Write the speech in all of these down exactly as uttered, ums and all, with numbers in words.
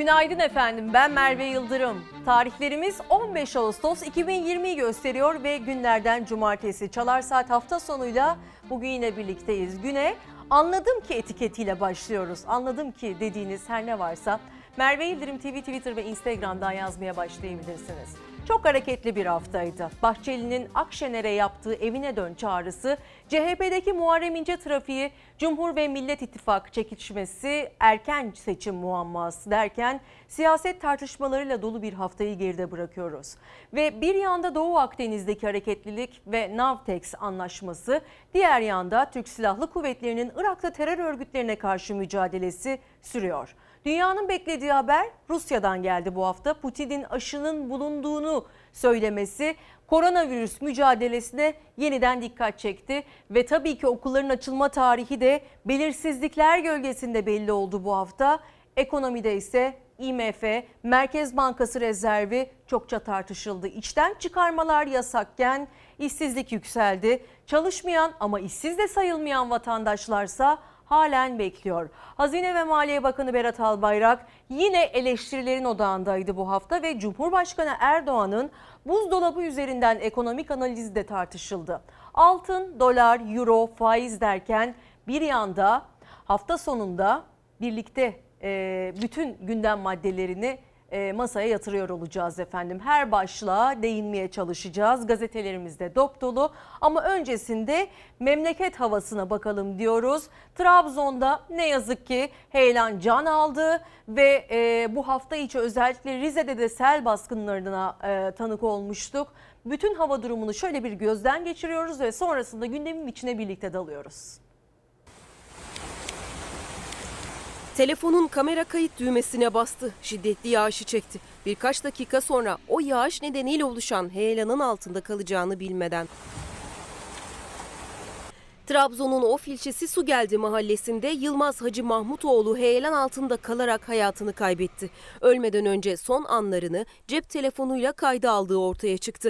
Günaydın efendim, ben Merve Yıldırım. Tarihlerimiz on beş Ağustos iki bin yirmiyi gösteriyor ve günlerden cumartesi. Çalar Saat hafta sonuyla bugün yine birlikteyiz. Güne anladım ki etiketiyle başlıyoruz. Anladım ki dediğiniz her ne varsa Merve Yıldırım T V, Twitter ve Instagram'dan yazmaya başlayabilirsiniz. Çok hareketli bir haftaydı. Bahçeli'nin Akşener'e yaptığı evine dön çağrısı, C H P'deki Muharrem İnce trafiği, Cumhur ve Millet İttifakı çekişmesi, erken seçim muamması derken siyaset tartışmalarıyla dolu bir haftayı geride bırakıyoruz. Ve bir yanda Doğu Akdeniz'deki hareketlilik ve Navtex anlaşması, diğer yanda Türk Silahlı Kuvvetleri'nin Irak'ta terör örgütlerine karşı mücadelesi sürüyor. Dünyanın beklediği haber Rusya'dan geldi bu hafta. Putin'in aşının bulunduğunu söylemesi koronavirüs mücadelesine yeniden dikkat çekti. Ve tabii ki okulların açılma tarihi de belirsizlikler gölgesinde belli oldu bu hafta. Ekonomide ise I M F, Merkez Bankası rezervi çokça tartışıldı. İçten çıkarmalar yasakken işsizlik yükseldi. Çalışmayan ama işsiz de sayılmayan vatandaşlarsa halen bekliyor. Hazine ve Maliye Bakanı Berat Albayrak yine eleştirilerin odağındaydı bu hafta ve Cumhurbaşkanı Erdoğan'ın buzdolabı üzerinden ekonomik analizi de tartışıldı. Altın, dolar, euro, faiz derken bir yanda hafta sonunda birlikte e, bütün gündem maddelerini e, masaya yatırıyor olacağız efendim. Her başlığa değinmeye çalışacağız. Gazetelerimizde dop dolu ama öncesinde memleket havasına bakalım diyoruz. Trabzon'da ne yazık ki heyelan can aldı ve e, bu hafta içi özellikle Rize'de de sel baskınlarına e, tanık olmuştuk. Bütün hava durumunu şöyle bir gözden geçiriyoruz ve sonrasında gündemin içine birlikte dalıyoruz. Telefonun kamera kayıt düğmesine bastı. Şiddetli yağışı çekti. Birkaç dakika sonra o yağış nedeniyle oluşan heyelanın altında kalacağını bilmeden. Trabzon'un Of ilçesi Sugeldi mahallesinde Yılmaz Hacı Mahmutoğlu heyelan altında kalarak hayatını kaybetti. Ölmeden önce son anlarını cep telefonuyla kayda aldığı ortaya çıktı.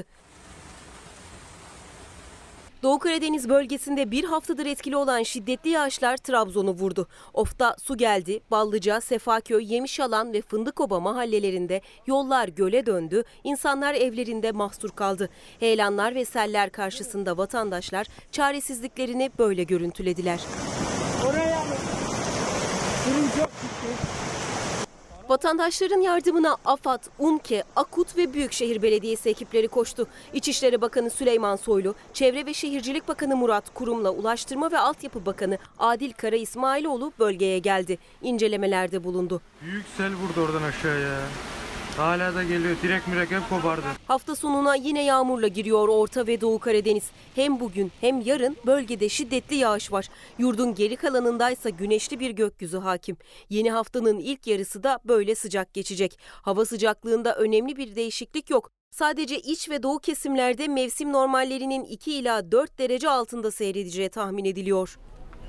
Doğu Karadeniz bölgesinde bir haftadır etkili olan şiddetli yağışlar Trabzon'u vurdu. Of'ta Sugeldi, Ballıca, Sefaköy, Yemişalan ve Fındıkoba mahallelerinde yollar göle döndü, insanlar evlerinde mahsur kaldı. Heyelanlar ve seller karşısında vatandaşlar çaresizliklerini böyle görüntülediler. Oraya durum çok ciddi. Vatandaşların yardımına AFAD, UNKE, AKUT ve Büyükşehir Belediyesi ekipleri koştu. İçişleri Bakanı Süleyman Soylu, Çevre ve Şehircilik Bakanı Murat Kurum'la Ulaştırma ve Altyapı Bakanı Adil Kara İsmailoğlu bölgeye geldi. İncelemelerde bulundu. Büyük sel vurdu oradan aşağıya. Hala da geliyor. Direkt mürekkep kopardı. Hafta sonuna yine yağmurla giriyor Orta ve Doğu Karadeniz. Hem bugün hem yarın bölgede şiddetli yağış var. Yurdun geri kalanındaysa güneşli bir gökyüzü hakim. Yeni haftanın ilk yarısı da böyle sıcak geçecek. Hava sıcaklığında önemli bir değişiklik yok. Sadece iç ve doğu kesimlerde mevsim normallerinin iki ila dört derece altında seyredeceği tahmin ediliyor.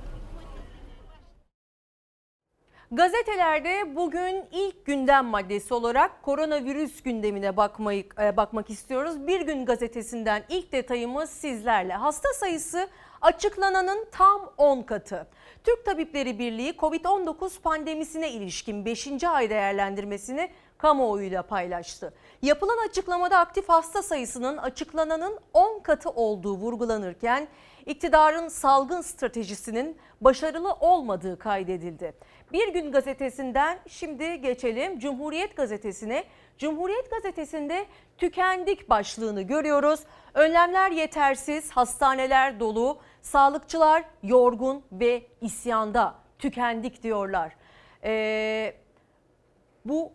Gazetelerde bugün ilk gündem maddesi olarak koronavirüs gündemine bakmayı, e, bakmak istiyoruz. Bir Gün Gazetesi'nden ilk detayımız sizlerle. Hasta sayısı açıklananın tam on katı. Türk Tabipleri Birliği Covid on dokuz pandemisine ilişkin beşinci ay değerlendirmesini kamuoyuyla paylaştı. Yapılan açıklamada aktif hasta sayısının açıklananın on katı olduğu vurgulanırken iktidarın salgın stratejisinin başarılı olmadığı kaydedildi. Bir Gün Gazetesi'nden şimdi geçelim Cumhuriyet Gazetesi'ne. Cumhuriyet Gazetesi'nde tükendik başlığını görüyoruz. Önlemler yetersiz, hastaneler dolu, sağlıkçılar yorgun ve isyanda, tükendik diyorlar. Ee, bu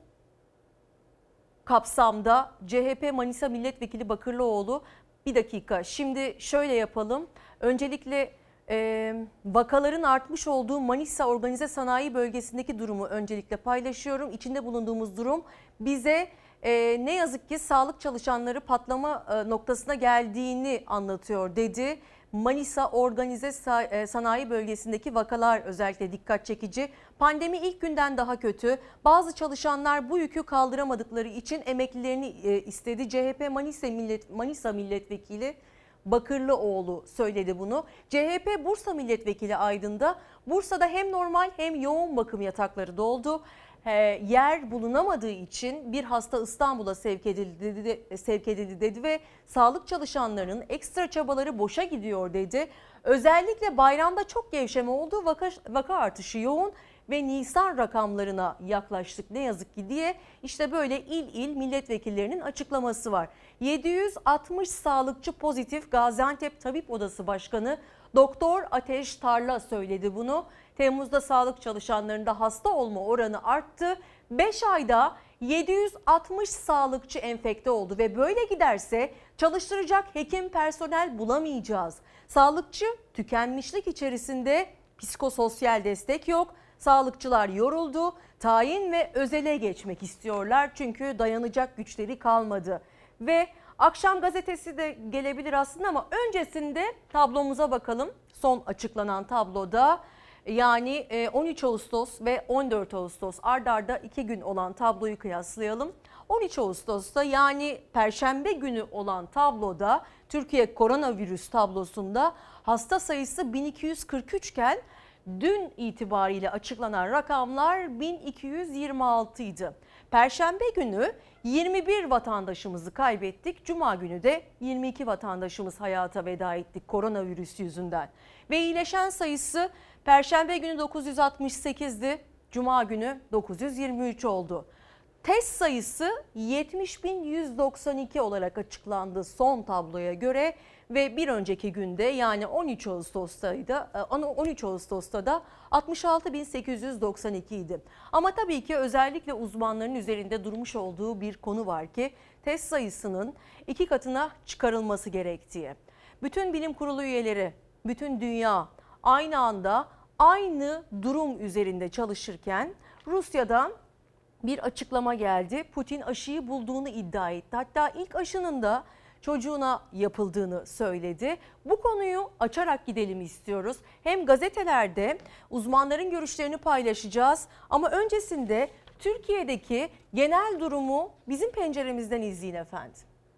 kapsamda C H P Manisa Milletvekili Bakırlıoğlu, bir dakika şimdi şöyle yapalım. Öncelikle e, vakaların artmış olduğu Manisa Organize Sanayi Bölgesi'ndeki durumu öncelikle paylaşıyorum. İçinde bulunduğumuz durum bize e, ne yazık ki sağlık çalışanları patlama e, noktasına geldiğini anlatıyor dedi. Manisa Organize Sanayi Bölgesi'ndeki vakalar özellikle dikkat çekici. Pandemi ilk günden daha kötü. Bazı çalışanlar bu yükü kaldıramadıkları için emeklilerini istedi. C H P Manisa, Millet, Manisa Milletvekili Bakırlıoğlu söyledi bunu. C H P Bursa Milletvekili Aydın'da Bursa'da hem normal hem yoğun bakım yatakları doldu. e, yer bulunamadığı için bir hasta İstanbul'a sevk edildi, dedi, sevk edildi dedi ve sağlık çalışanlarının ekstra çabaları boşa gidiyor dedi. Özellikle bayramda çok gevşeme oldu, vaka, vaka artışı yoğun ve Nisan rakamlarına yaklaştık ne yazık ki diye işte böyle il il milletvekillerinin açıklaması var. yedi yüz altmış sağlıkçı pozitif, Gaziantep Tabip Odası Başkanı Doktor Ateş Tarla söyledi bunu. Temmuz'da sağlık çalışanlarında hasta olma oranı arttı. beş ayda yedi yüz altmış sağlıkçı enfekte oldu ve böyle giderse çalıştıracak hekim personel bulamayacağız. Sağlıkçı tükenmişlik içerisinde, psikososyal destek yok. Sağlıkçılar yoruldu, tayin ve özele geçmek istiyorlar çünkü dayanacak güçleri kalmadı. Ve Akşam gazetesi de gelebilir aslında ama öncesinde tablomuza bakalım. Son açıklanan tabloda yani on üç Ağustos ve on dört Ağustos ard arda iki gün olan tabloyu kıyaslayalım. on üç Ağustos'ta yani Perşembe günü olan tabloda Türkiye koronavirüs tablosunda hasta sayısı bin iki yüz kırk üç iken dün itibariyle açıklanan rakamlar bin iki yüz yirmi altı idi. Perşembe günü yirmi bir vatandaşımızı kaybettik. Cuma günü de yirmi iki vatandaşımız hayata veda ettik koronavirüs yüzünden. Ve iyileşen sayısı Perşembe günü dokuz yüz altmış sekizdi. Cuma günü dokuz yüz yirmi üç oldu. Test sayısı yetmiş bin yüz doksan iki olarak açıklandı son tabloya göre ve bir önceki günde yani on üç Ağustos'taydı. on üç Ağustos'ta da altmış altı bin sekiz yüz doksan iki idi. Ama tabii ki özellikle uzmanların üzerinde durmuş olduğu bir konu var ki test sayısının iki katına çıkarılması gerektiği. Bütün bilim kurulu üyeleri, bütün dünya aynı anda aynı durum üzerinde çalışırken Rusya'dan bir açıklama geldi. Putin aşıyı bulduğunu iddia etti. Hatta ilk aşının da çocuğuna yapıldığını söyledi. Bu konuyu açarak gidelim istiyoruz. Hem gazetelerde uzmanların görüşlerini paylaşacağız ama öncesinde Türkiye'deki genel durumu bizim penceremizden izleyin efendim.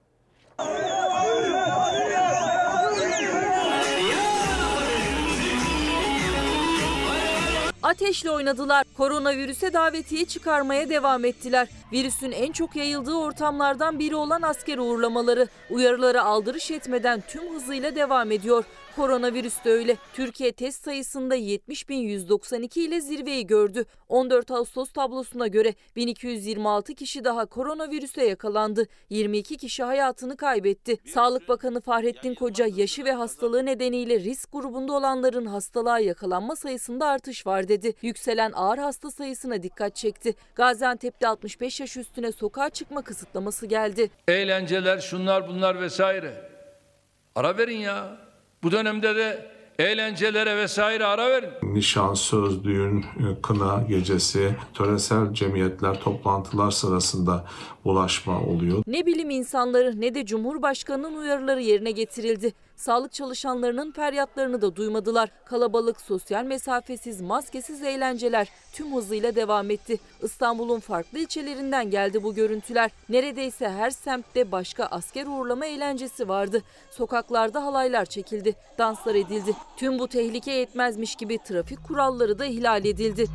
Ateşle oynadılar. Koronavirüse davetiye çıkarmaya devam ettiler. Virüsün en çok yayıldığı ortamlardan biri olan asker uğurlamaları. Uyarılara aldırış etmeden tüm hızıyla devam ediyor. Koronavirüs de öyle. Türkiye test sayısında yetmiş bin yüz doksan iki ile zirveyi gördü. on dört Ağustos tablosuna göre bin iki yüz yirmi altı kişi daha koronavirüse yakalandı. yirmi iki kişi hayatını kaybetti. Sağlık Bakanı Fahrettin Koca yaşı ve hastalığı nedeniyle risk grubunda olanların hastalığa yakalanma sayısında artış var dedi. Yükselen ağır hasta sayısına dikkat çekti. Gaziantep'te altmış beş yaş üstüne sokağa çıkma kısıtlaması geldi. Eğlenceler, şunlar bunlar vesaire. Ara verin ya. Bu dönemde de eğlencelere vesaire ara verin. Nişan, söz, düğün, kına gecesi, töresel cemiyetler, toplantılar sırasında bulaşma oluyor. Ne bilim insanları ne de Cumhurbaşkanı'nın uyarıları yerine getirildi. Sağlık çalışanlarının feryatlarını da duymadılar. Kalabalık, sosyal mesafesiz, maskesiz eğlenceler tüm hızıyla devam etti. İstanbul'un farklı ilçelerinden geldi bu görüntüler. Neredeyse her semtte başka asker uğurlama eğlencesi vardı. Sokaklarda halaylar çekildi, danslar edildi. Tüm bu tehlike yetmezmiş gibi trafik kuralları da ihlal edildi.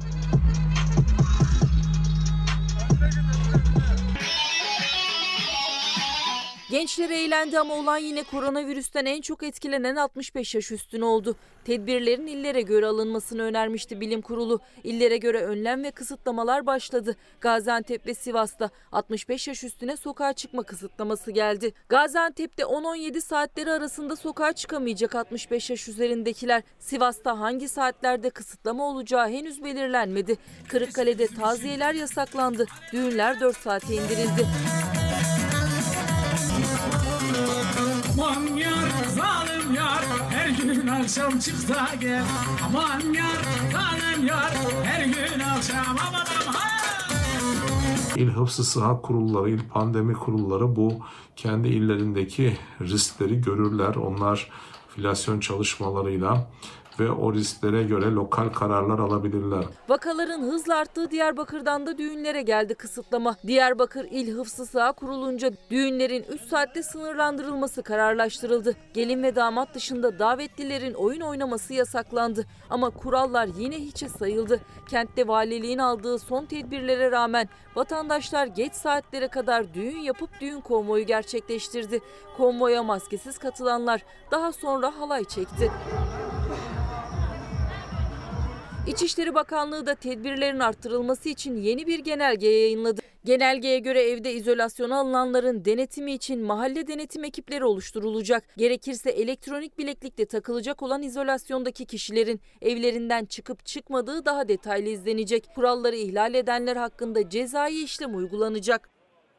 Gençler eğlendi ama olan yine koronavirüsten en çok etkilenen altmış beş yaş üstüne oldu. Tedbirlerin illere göre alınmasını önermişti bilim kurulu. İllere göre önlem ve kısıtlamalar başladı. Gaziantep ve Sivas'ta altmış beş yaş üstüne sokağa çıkma kısıtlaması geldi. Gaziantep'te on on yedi saatleri arasında sokağa çıkamayacak altmış beş yaş üzerindekiler. Sivas'ta hangi saatlerde kısıtlama olacağı henüz belirlenmedi. Kırıkkale'de taziyeler yasaklandı. Düğünler dört saate indirildi. Aman yar, zalim yar, her gün akşam çık da gel. Aman yar, zalim yar, her gün akşam aman aman. İl Hıfzı Sıhhat Kurulları, il pandemi kurulları bu kendi illerindeki riskleri görürler. Onlar filyasyon çalışmalarıyla ve o risklere göre lokal kararlar alabilirler. Vakaların hızla arttığı Diyarbakır'dan da düğünlere geldi kısıtlama. Diyarbakır İl Hıfzı Saha kurulunca düğünlerin üç saatte sınırlandırılması kararlaştırıldı. Gelin ve damat dışında davetlilerin oyun oynaması yasaklandı. Ama kurallar yine hiçe sayıldı. Kentte valiliğin aldığı son tedbirlere rağmen vatandaşlar geç saatlere kadar düğün yapıp düğün konvoyu gerçekleştirdi. Konvoya maskesiz katılanlar daha sonra halay çekti. İçişleri Bakanlığı da tedbirlerin arttırılması için yeni bir genelge yayınladı. Genelgeye göre evde izolasyona alınanların denetimi için mahalle denetim ekipleri oluşturulacak. Gerekirse elektronik bileklikle takılacak olan izolasyondaki kişilerin evlerinden çıkıp çıkmadığı daha detaylı izlenecek. Kuralları ihlal edenler hakkında cezai işlem uygulanacak.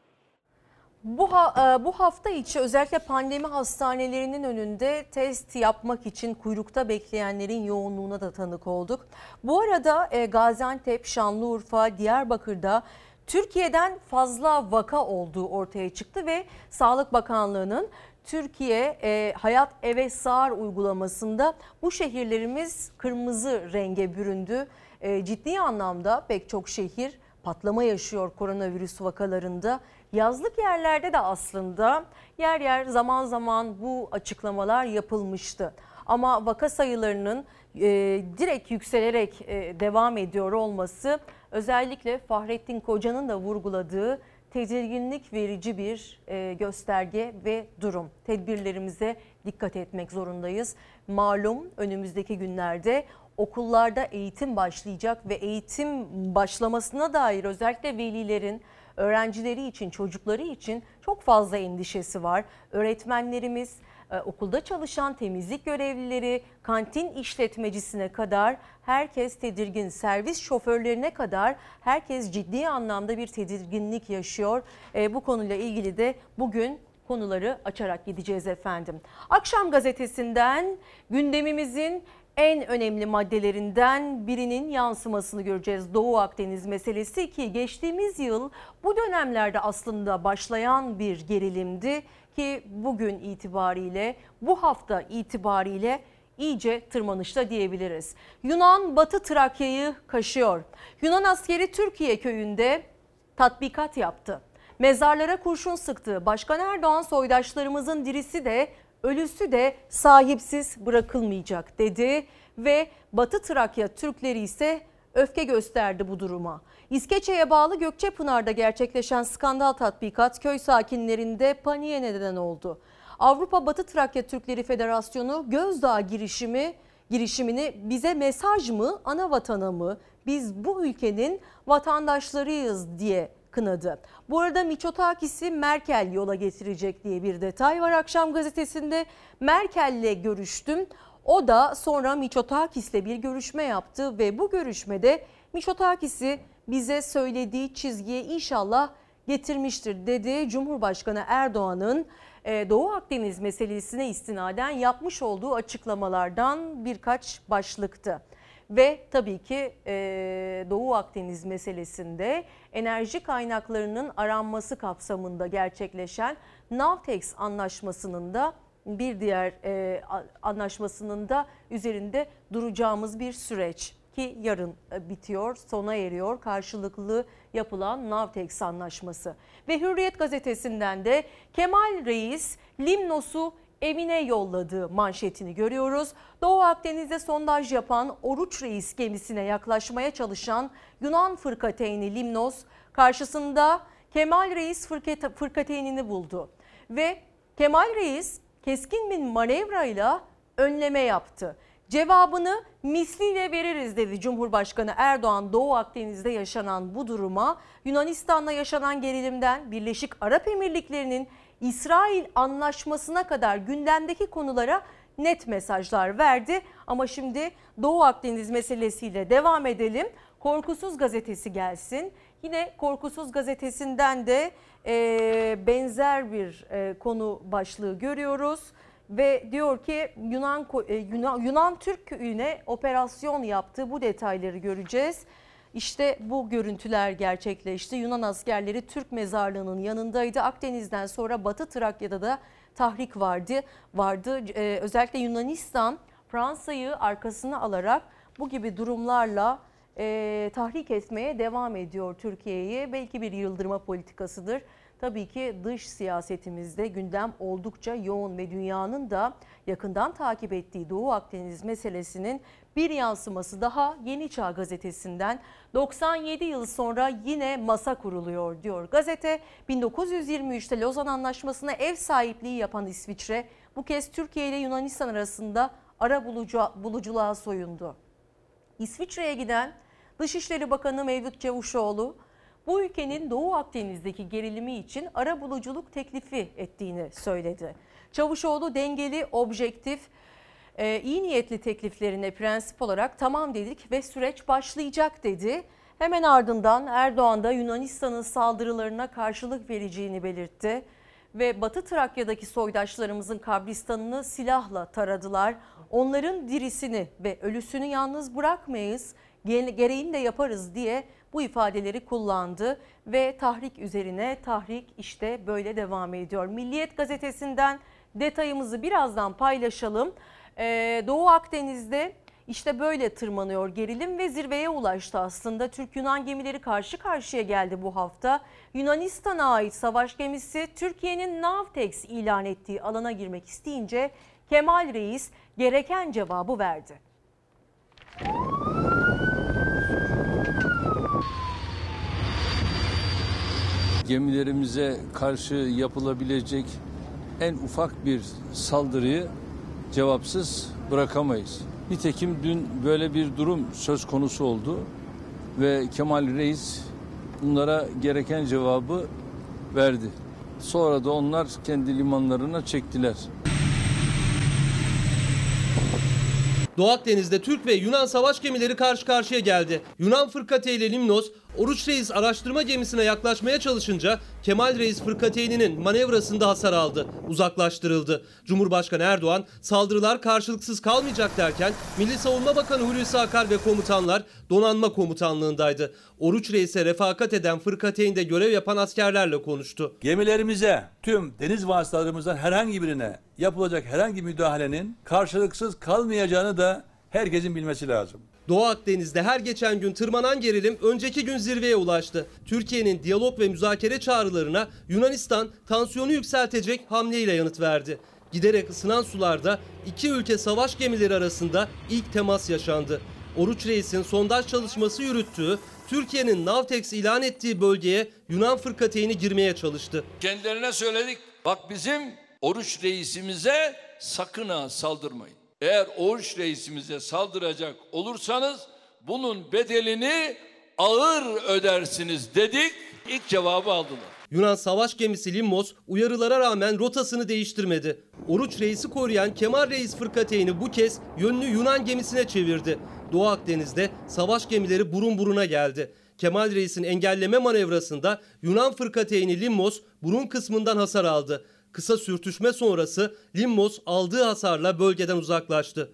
Bu, ha, bu hafta içi özellikle pandemi hastanelerinin önünde test yapmak için kuyrukta bekleyenlerin yoğunluğuna da tanık olduk. Bu arada Gaziantep, Şanlıurfa, Diyarbakır'da Türkiye'den fazla vaka olduğu ortaya çıktı ve Sağlık Bakanlığı'nın Türkiye e, Hayat Eve Sağır uygulamasında bu şehirlerimiz kırmızı renge büründü. E, ciddi anlamda pek çok şehir patlama yaşıyor koronavirüs vakalarında. Yazlık yerlerde de aslında yer yer zaman zaman bu açıklamalar yapılmıştı. Ama vaka sayılarının e, direkt yükselerek e, devam ediyor olması özellikle Fahrettin Koca'nın da vurguladığı tedirginlik verici bir e, gösterge ve durum. Tedbirlerimize dikkat etmek zorundayız. Malum önümüzdeki günlerde okullarda eğitim başlayacak ve eğitim başlamasına dair özellikle velilerin, öğrencileri için, çocukları için çok fazla endişesi var. Öğretmenlerimiz, okulda çalışan temizlik görevlileri, kantin işletmecisine kadar herkes tedirgin. Servis şoförlerine kadar herkes ciddi anlamda bir tedirginlik yaşıyor. Bu konuyla ilgili de bugün konuları açarak gideceğiz efendim. Akşam gazetesinden gündemimizin en önemli maddelerinden birinin yansımasını göreceğiz. Doğu Akdeniz meselesi ki geçtiğimiz yıl bu dönemlerde aslında başlayan bir gerilimdi ki bugün itibariyle, bu hafta itibariyle iyice tırmanışta diyebiliriz. Yunan Batı Trakya'yı kaşıyor. Yunan askeri Türkiye köyünde tatbikat yaptı. Mezarlara kurşun sıktı. Başkan Erdoğan soydaşlarımızın dirisi de ölüsü de sahipsiz bırakılmayacak dedi ve Batı Trakya Türkleri ise öfke gösterdi bu duruma. İskeçe'ye bağlı Gökçepınar'da gerçekleşen skandal tatbikat köy sakinlerinde paniğe neden oldu. Avrupa Batı Trakya Türkleri Federasyonu Gözdağ girişimi girişimini bize mesaj mı, ana vatana mı, biz bu ülkenin vatandaşlarıyız diye kınadı. Bu arada Mitsotakis'i Merkel yola getirecek diye bir detay var akşam gazetesinde. Merkel'le görüştüm. O da sonra Mitsotakis'le bir görüşme yaptı ve bu görüşmede Mitsotakis'i bize söylediği çizgiye inşallah getirmiştir dedi. Cumhurbaşkanı Erdoğan'ın Doğu Akdeniz meselesine istinaden yapmış olduğu açıklamalardan birkaç başlıktı. Ve tabii ki Doğu Akdeniz meselesinde enerji kaynaklarının aranması kapsamında gerçekleşen Navtex anlaşmasının da bir diğer anlaşmasının da üzerinde duracağımız bir süreç ki yarın bitiyor, sona eriyor karşılıklı yapılan Navtex anlaşması. Ve Hürriyet gazetesinden de Kemal Reis Limnos'u evine yolladığı manşetini görüyoruz. Doğu Akdeniz'de sondaj yapan Oruç Reis gemisine yaklaşmaya çalışan Yunan fırkateyni Limnos karşısında Kemal Reis fırkateynini buldu. Ve Kemal Reis keskin bir manevrayla önleme yaptı. Cevabını misliyle veririz dedi Cumhurbaşkanı Erdoğan. Doğu Akdeniz'de yaşanan bu duruma, Yunanistan'la yaşanan gerilimden Birleşik Arap Emirlikleri'nin İsrail anlaşmasına kadar gündemdeki konulara net mesajlar verdi. Ama şimdi Doğu Akdeniz meselesiyle devam edelim. Korkusuz gazetesi gelsin. Yine Korkusuz gazetesinden de e, benzer bir e, konu başlığı görüyoruz. Ve diyor ki Yunan, Yunan, Yunan Türk köyüne operasyon yaptı. Bu detayları göreceğiz. İşte bu görüntüler gerçekleşti. Yunan askerleri Türk mezarlığının yanındaydı. Akdeniz'den sonra Batı Trakya'da da tahrik vardı. vardı. Ee, özellikle Yunanistan Fransa'yı arkasına alarak bu gibi durumlarla e, tahrik etmeye devam ediyor Türkiye'yi. Belki bir yıldırma politikasıdır. Tabii ki dış siyasetimizde gündem oldukça yoğun ve dünyanın da yakından takip ettiği Doğu Akdeniz meselesinin bir yansıması daha Yeni Çağ gazetesinden. doksan yedi yıl sonra yine masa kuruluyor diyor gazete. bin dokuz yüz yirmi üçte Lozan Anlaşması'na ev sahipliği yapan İsviçre bu kez Türkiye ile Yunanistan arasında ara bulucu, buluculuğa soyundu. İsviçre'ye giden Dışişleri Bakanı Mevlüt Çavuşoğlu bu ülkenin Doğu Akdeniz'deki gerilimi için arabuluculuk teklifi ettiğini söyledi. Çavuşoğlu dengeli, objektif, e, iyi niyetli tekliflerine prensip olarak tamam dedik ve süreç başlayacak dedi. Hemen ardından Erdoğan da Yunanistan'ın saldırılarına karşılık vereceğini belirtti. Ve Batı Trakya'daki soydaşlarımızın kabristanını silahla taradılar. Onların dirisini ve ölüsünü yalnız bırakmayız, gereğini de yaparız diye bu ifadeleri kullandı ve tahrik üzerine tahrik işte böyle devam ediyor. Milliyet gazetesinden detayımızı birazdan paylaşalım. Ee, Doğu Akdeniz'de işte böyle tırmanıyor gerilim ve zirveye ulaştı aslında. Türk-Yunan gemileri karşı karşıya geldi bu hafta. Yunanistan'a ait savaş gemisi Türkiye'nin Navtex ilan ettiği alana girmek isteyince Kemal Reis gereken cevabı verdi. Gemilerimize karşı yapılabilecek en ufak bir saldırıyı cevapsız bırakamayız. Nitekim dün böyle bir durum söz konusu oldu ve Kemal Reis bunlara gereken cevabı verdi. Sonra da onlar kendi limanlarına çektiler. Doğu Akdeniz'de Türk ve Yunan savaş gemileri karşı karşıya geldi. Yunan fırkateyni Limnos, Oruç Reis araştırma gemisine yaklaşmaya çalışınca Kemal Reis fırkateyninin manevrasında hasar aldı, uzaklaştırıldı. Cumhurbaşkanı Erdoğan saldırılar karşılıksız kalmayacak derken Milli Savunma Bakanı Hulusi Akar ve komutanlar donanma komutanlığındaydı. Oruç Reis'e refakat eden fırkateynde görev yapan askerlerle konuştu. Gemilerimize, tüm deniz vasıtalarımızdan herhangi birine yapılacak herhangi müdahalenin karşılıksız kalmayacağını da herkesin bilmesi lazım. Doğu Akdeniz'de her geçen gün tırmanan gerilim önceki gün zirveye ulaştı. Türkiye'nin diyalog ve müzakere çağrılarına Yunanistan tansiyonu yükseltecek hamleyle yanıt verdi. Giderek ısınan sularda iki ülke savaş gemileri arasında ilk temas yaşandı. Oruç Reis'in sondaj çalışması yürüttüğü, Türkiye'nin Navtex ilan ettiği bölgeye Yunan fırkateyni girmeye çalıştı. Kendilerine söyledik, bak bizim Oruç Reisimize sakın ha saldırmayın. Eğer Oruç Reisimize saldıracak olursanız bunun bedelini ağır ödersiniz dedik. İlk cevabı aldılar. Yunan savaş gemisi Limnos uyarılara rağmen rotasını değiştirmedi. Oruç Reis'i koruyan Kemal Reis fırkateyni bu kez yönünü Yunan gemisine çevirdi. Doğu Akdeniz'de savaş gemileri burun buruna geldi. Kemal Reis'in engelleme manevrasında Yunan fırkateyni Limnos burun kısmından hasar aldı. Kısa sürtüşme sonrası Limnos aldığı hasarla bölgeden uzaklaştı.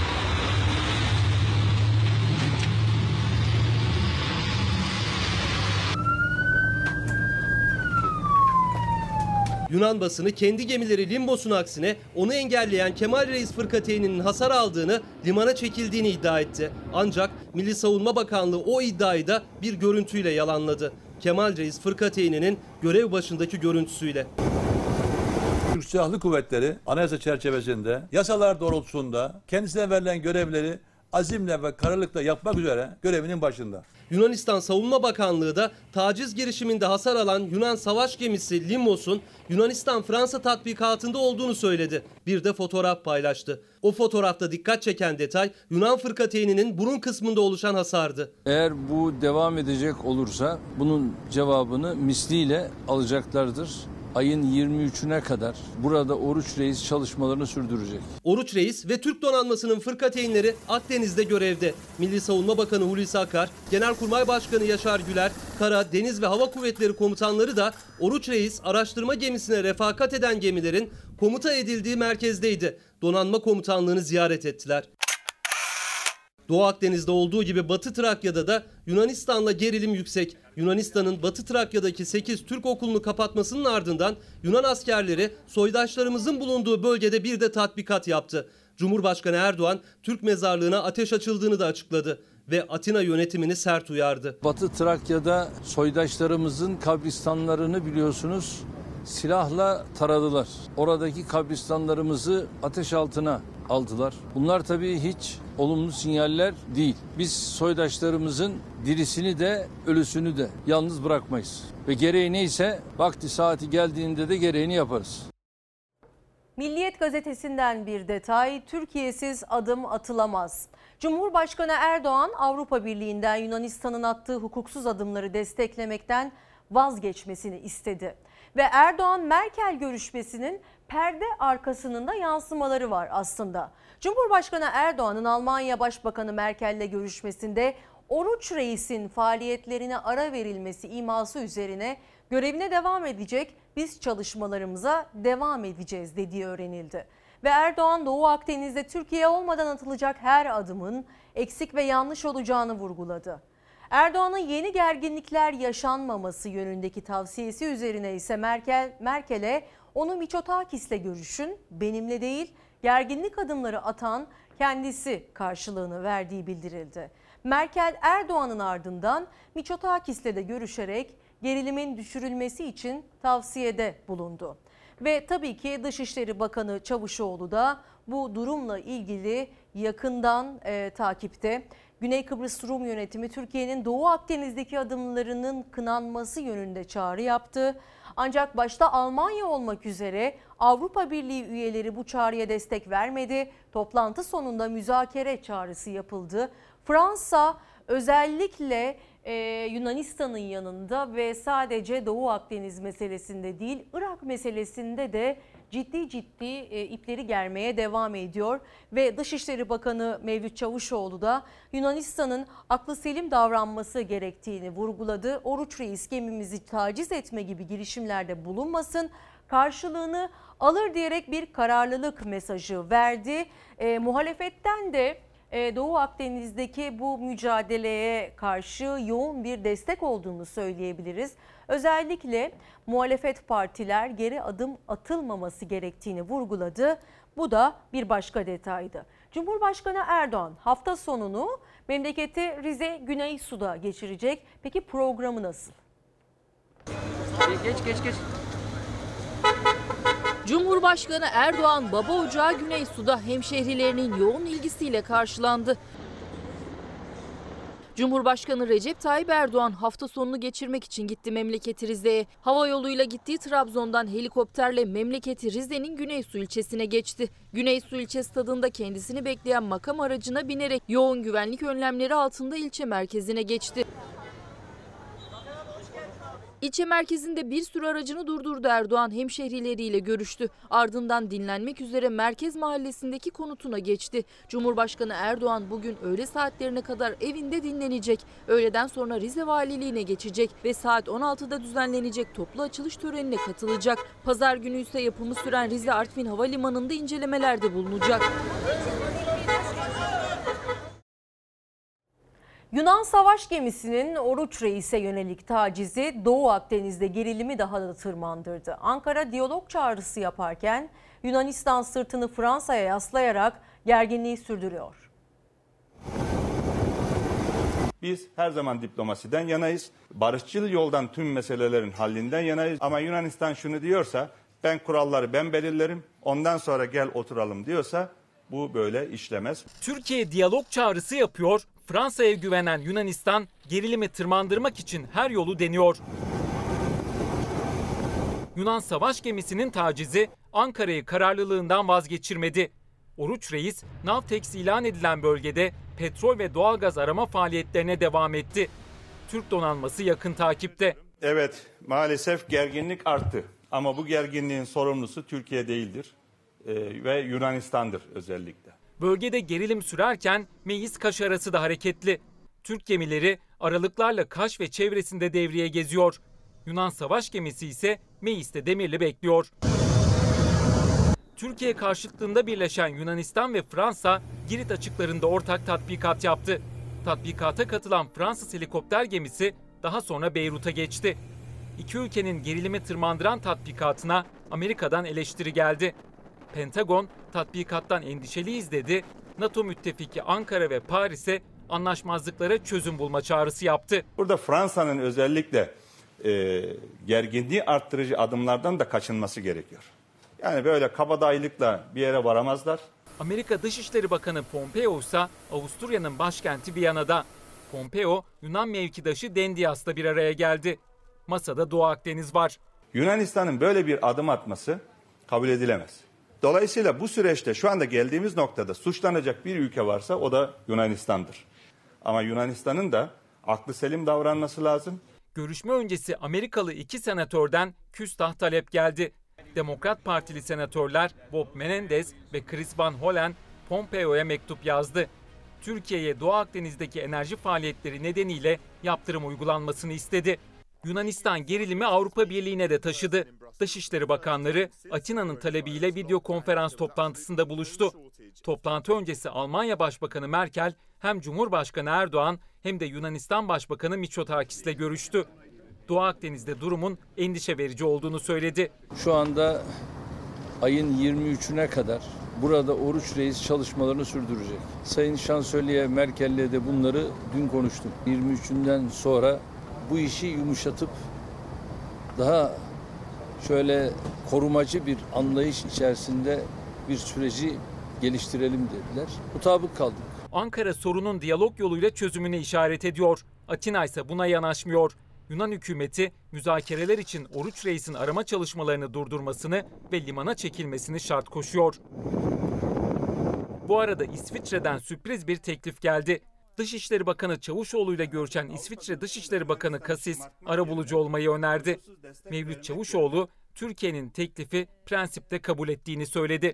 Yunan basını kendi gemileri Limnos'un aksine onu engelleyen Kemal Reis fırkateyninin hasar aldığını, limana çekildiğini iddia etti. Ancak Milli Savunma Bakanlığı o iddiayı da bir görüntüyle yalanladı. Kemal Reis fırkateyninin görev başındaki görüntüsüyle. Türk Silahlı Kuvvetleri anayasa çerçevesinde yasalar doğrultusunda kendisine verilen görevleri azimle ve kararlılıkla yapmak üzere görevinin başında. Yunanistan Savunma Bakanlığı da taciz girişiminde hasar alan Yunan savaş gemisi Limnos'un Yunanistan-Fransa tatbikatında olduğunu söyledi. Bir de fotoğraf paylaştı. O fotoğrafta dikkat çeken detay Yunan fırkateyninin burun kısmında oluşan hasardı. Eğer bu devam edecek olursa bunun cevabını misliyle alacaklardır. Ayın yirmi üçüne kadar burada Oruç Reis çalışmalarını sürdürecek. Oruç Reis ve Türk donanmasının fırkateynleri Akdeniz'de görevde. Milli Savunma Bakanı Hulusi Akar, Genelkurmay Başkanı Yaşar Güler, Kara, Deniz ve Hava Kuvvetleri komutanları da Oruç Reis araştırma gemisine refakat eden gemilerin komuta edildiği merkezdeydi. Donanma komutanlığını ziyaret ettiler. Doğu Akdeniz'de olduğu gibi Batı Trakya'da da Yunanistan'la gerilim yüksek. Yunanistan'ın Batı Trakya'daki sekiz Türk okulunu kapatmasının ardından Yunan askerleri soydaşlarımızın bulunduğu bölgede bir de tatbikat yaptı. Cumhurbaşkanı Erdoğan, Türk mezarlığına ateş açıldığını da açıkladı ve Atina yönetimini sert uyardı. Batı Trakya'da soydaşlarımızın kabristanlarını biliyorsunuz silahla taradılar. Oradaki kabristanlarımızı ateş altına aldılar. Bunlar tabii hiç olumlu sinyaller değil. Biz soydaşlarımızın dirisini de ölüsünü de yalnız bırakmayız. Ve gereği neyse vakti saati geldiğinde de gereğini yaparız. Milliyet gazetesinden bir detay, Türkiye'siz adım atılamaz. Cumhurbaşkanı Erdoğan Avrupa Birliği'nden Yunanistan'ın attığı hukuksuz adımları desteklemekten vazgeçmesini istedi. Ve Erdoğan-Merkel görüşmesinin perde arkasının da yansımaları var aslında. Cumhurbaşkanı Erdoğan'ın Almanya Başbakanı Merkel'le görüşmesinde Oruç Reis'in faaliyetlerine ara verilmesi iması üzerine görevine devam edecek, biz çalışmalarımıza devam edeceğiz dediği öğrenildi. Ve Erdoğan Doğu Akdeniz'de Türkiye olmadan atılacak her adımın eksik ve yanlış olacağını vurguladı. Erdoğan'ın yeni gerginlikler yaşanmaması yönündeki tavsiyesi üzerine ise Merkel Merkel'e onu Mitsotakis'le görüşün, benimle değil, gerginlik adımları atan kendisi karşılığını verdiği bildirildi. Merkel Erdoğan'ın ardından Mitsotakis'le de görüşerek gerilimin düşürülmesi için tavsiyede bulundu. Ve tabii ki Dışişleri Bakanı Çavuşoğlu da bu durumla ilgili yakından e, takipte. Güney Kıbrıs Rum yönetimi Türkiye'nin Doğu Akdeniz'deki adımlarının kınanması yönünde çağrı yaptı. Ancak başta Almanya olmak üzere Avrupa Birliği üyeleri bu çağrıya destek vermedi. Toplantı sonunda müzakere çağrısı yapıldı. Fransa özellikle e, Yunanistan'ın yanında ve sadece Doğu Akdeniz meselesinde değil, Irak meselesinde de ciddi ciddi e, ipleri germeye devam ediyor. Ve Dışişleri Bakanı Mevlüt Çavuşoğlu da Yunanistan'ın aklı selim davranması gerektiğini vurguladı. Oruç Reis gemimizi taciz etme gibi girişimlerde bulunmasın, karşılığını alır diyerek bir kararlılık mesajı verdi. E, muhalefetten de Doğu Akdeniz'deki bu mücadeleye karşı yoğun bir destek olduğunu söyleyebiliriz. Özellikle muhalefet partiler geri adım atılmaması gerektiğini vurguladı. Bu da bir başka detaydı. Cumhurbaşkanı Erdoğan hafta sonunu memleketi Rize Güneysu'da geçirecek. Peki programı nasıl? Geç geç geç. Cumhurbaşkanı Erdoğan baba ocağı Güneysu'da hemşehrilerinin yoğun ilgisiyle karşılandı. Cumhurbaşkanı Recep Tayyip Erdoğan hafta sonunu geçirmek için gitti memleketi Rize'ye. Hava yoluyla gittiği Trabzon'dan helikopterle memleketi Rize'nin Güneysu ilçesine geçti. Güneysu ilçe stadında kendisini bekleyen makam aracına binerek yoğun güvenlik önlemleri altında ilçe merkezine geçti. İlçe merkezinde bir sürü aracını durdurdu Erdoğan, hemşehrileriyle görüştü. Ardından dinlenmek üzere Merkez Mahallesi'ndeki konutuna geçti. Cumhurbaşkanı Erdoğan bugün öğle saatlerine kadar evinde dinlenecek. Öğleden sonra Rize Valiliğine geçecek ve saat on altıda düzenlenecek toplu açılış törenine katılacak. Pazar günü ise yapımı süren Rize Artvin Havalimanı'nda incelemelerde bulunacak. Yunan savaş gemisinin Oruç Reis'e yönelik tacizi Doğu Akdeniz'de gerilimi daha da tırmandırdı. Ankara diyalog çağrısı yaparken Yunanistan sırtını Fransa'ya yaslayarak gerginliği sürdürüyor. Biz her zaman diplomasiden yanayız. Barışçıl yoldan tüm meselelerin hallinden yanayız. Ama Yunanistan şunu diyorsa, ben kuralları ben belirlerim, ondan sonra gel oturalım diyorsa bu böyle işlemez. Türkiye diyalog çağrısı yapıyor. Fransa'ya güvenen Yunanistan gerilimi tırmandırmak için her yolu deniyor. Yunan savaş gemisinin tacizi Ankara'yı kararlılığından vazgeçirmedi. Oruç Reis, Navtex ilan edilen bölgede petrol ve doğalgaz arama faaliyetlerine devam etti. Türk donanması yakın takipte. Evet, maalesef gerginlik arttı. Ama bu gerginliğin sorumlusu Türkiye değildir ee, ve Yunanistan'dır özellikle. Bölgede gerilim sürerken Meis-Kaş arası da hareketli. Türk gemileri aralıklarla Kaş ve çevresinde devriye geziyor. Yunan savaş gemisi ise Meis'te demirli bekliyor. Türkiye karşıtlığında birleşen Yunanistan ve Fransa Girit açıklarında ortak tatbikat yaptı. Tatbikata katılan Fransız helikopter gemisi daha sonra Beyrut'a geçti. İki ülkenin gerilimi tırmandıran tatbikatına Amerika'dan eleştiri geldi. Pentagon tatbikattan endişeliyiz dedi. NATO müttefiki Ankara ve Paris'e anlaşmazlıklara çözüm bulma çağrısı yaptı. Burada Fransa'nın özellikle e, gerginliği arttırıcı adımlardan da kaçınması gerekiyor. Yani böyle kabadayılıkla bir yere varamazlar. Amerika Dışişleri Bakanı Pompeo ise Avusturya'nın başkenti Viyana'da. Pompeo, Yunan mevkidaşı Dendias'la bir araya geldi. Masada Doğu Akdeniz var. Yunanistan'ın böyle bir adım atması kabul edilemez. Dolayısıyla bu süreçte şu anda geldiğimiz noktada suçlanacak bir ülke varsa o da Yunanistan'dır. Ama Yunanistan'ın da aklı selim davranması lazım. Görüşme öncesi Amerikalı iki senatörden küstah talep geldi. Demokrat Partili senatörler Bob Menendez ve Chris Van Hollen Pompeo'ya mektup yazdı. Türkiye'ye Doğu Akdeniz'deki enerji faaliyetleri nedeniyle yaptırım uygulanmasını istedi. Yunanistan gerilimi Avrupa Birliği'ne de taşıdı. Dışişleri Bakanları Atina'nın talebiyle video konferans toplantısında buluştu. Toplantı öncesi Almanya Başbakanı Merkel hem Cumhurbaşkanı Erdoğan hem de Yunanistan Başbakanı Mitsotakis'le görüştü. Doğu Akdeniz'de durumun endişe verici olduğunu söyledi. Şu anda ayın yirmi üçüne kadar burada Oruç Reis çalışmalarını sürdürecek. Sayın Şansölye Merkel'le de bunları dün konuştum. yirmi üçünden sonra bu işi yumuşatıp daha şöyle korumacı bir anlayış içerisinde bir süreci geliştirelim dediler. Mutabık kaldık. Ankara sorunun diyalog yoluyla çözümüne işaret ediyor. Atina ise buna yanaşmıyor. Yunan hükümeti müzakereler için Oruç Reis'in arama çalışmalarını durdurmasını ve limana çekilmesini şart koşuyor. Bu arada İsviçre'den sürpriz bir teklif geldi. Dışişleri Bakanı Çavuşoğlu ile görüşen İsviçre Dışişleri Bakanı Kassis arabulucu olmayı önerdi. Mevlüt Çavuşoğlu Türkiye'nin teklifi prensipte kabul ettiğini söyledi.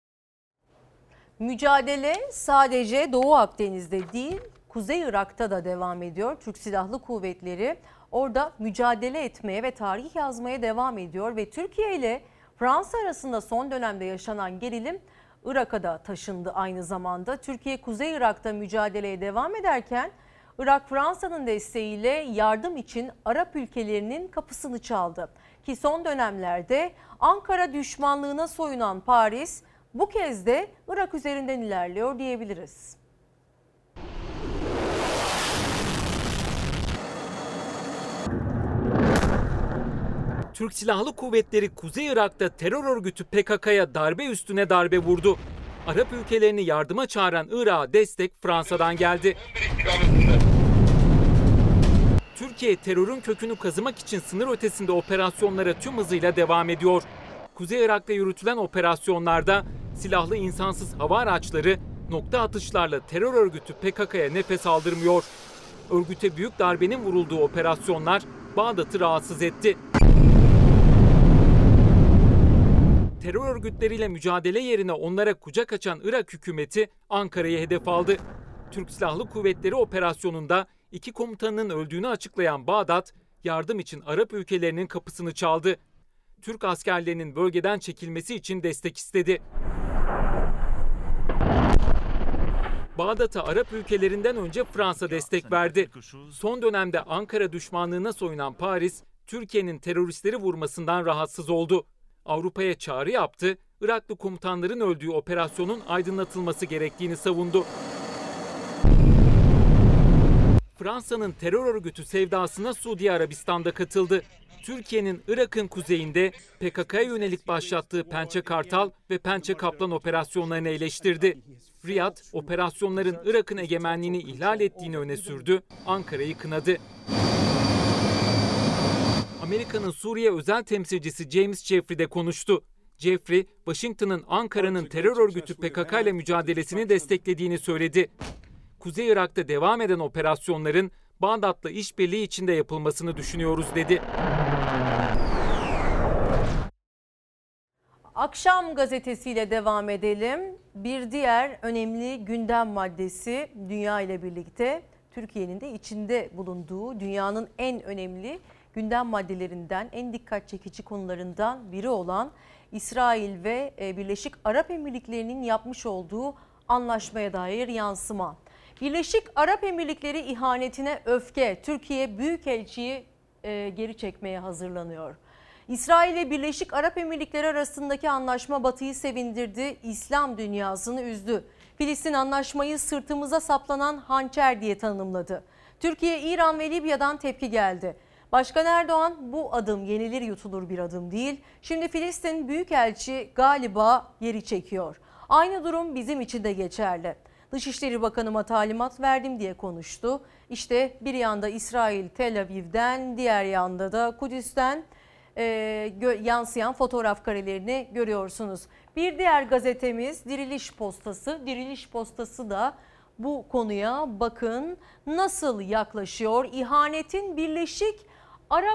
Mücadele sadece Doğu Akdeniz'de değil, Kuzey Irak'ta da devam ediyor. Türk Silahlı Kuvvetleri orada mücadele etmeye ve tarih yazmaya devam ediyor ve Türkiye ile Fransa arasında son dönemde yaşanan gerilim Irak'a da taşındı aynı zamanda. Türkiye Kuzey Irak'ta mücadeleye devam ederken Irak Fransa'nın desteğiyle yardım için Arap ülkelerinin kapısını çaldı. Ki son dönemlerde Ankara düşmanlığına soyunan Paris bu kez de Irak üzerinden ilerliyor diyebiliriz. Türk Silahlı Kuvvetleri Kuzey Irak'ta terör örgütü P K K'ya darbe üstüne darbe vurdu. Arap ülkelerini yardıma çağıran Irak'a destek Fransa'dan geldi. Türkiye terörün kökünü kazımak için sınır ötesinde operasyonlara tüm hızıyla devam ediyor. Kuzey Irak'ta yürütülen operasyonlarda silahlı insansız hava araçları nokta atışlarla terör örgütü P K K'ya nefes aldırmıyor. Örgüte büyük darbenin vurulduğu operasyonlar Bağdat'ı rahatsız etti. Terör örgütleriyle mücadele yerine onlara kucak açan Irak hükümeti Ankara'yı hedef aldı. Türk Silahlı Kuvvetleri operasyonunda iki komutanının öldüğünü açıklayan Bağdat, yardım için Arap ülkelerinin kapısını çaldı. Türk askerlerinin bölgeden çekilmesi için destek istedi. Bağdat'a Arap ülkelerinden önce Fransa destek verdi. Son dönemde Ankara düşmanlığına soyunan Paris, Türkiye'nin teröristleri vurmasından rahatsız oldu. Avrupa'ya çağrı yaptı, Iraklı komutanların öldüğü operasyonun aydınlatılması gerektiğini savundu. Fransa'nın terör örgütü sevdasına Suudi Arabistan'da katıldı. Türkiye'nin Irak'ın kuzeyinde P K K'ya yönelik başlattığı Pençe Kartal ve Pençe Kaplan operasyonlarını eleştirdi. Riyad, operasyonların Irak'ın egemenliğini ihlal ettiğini öne sürdü, Ankara'yı kınadı. Amerika'nın Suriye özel temsilcisi James Jeffrey de konuştu. Jeffrey, Washington'ın Ankara'nın terör örgütü P K K ile mücadelesini desteklediğini söyledi. Kuzey Irak'ta devam eden operasyonların Bağdat'la işbirliği içinde yapılmasını düşünüyoruz dedi. Akşam gazetesiyle devam edelim. Bir diğer önemli gündem maddesi dünya ile birlikte Türkiye'nin de içinde bulunduğu dünyanın en önemli gündem maddelerinden, en dikkat çekici konularından biri olan İsrail ve Birleşik Arap Emirlikleri'nin yapmış olduğu anlaşmaya dair yansıma. Birleşik Arap Emirlikleri ihanetine öfke, Türkiye Büyükelçiyi geri çekmeye hazırlanıyor. İsrail ve Birleşik Arap Emirlikleri arasındaki anlaşma Batı'yı sevindirdi, İslam dünyasını üzdü. Filistin anlaşmayı sırtımıza saplanan hançer diye tanımladı. Türkiye, İran ve Libya'dan tepki geldi. Başkan Erdoğan bu adım yenilir yutulur bir adım değil. Şimdi Filistin Büyükelçi galiba geri çekiyor. Aynı durum bizim için de geçerli. Dışişleri Bakanıma talimat verdim diye konuştu. İşte bir yanda İsrail Tel Aviv'den, diğer yanda da Kudüs'ten e, yansıyan fotoğraf karelerini görüyorsunuz. Bir diğer gazetemiz Diriliş Postası. Diriliş Postası da bu konuya bakın nasıl yaklaşıyor. İhanetin Birleşik Arap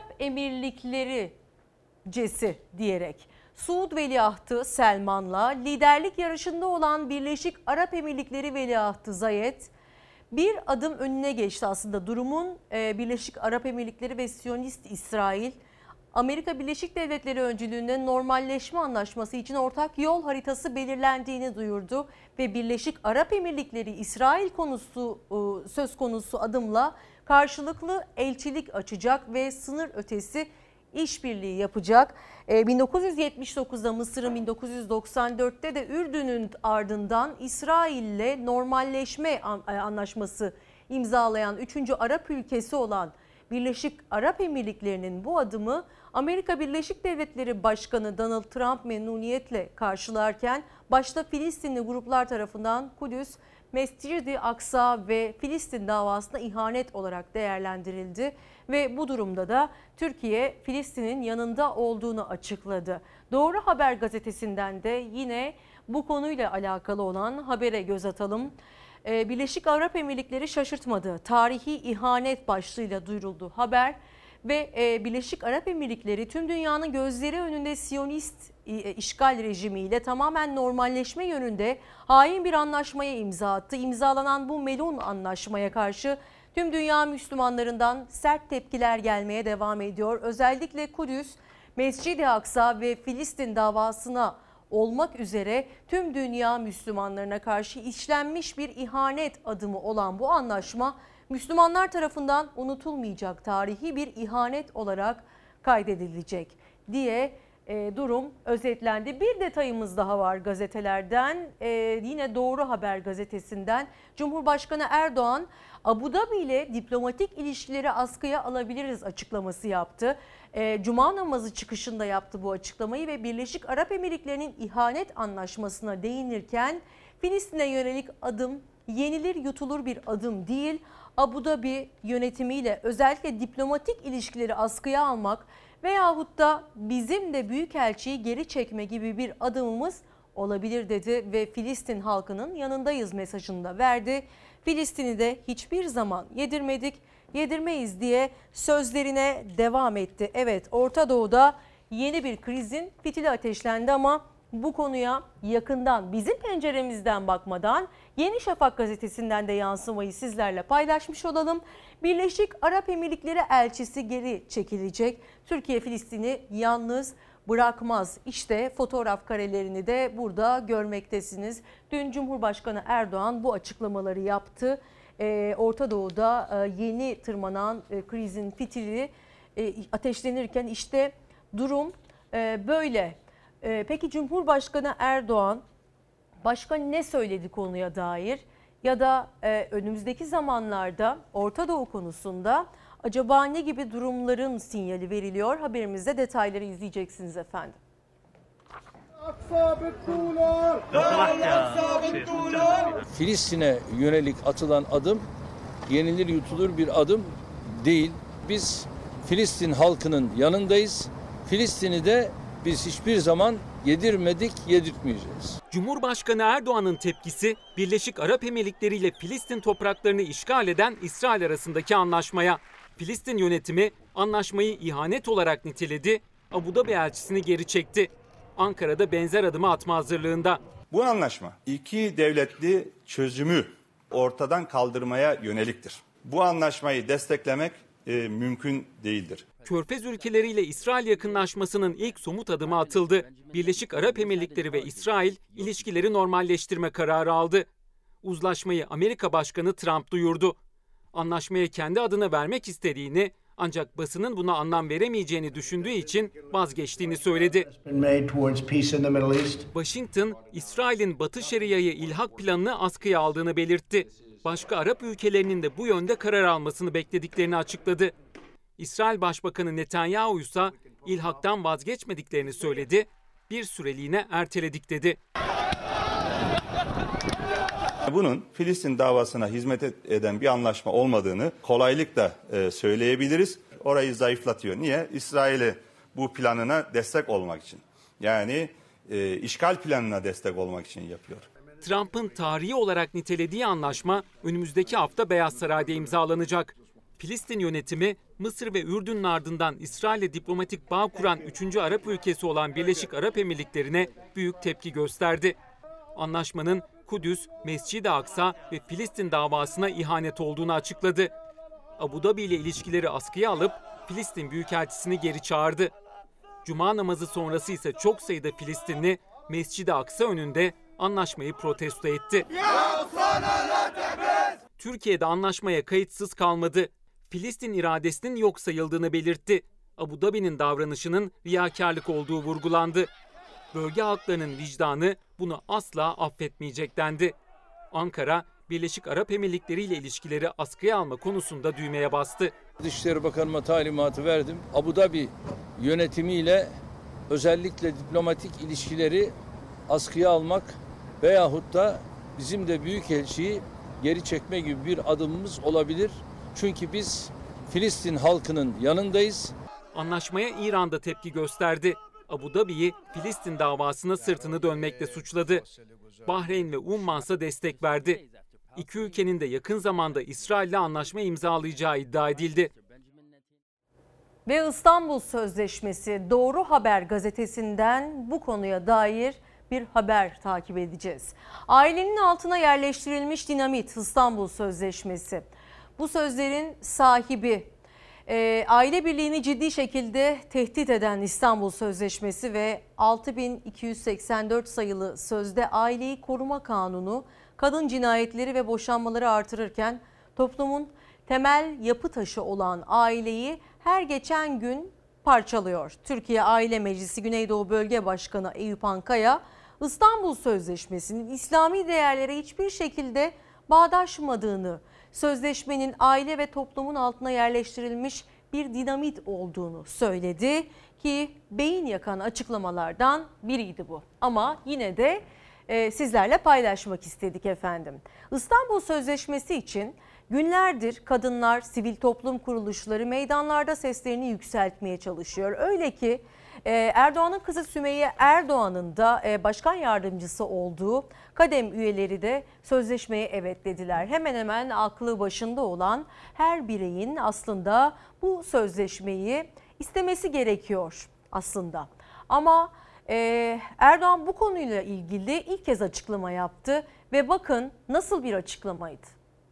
Emirlikleri'cesi diyerek. Suud Veliahtı Selman'la liderlik yarışında olan Birleşik Arap Emirlikleri Veliahtı Zayed bir adım önüne geçti aslında. Durumun Birleşik Arap Emirlikleri ve Siyonist İsrail, Amerika Birleşik Devletleri öncülüğünde normalleşme anlaşması için ortak yol haritası belirlendiğini duyurdu ve Birleşik Arap Emirlikleri İsrail konusu söz konusu adımla karşılıklı elçilik açacak ve sınır ötesi işbirliği yapacak. bin dokuz yüz yetmiş dokuzda Mısır'ın, bin dokuz yüz doksan dörtte de Ürdün'ün ardından İsrail'le normalleşme anlaşması imzalayan üçüncü Arap ülkesi olan Birleşik Arap Emirlikleri'nin bu adımı Amerika Birleşik Devletleri Başkanı Donald Trump memnuniyetle karşılarken başta Filistinli gruplar tarafından Kudüs, Mescid-i Aksa ve Filistin davasına ihanet olarak değerlendirildi ve bu durumda da Türkiye Filistin'in yanında olduğunu açıkladı. Doğru Haber gazetesinden de yine bu konuyla alakalı olan habere göz atalım. Birleşik Arap Emirlikleri şaşırtmadı. Tarihi ihanet başlığıyla duyuruldu haber ve Birleşik Arap Emirlikleri tüm dünyanın gözleri önünde Siyonist işgal rejimiyle tamamen normalleşme yönünde hain bir anlaşmaya imza attı. İmzalanan bu melun anlaşmaya karşı tüm dünya Müslümanlarından sert tepkiler gelmeye devam ediyor. Özellikle Kudüs, Mescid-i Aksa ve Filistin davasına olmak üzere tüm dünya Müslümanlarına karşı işlenmiş bir ihanet adımı olan bu anlaşma Müslümanlar tarafından unutulmayacak tarihi bir ihanet olarak kaydedilecek diye e, durum özetlendi. Bir detayımız daha var gazetelerden, e, yine Doğru Haber gazetesinden. Cumhurbaşkanı Erdoğan Abu Dhabi ile diplomatik ilişkileri askıya alabiliriz açıklaması yaptı. E, Cuma namazı çıkışında yaptı bu açıklamayı ve Birleşik Arap Emirlikleri'nin ihanet anlaşmasına değinirken Filistin'e yönelik adım yenilir yutulur bir adım değil. Abu Dhabi yönetimiyle özellikle diplomatik ilişkileri askıya almak veyahut da bizim de büyükelçiyi geri çekme gibi bir adımımız olabilir dedi ve Filistin halkının yanındayız mesajını da verdi. Filistin'i de hiçbir zaman yedirmedik, yedirmeyiz diye sözlerine devam etti. Evet, Orta Doğu'da yeni bir krizin fitili ateşlendi ama bu konuya yakından bizim penceremizden bakmadan Yeni Şafak gazetesinden de yansımayı sizlerle paylaşmış olalım. Birleşik Arap Emirlikleri elçisi geri çekilecek. Türkiye Filistin'i yalnız bırakmaz. İşte fotoğraf karelerini de burada görmektesiniz. Dün Cumhurbaşkanı Erdoğan bu açıklamaları yaptı. Ee, Orta Doğu'da e, yeni tırmanan e, krizin fitili e, ateşlenirken işte durum e, böyle. E, peki Cumhurbaşkanı Erdoğan başka ne söyledi konuya dair ya da e, önümüzdeki zamanlarda Orta Doğu konusunda acaba ne gibi durumların sinyali veriliyor? Haberimizde detayları izleyeceksiniz efendim. Filistin'e yönelik atılan adım yenilir yutulur bir adım değil. Biz Filistin halkının yanındayız. Filistin'i de biz hiçbir zaman yedirmedik, yedirtmeyeceğiz. Cumhurbaşkanı Erdoğan'ın tepkisi Birleşik Arap Emirlikleri ile Filistin topraklarını işgal eden İsrail arasındaki anlaşmaya. Filistin yönetimi anlaşmayı ihanet olarak niteledi, Abu Dhabi elçisini geri çekti. Ankara'da benzer adımı atma hazırlığında. Bu anlaşma iki devletli çözümü ortadan kaldırmaya yöneliktir. Bu anlaşmayı desteklemek e, mümkün değildir. Körfez ülkeleriyle İsrail yakınlaşmasının ilk somut adımı atıldı. Birleşik Arap Emirlikleri ve İsrail ilişkileri normalleştirme kararı aldı. Uzlaşmayı Amerika Başkanı Trump duyurdu. Anlaşmaya kendi adını vermek istediğini Ancak basının buna anlam veremeyeceğini düşündüğü için vazgeçtiğini söyledi. Washington, İsrail'in Batı Şeria'yı ilhak planını askıya aldığını belirtti. Başka Arap ülkelerinin de bu yönde karar almasını beklediklerini açıkladı. İsrail Başbakanı Netanyahu ise ilhaktan vazgeçmediklerini söyledi, bir süreliğine erteledik dedi. Bunun Filistin davasına hizmet eden bir anlaşma olmadığını kolaylıkla e, söyleyebiliriz. Orayı zayıflatıyor. Niye? İsrail'e bu planına destek olmak için. Yani e, işgal planına destek olmak için yapıyor. Trump'ın tarihi olarak nitelediği anlaşma önümüzdeki hafta Beyaz Saray'da imzalanacak. Filistin yönetimi Mısır ve Ürdün'ün ardından İsrail'le diplomatik bağ kuran üçüncü Arap ülkesi olan Birleşik Arap Emirlikleri'ne büyük tepki gösterdi. Anlaşmanın Kudüs, Mescid-i Aksa ve Filistin davasına ihanet olduğunu açıkladı. Abu Dhabi ile ilişkileri askıya alıp Filistin Büyükelçisini geri çağırdı. Cuma namazı sonrası ise çok sayıda Filistinli Mescid-i Aksa önünde anlaşmayı protesto etti. Türkiye'de anlaşmaya kayıtsız kalmadı. Filistin iradesinin yok sayıldığını belirtti. Abu Dhabi'nin davranışının riyakarlık olduğu vurgulandı. Bölge halklarının vicdanı bunu asla affetmeyecek dendi. Ankara, Birleşik Arap Emirlikleri ile ilişkileri askıya alma konusunda düğmeye bastı. Dışişleri Bakanıma talimatı verdim. Abu Dhabi yönetimiyle özellikle diplomatik ilişkileri askıya almak veyahut da bizim de büyükelçiyi geri çekme gibi bir adımımız olabilir. Çünkü biz Filistin halkının yanındayız. Anlaşmaya İran da tepki gösterdi. Abu Dhabi'yi Filistin davasına sırtını dönmekle suçladı. Bahreyn ve Umman ise destek verdi. İki ülkenin de yakın zamanda İsrail'le anlaşma imzalayacağı iddia edildi. Ve İstanbul Sözleşmesi Doğru Haber gazetesinden bu konuya dair bir haber takip edeceğiz. Ailenin altına yerleştirilmiş dinamit İstanbul Sözleşmesi. Bu sözlerin sahibi e, aile birliğini ciddi şekilde tehdit eden İstanbul Sözleşmesi ve altı bin iki yüz seksen dört sayılı sözde aileyi koruma kanunu kadın cinayetleri ve boşanmaları artırırken toplumun temel yapı taşı olan aileyi her geçen gün parçalıyor. Türkiye Aile Meclisi Güneydoğu Bölge Başkanı Eyüp Ankaya, İstanbul Sözleşmesi'nin İslami değerlere hiçbir şekilde bağdaşmadığını, sözleşmenin aile ve toplumun altına yerleştirilmiş bir dinamit olduğunu söyledi ki beyin yakan açıklamalardan biriydi bu. Ama yine de e, sizlerle paylaşmak istedik efendim. İstanbul Sözleşmesi için günlerdir kadınlar, sivil toplum kuruluşları meydanlarda seslerini yükseltmeye çalışıyor. Öyle ki Erdoğan'ın kızı Sümeyye Erdoğan'ın da başkan yardımcısı olduğu KADEM üyeleri de sözleşmeye evet dediler. Hemen hemen aklı başında olan her bireyin aslında bu sözleşmeyi istemesi gerekiyor aslında. Ama Erdoğan bu konuyla ilgili ilk kez açıklama yaptı ve bakın nasıl bir açıklamaydı.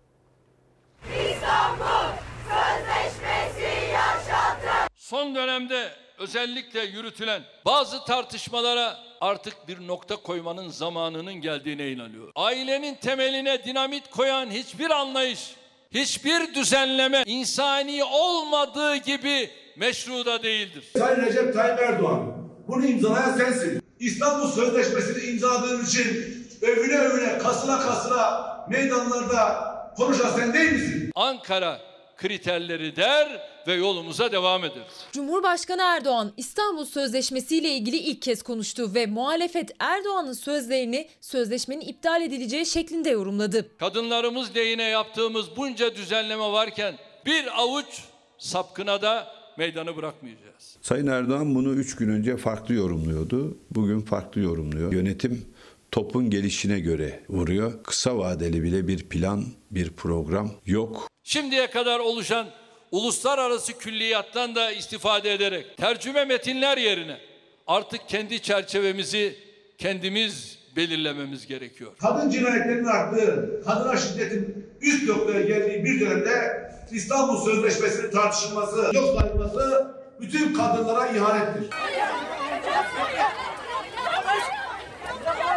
İstanbul Sözleşmesi yaşatın. Son dönemde özellikle yürütülen bazı tartışmalara artık bir nokta koymanın zamanının geldiğine inanıyorum. Ailenin temeline dinamit koyan hiçbir anlayış, hiçbir düzenleme insani olmadığı gibi meşru da değildir. Sayın Recep Tayyip Erdoğan, bunu imzalayan sensin. İstanbul Sözleşmesi'ni imzaladığın için övüne övüne, kasına kasına meydanlarda konuşan sen değil misin? Ankara kriterleri der ve yolumuza devam ederiz. Cumhurbaşkanı Erdoğan İstanbul Sözleşmesi ile ilgili ilk kez konuştu ve muhalefet Erdoğan'ın sözlerini sözleşmenin iptal edileceği şeklinde yorumladı. Kadınlarımız lehine yaptığımız bunca düzenleme varken bir avuç sapkına da meydanı bırakmayacağız. Sayın Erdoğan bunu üç gün önce farklı yorumluyordu. Bugün farklı yorumluyor. Yönetim topun gelişine göre vuruyor. Kısa vadeli bile bir plan, bir program yok. Şimdiye kadar oluşan uluslararası külliyattan da istifade ederek tercüme metinler yerine artık kendi çerçevemizi kendimiz belirlememiz gerekiyor. Kadın cinayetlerinin arttığı, kadına şiddetin üst noktaya geldiği bir dönemde İstanbul Sözleşmesi'nin tartışılması, yok sayılması bütün kadınlara ihanettir.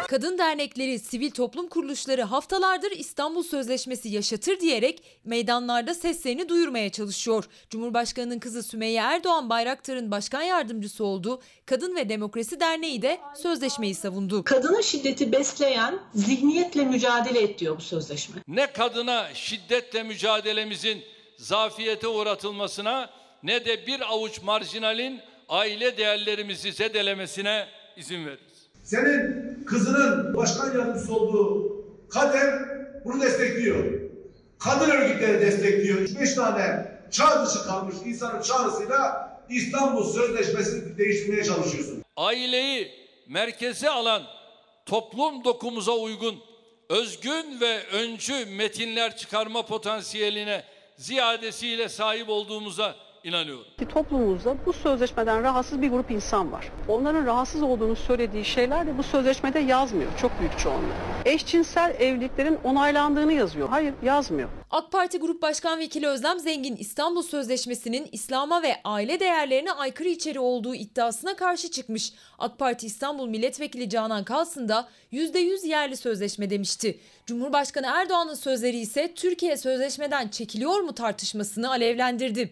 Kadın dernekleri, sivil toplum kuruluşları haftalardır İstanbul Sözleşmesi yaşatır diyerek meydanlarda seslerini duyurmaya çalışıyor. Cumhurbaşkanının kızı Sümeyye Erdoğan Bayraktar'ın başkan yardımcısı olduğu Kadın ve Demokrasi Derneği de sözleşmeyi savundu. Kadına şiddeti besleyen zihniyetle mücadele et diyor bu sözleşme. Ne kadına şiddetle mücadelemizin zafiyete uğratılmasına ne de bir avuç marjinalin aile değerlerimizi zedelemesine izin veririz. Senin kızının başkan yardımcısı olduğu Kadem bunu destekliyor. Kadın örgütleri destekliyor. üç beş tane çağ dışı kalmış insanın çağrısıyla İstanbul Sözleşmesi'ni değiştirmeye çalışıyorsun. Aileyi merkeze alan, toplum dokumuza uygun, özgün ve öncü metinler çıkarma potansiyeline ziyadesiyle sahip olduğumuza inanıyorum. Toplumumuzda bu sözleşmeden rahatsız bir grup insan var. Onların rahatsız olduğunu söylediği şeyler de bu sözleşmede yazmıyor. Çok büyük çoğunluğu. Eşcinsel evliliklerin onaylandığını yazıyor. Hayır, yazmıyor. AK Parti Grup Başkan Vekili Özlem Zengin İstanbul Sözleşmesi'nin İslam'a ve aile değerlerine aykırı içeriği olduğu iddiasına karşı çıkmış. AK Parti İstanbul Milletvekili Canan Kalsın da yüzde yüz yerli sözleşme demişti. Cumhurbaşkanı Erdoğan'ın sözleri ise Türkiye sözleşmeden çekiliyor mu tartışmasını alevlendirdi.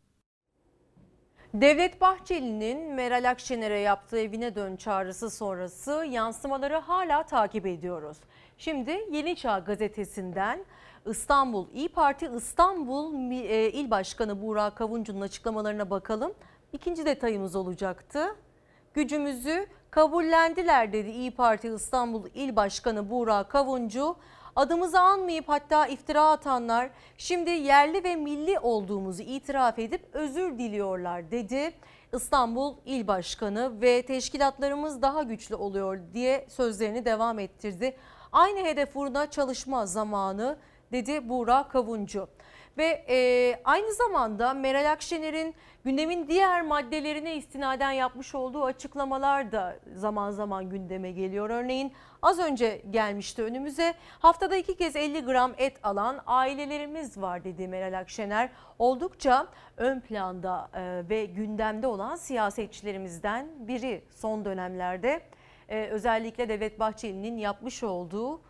Devlet Bahçeli'nin Meral Akşener'e yaptığı evine dön çağrısı sonrası yansımaları hala takip ediyoruz. Şimdi Yeni Çağ gazetesinden İstanbul İYİ Parti İstanbul İl Başkanı Buğra Kavuncu'nun açıklamalarına bakalım. İkinci detayımız olacaktı. Gücümüzü kabullendiler dedi İYİ Parti İstanbul İl Başkanı Buğra Kavuncu. Adımızı anmayıp hatta iftira atanlar şimdi yerli ve milli olduğumuzu itiraf edip özür diliyorlar dedi. İstanbul İl Başkanı ve teşkilatlarımız daha güçlü oluyor diye sözlerini devam ettirdi. Aynı hedef uğruna çalışma zamanı dedi Buğra Kavuncu. Ve e, aynı zamanda Meral Akşener'in gündemin diğer maddelerine istinaden yapmış olduğu açıklamalar da zaman zaman gündeme geliyor. Örneğin az önce gelmişti önümüze, haftada iki kez elli gram et alan ailelerimiz var dedi Meral Akşener. Oldukça ön planda e, ve gündemde olan siyasetçilerimizden biri son dönemlerde. E, özellikle Devlet Bahçeli'nin yapmış olduğu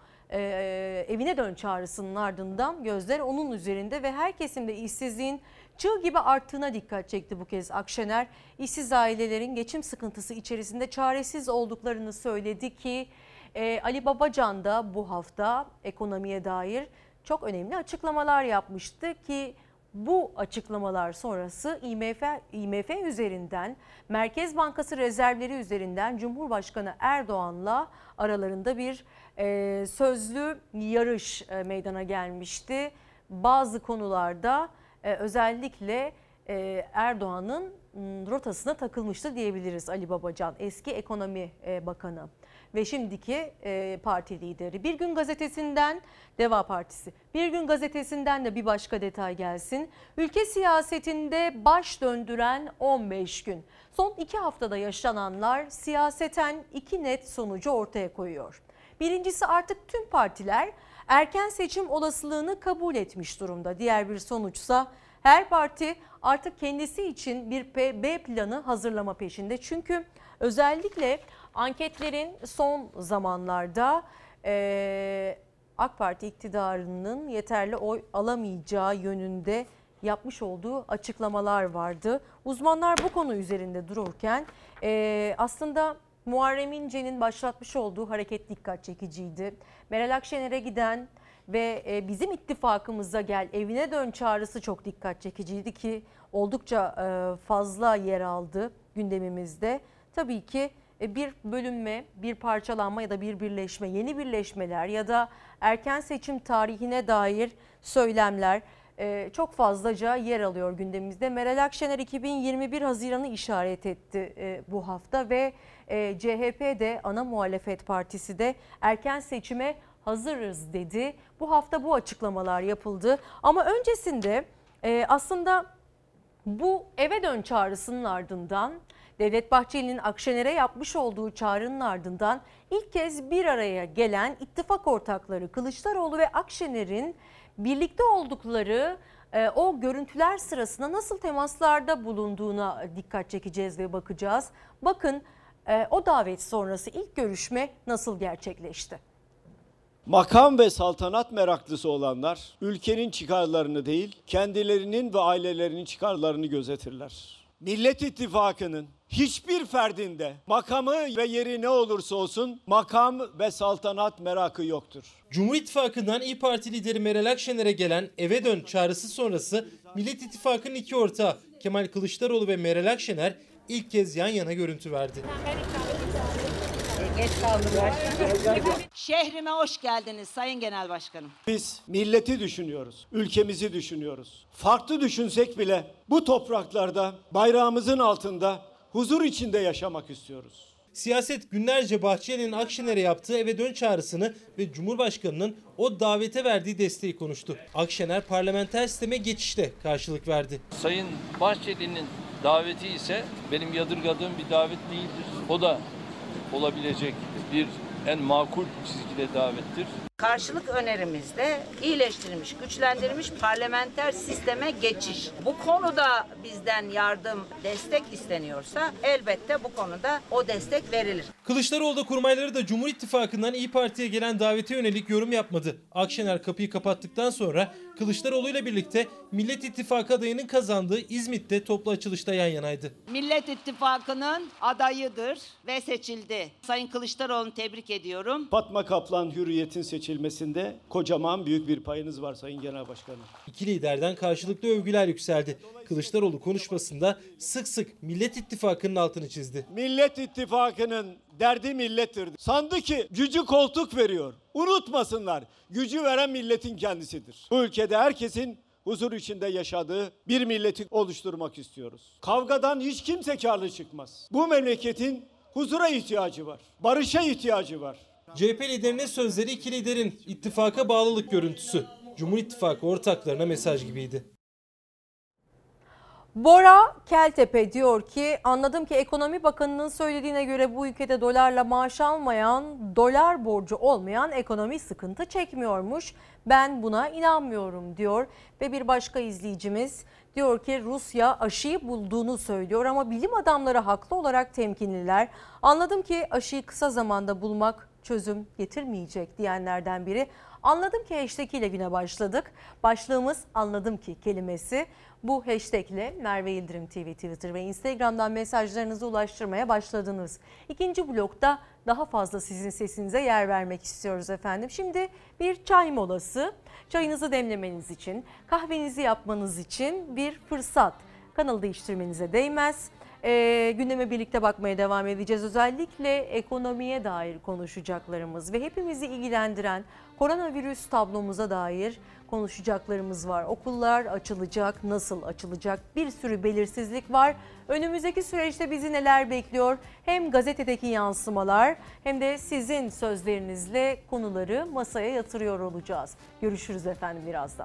Ee, evine dön çağrısının ardından gözler onun üzerinde ve her kesimde işsizliğin çığ gibi arttığına dikkat çekti bu kez Akşener. İşsiz ailelerin geçim sıkıntısı içerisinde çaresiz olduklarını söyledi ki e, Ali Babacan da bu hafta ekonomiye dair çok önemli açıklamalar yapmıştı ki bu açıklamalar sonrası I M F, I M F üzerinden, Merkez Bankası rezervleri üzerinden Cumhurbaşkanı Erdoğan'la aralarında bir e, sözlü yarış e, meydana gelmişti. Bazı konularda e, özellikle e, Erdoğan'ın rotasına takılmıştı diyebiliriz Ali Babacan, eski ekonomi e, bakanı ve şimdiki e, parti lideri. Bir Gün Gazetesi'nden Deva Partisi, Bir Gün Gazetesi'nden de bir başka detay gelsin. Ülke siyasetinde baş döndüren on beş gün. Son iki haftada yaşananlar siyaseten iki net sonucu ortaya koyuyor. Birincisi, artık tüm partiler erken seçim olasılığını kabul etmiş durumda. Diğer bir sonuçsa her parti artık kendisi için bir B planı hazırlama peşinde. Çünkü özellikle anketlerin son zamanlarda e, AK Parti iktidarının yeterli oy alamayacağı yönünde yapmış olduğu açıklamalar vardı. Uzmanlar bu konu üzerinde dururken e, aslında Muharrem İnce'nin başlatmış olduğu hareket dikkat çekiciydi. Meral Akşener'e giden ve bizim ittifakımıza gel evine dön çağrısı çok dikkat çekiciydi ki oldukça fazla yer aldı gündemimizde. Tabii ki bir bölünme, bir parçalanma ya da bir birleşme, yeni birleşmeler ya da erken seçim tarihine dair söylemler çok fazlaca yer alıyor gündemimizde. Meral Akşener iki bin yirmi bir Haziran'ı işaret etti bu hafta ve C H P de, ana muhalefet partisi de erken seçime hazırız dedi. Bu hafta bu açıklamalar yapıldı ama öncesinde aslında bu eve dön çağrısının ardından, Devlet Bahçeli'nin Akşener'e yapmış olduğu çağrının ardından ilk kez bir araya gelen ittifak ortakları Kılıçdaroğlu ve Akşener'in birlikte oldukları e, o görüntüler sırasında nasıl temaslarda bulunduğuna dikkat çekeceğiz ve bakacağız. Bakın Ee, o davet sonrası ilk görüşme nasıl gerçekleşti? Makam ve saltanat meraklısı olanlar ülkenin çıkarlarını değil, kendilerinin ve ailelerinin çıkarlarını gözetirler. Millet İttifakı'nın hiçbir ferdinde makamı ve yeri ne olursa olsun makam ve saltanat merakı yoktur. Cumhur İttifakı'ndan İYİ Parti lideri Meral Akşener'e gelen eve dön çağrısı sonrası Millet İttifakı'nın iki ortağı Kemal Kılıçdaroğlu ve Meral Akşener ilk kez yan yana görüntü verdi. Geç kaldım başkanım. Şehrime hoş geldiniz Sayın Genel Başkanım. Biz milleti düşünüyoruz, ülkemizi düşünüyoruz. Farklı düşünsek bile bu topraklarda bayrağımızın altında huzur içinde yaşamak istiyoruz. Siyaset günlerce Bahçeli'nin Akşener'e yaptığı eve dön çağrısını ve Cumhurbaşkanı'nın o davete verdiği desteği konuştu. Akşener parlamenter sisteme geçişte karşılık verdi. Sayın Bahçeli'nin daveti ise benim yadırgadığım bir davet değildir. O da olabilecek bir en makul çizgide davettir. Karşılık önerimizde iyileştirilmiş, güçlendirilmiş parlamenter sisteme geçiş. Bu konuda bizden yardım, destek isteniyorsa elbette bu konuda o destek verilir. Kılıçdaroğlu da kurmayları da Cumhur İttifakı'ndan İYİ Parti'ye gelen davete yönelik yorum yapmadı. Akşener kapıyı kapattıktan sonra Kılıçdaroğlu ile birlikte Millet İttifakı adayının kazandığı İzmit'te toplu açılışta yan yanaydı. Millet İttifakı'nın adayıdır ve seçildi. Sayın Kılıçdaroğlu'nu tebrik ediyorum. Fatma Kaplan Hürriyet'in seçilmesinde kocaman büyük bir payınız var Sayın Genel Başkanım. İki liderden karşılıklı övgüler yükseldi. Kılıçdaroğlu konuşmasında sık sık Millet İttifakı'nın altını çizdi. Millet İttifakı'nın derdi millettir. Sandı ki gücü koltuk veriyor. Unutmasınlar, gücü veren milletin kendisidir. Bu ülkede herkesin huzur içinde yaşadığı bir milleti oluşturmak istiyoruz. Kavgadan hiç kimse karlı çıkmaz. Bu memleketin huzura ihtiyacı var, barışa ihtiyacı var. C H P liderinin sözleri iki liderin ittifaka bağlılık görüntüsü. Cumhur İttifakı ortaklarına mesaj gibiydi. Bora Keltepe diyor ki anladım ki Ekonomi Bakanı'nın söylediğine göre bu ülkede dolarla maaş almayan, dolar borcu olmayan ekonomi sıkıntı çekmiyormuş. Ben buna inanmıyorum diyor ve bir başka izleyicimiz diyor ki Rusya aşıyı bulduğunu söylüyor ama bilim adamları haklı olarak temkinliler. Anladım ki aşıyı kısa zamanda bulmak çözüm getirmeyecek diyenlerden biri. Anladım ki hashtag ile güne başladık. Başlığımız anladım ki kelimesi. Bu hashtag ile Merve Yıldırım T V, Twitter ve Instagram'dan mesajlarınızı ulaştırmaya başladınız. İkinci blokta daha fazla sizin sesinize yer vermek istiyoruz efendim. Şimdi bir çay molası. Çayınızı demlemeniz için, kahvenizi yapmanız için bir fırsat. Kanalı değiştirmenize değmez. E, gündeme birlikte bakmaya devam edeceğiz. Özellikle ekonomiye dair konuşacaklarımız ve hepimizi ilgilendiren koronavirüs tablomuza dair konuşacaklarımız var. Okullar açılacak, nasıl açılacak? Bir sürü belirsizlik var. Önümüzdeki süreçte bizi neler bekliyor? Hem gazetedeki yansımalar hem de sizin sözlerinizle konuları masaya yatırıyor olacağız. Görüşürüz efendim birazdan.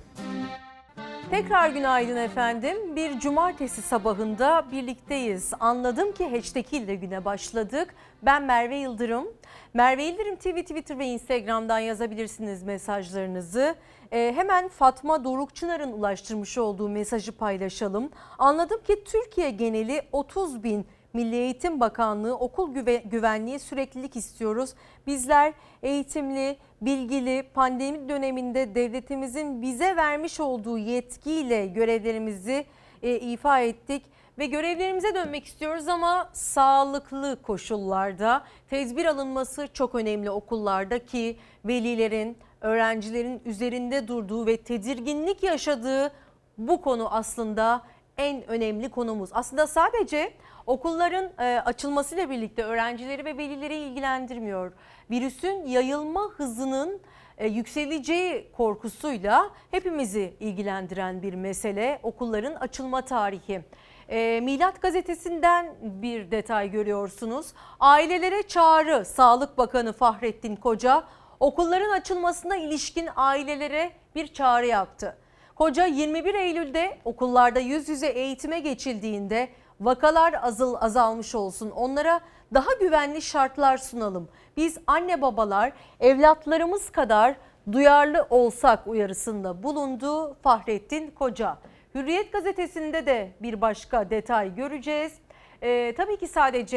Tekrar günaydın efendim. Bir cumartesi sabahında birlikteyiz. Anladım ki hashtag ile güne başladık. Ben Merve Yıldırım. Merve Yıldırım T V, Twitter ve Instagram'dan yazabilirsiniz mesajlarınızı. Ee, hemen Fatma Doruk Çınar'ın ulaştırmış olduğu mesajı paylaşalım. Anladım ki Türkiye geneli otuz bin Milli Eğitim Bakanlığı okul güve, güvenliği süreklilik istiyoruz. Bizler eğitimli, bilgili, pandemi döneminde devletimizin bize vermiş olduğu yetkiyle görevlerimizi e, ifa ettik. Ve görevlerimize dönmek istiyoruz ama sağlıklı koşullarda tedbir alınması çok önemli okullarda ki velilerin, öğrencilerin üzerinde durduğu ve tedirginlik yaşadığı bu konu aslında en önemli konumuz. Aslında sadece okulların açılmasıyla birlikte öğrencileri ve velileri ilgilendirmiyor. Virüsün yayılma hızının yükseleceği korkusuyla hepimizi ilgilendiren bir mesele okulların açılma tarihi. E, Milat Gazetesi'nden bir detay görüyorsunuz. Ailelere çağrı. Sağlık Bakanı Fahrettin Koca okulların açılmasına ilişkin ailelere bir çağrı yaptı. Koca yirmi bir Eylül'de okullarda yüz yüze eğitime geçildiğinde vakalar azal, azalmış olsun. Onlara daha güvenli şartlar sunalım. Biz anne babalar evlatlarımız kadar duyarlı olsak uyarısında bulundu Fahrettin Koca. Hürriyet Gazetesi'nde de bir başka detay göreceğiz. Ee, tabii ki sadece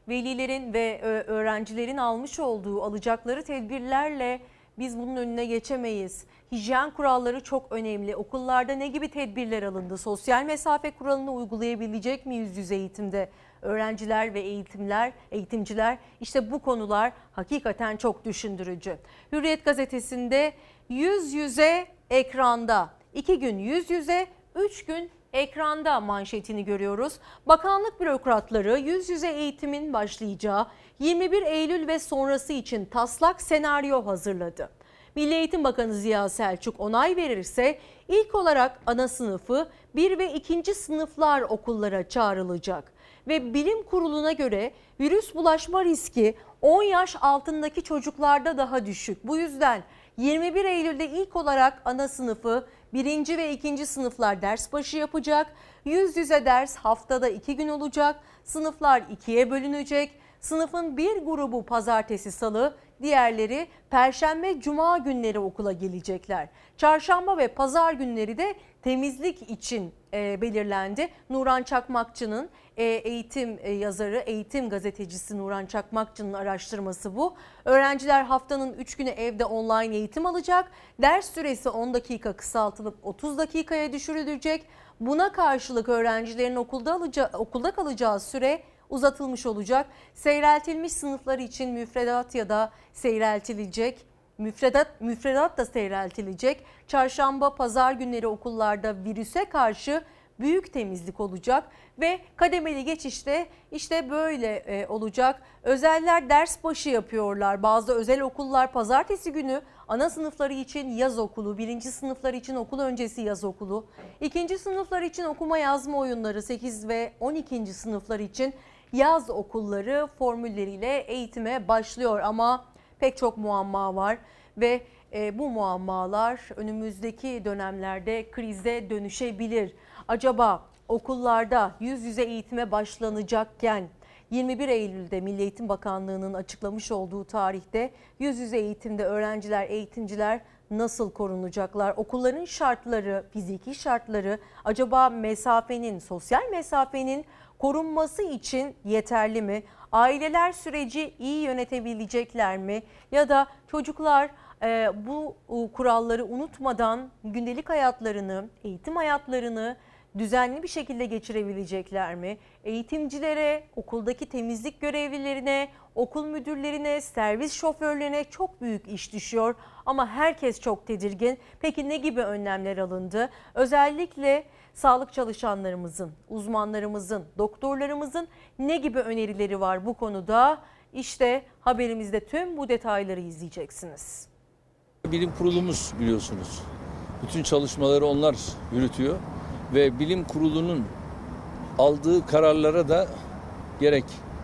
Velilerin ve öğrencilerin almış olduğu, alacakları tedbirlerle biz bunun önüne geçemeyiz. Hijyen kuralları çok önemli. Okullarda ne gibi tedbirler alındı? Sosyal mesafe kuralını uygulayabilecek mi yüz yüze eğitimde? Öğrenciler ve eğitimler, eğitimciler, işte bu konular hakikaten çok düşündürücü. Hürriyet gazetesinde yüz yüze ekranda, iki gün yüz yüze, üç gün ekranda manşetini görüyoruz. Bakanlık bürokratları yüz yüze eğitimin başlayacağı yirmi bir Eylül ve sonrası için taslak senaryo hazırladı. Milli Eğitim Bakanı Ziya Selçuk onay verirse ilk olarak ana sınıfı bir ve ikinci sınıflar okullara çağrılacak. Ve Bilim Kurulu'na göre virüs bulaşma riski on yaş altındaki çocuklarda daha düşük. Bu yüzden yirmi bir Eylül'de ilk olarak ana sınıfı birinci ve ikinci sınıflar ders başı yapacak. Yüz yüze ders haftada iki gün olacak. Sınıflar ikiye bölünecek. Sınıfın bir grubu pazartesi, salı, diğerleri perşembe, cuma günleri okula gelecekler. Çarşamba ve pazar günleri de temizlik için e, belirlendi. Nuran Çakmakçı'nın e, eğitim e, yazarı, eğitim gazetecisi Nuran Çakmakçı'nın araştırması bu. Öğrenciler haftanın üç günü evde online eğitim alacak. Ders süresi on dakika kısaltılıp otuz dakikaya düşürülecek. Buna karşılık öğrencilerin okulda alacağı, okulda kalacağı süre uzatılmış olacak. Seyreltilmiş sınıflar için müfredat ya da seyreltilecek. Müfredat, müfredat da seyreltilecek. Çarşamba, pazar günleri okullarda virüse karşı büyük temizlik olacak ve kademeli geçişte işte böyle e, olacak. Özeller ders başı yapıyorlar. Bazı özel okullar pazartesi günü ana sınıfları için yaz okulu, birinci sınıflar için okul öncesi yaz okulu, ikinci sınıflar için okuma yazma oyunları, sekiz ve on ikinci sınıflar için yaz okulları formülleriyle eğitime başlıyor. Ama pek çok muamma var ve e, bu muammalar önümüzdeki dönemlerde krize dönüşebilir. Acaba okullarda yüz yüze eğitime başlanacakken yirmi bir Eylül'de Milli Eğitim Bakanlığı'nın açıklamış olduğu tarihte yüz yüze eğitimde öğrenciler, eğitimciler nasıl korunacaklar? Okulların şartları, fiziki şartları acaba mesafenin, sosyal mesafenin korunması için yeterli mi? Aileler süreci iyi yönetebilecekler mi? Ya da çocuklar e, bu e, kuralları unutmadan gündelik hayatlarını, eğitim hayatlarını düzenli bir şekilde geçirebilecekler mi? Eğitimcilere, okuldaki temizlik görevlilerine, okul müdürlerine, servis şoförlerine çok büyük iş düşüyor. Ama herkes çok tedirgin. Peki ne gibi önlemler alındı? Özellikle sağlık çalışanlarımızın, uzmanlarımızın, doktorlarımızın ne gibi önerileri var bu konuda? İşte haberimizde tüm bu detayları izleyeceksiniz. Bilim kurulumuz biliyorsunuz. Bütün çalışmaları onlar yürütüyor ve bilim kurulunun aldığı kararlara da gerek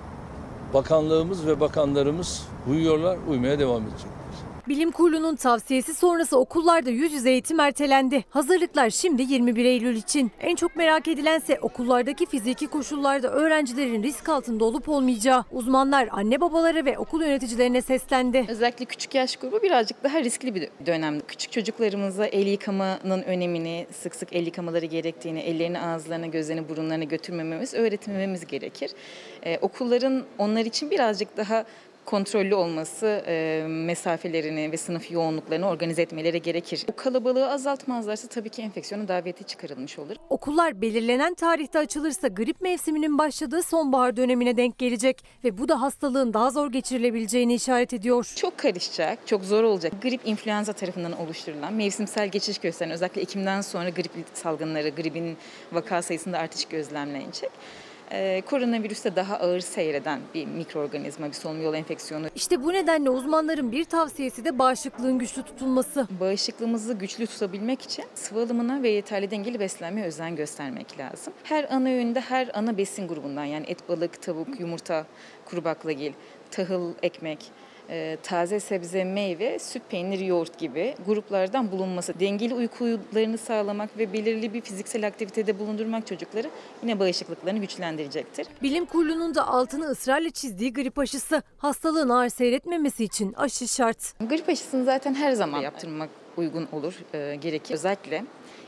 bakanlığımız ve bakanlarımız uyuyorlar, uymaya devam edecek. Bilim Kurulu'nun tavsiyesi sonrası okullarda yüz yüze eğitim ertelendi. Hazırlıklar şimdi yirmi bir Eylül için. En çok merak edilense okullardaki fiziki koşullarda öğrencilerin risk altında olup olmayacağı. Uzmanlar anne babalara ve okul yöneticilerine seslendi. Özellikle küçük yaş grubu birazcık daha riskli bir dönem. Küçük çocuklarımıza el yıkamanın önemini, sık sık el yıkamaları gerektiğini, ellerini ağızlarına, gözlerini, burunlarına götürmememiz, öğretmemiz gerekir. Ee, okulların onlar için birazcık daha kontrollü olması, e, mesafelerini ve sınıf yoğunluklarını organize etmeleri gerekir. Bu kalabalığı azaltmazlarsa tabii ki enfeksiyonun daveti çıkarılmış olur. Okullar belirlenen tarihte açılırsa grip mevsiminin başladığı sonbahar dönemine denk gelecek ve bu da hastalığın daha zor geçirilebileceğini işaret ediyor. Çok karışacak, çok zor olacak. Grip influenza tarafından oluşturulan mevsimsel geçiş gösteren özellikle Ekim'den sonra grip salgınları, gripin vaka sayısında artış gözlemlenecek. Ee, koronavirüste daha ağır seyreden bir mikroorganizma, bir solunum yolu enfeksiyonu. İşte bu nedenle uzmanların bir tavsiyesi de bağışıklığın güçlü tutulması. Bağışıklığımızı güçlü tutabilmek için sıvı alımına ve yeterli dengeli beslenmeye özen göstermek lazım. Her ana öğünde her ana besin grubundan yani et, balık, tavuk, yumurta, kuru baklagil, tahıl, ekmek, e, taze sebze, meyve, süt, peynir, yoğurt gibi gruplardan bulunması, dengeli uykularını sağlamak ve belirli bir fiziksel aktivitede bulundurmak çocukları yine bağışıklıklarını güçlendirecektir. Bilim Kurulu'nun da altını ısrarla çizdiği grip aşısı, hastalığın ağır seyretmemesi için aşı şart. Grip aşısını zaten her zaman yaptırmak uygun olur, e, gerekir. Özellikle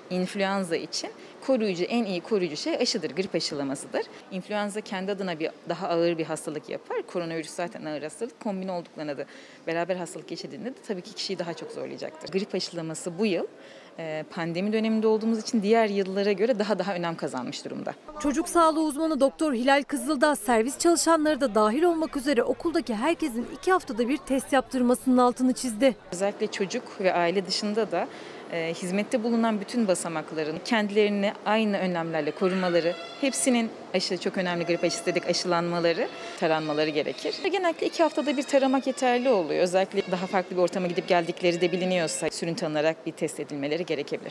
influenza için koruyucu, en iyi koruyucu şey aşıdır, grip aşılamasıdır. İnfluenza kendi adına bir daha ağır bir hastalık yapar. Koronavirüs zaten ağır hastalık. Kombine olduklarına da beraber hastalık geçirdiğinde de tabii ki kişiyi daha çok zorlayacaktır. Grip aşılaması bu yıl pandemi döneminde olduğumuz için diğer yıllara göre daha daha önem kazanmış durumda. Çocuk sağlığı uzmanı Doktor Hilal Kızıldağ, servis çalışanları da dahil olmak üzere okuldaki herkesin iki haftada bir test yaptırmasının altını çizdi. Özellikle çocuk ve aile dışında da e, hizmette bulunan bütün basamakların kendilerini aynı önlemlerle korumaları, hepsinin aşı çok önemli, grip aşısı dedik, aşılanmaları, taranmaları gerekir. Genellikle iki haftada bir taramak yeterli oluyor. Özellikle daha farklı bir ortama gidip geldikleri de biliniyorsa sürüntü alınarak bir test edilmeleri gerekebilir.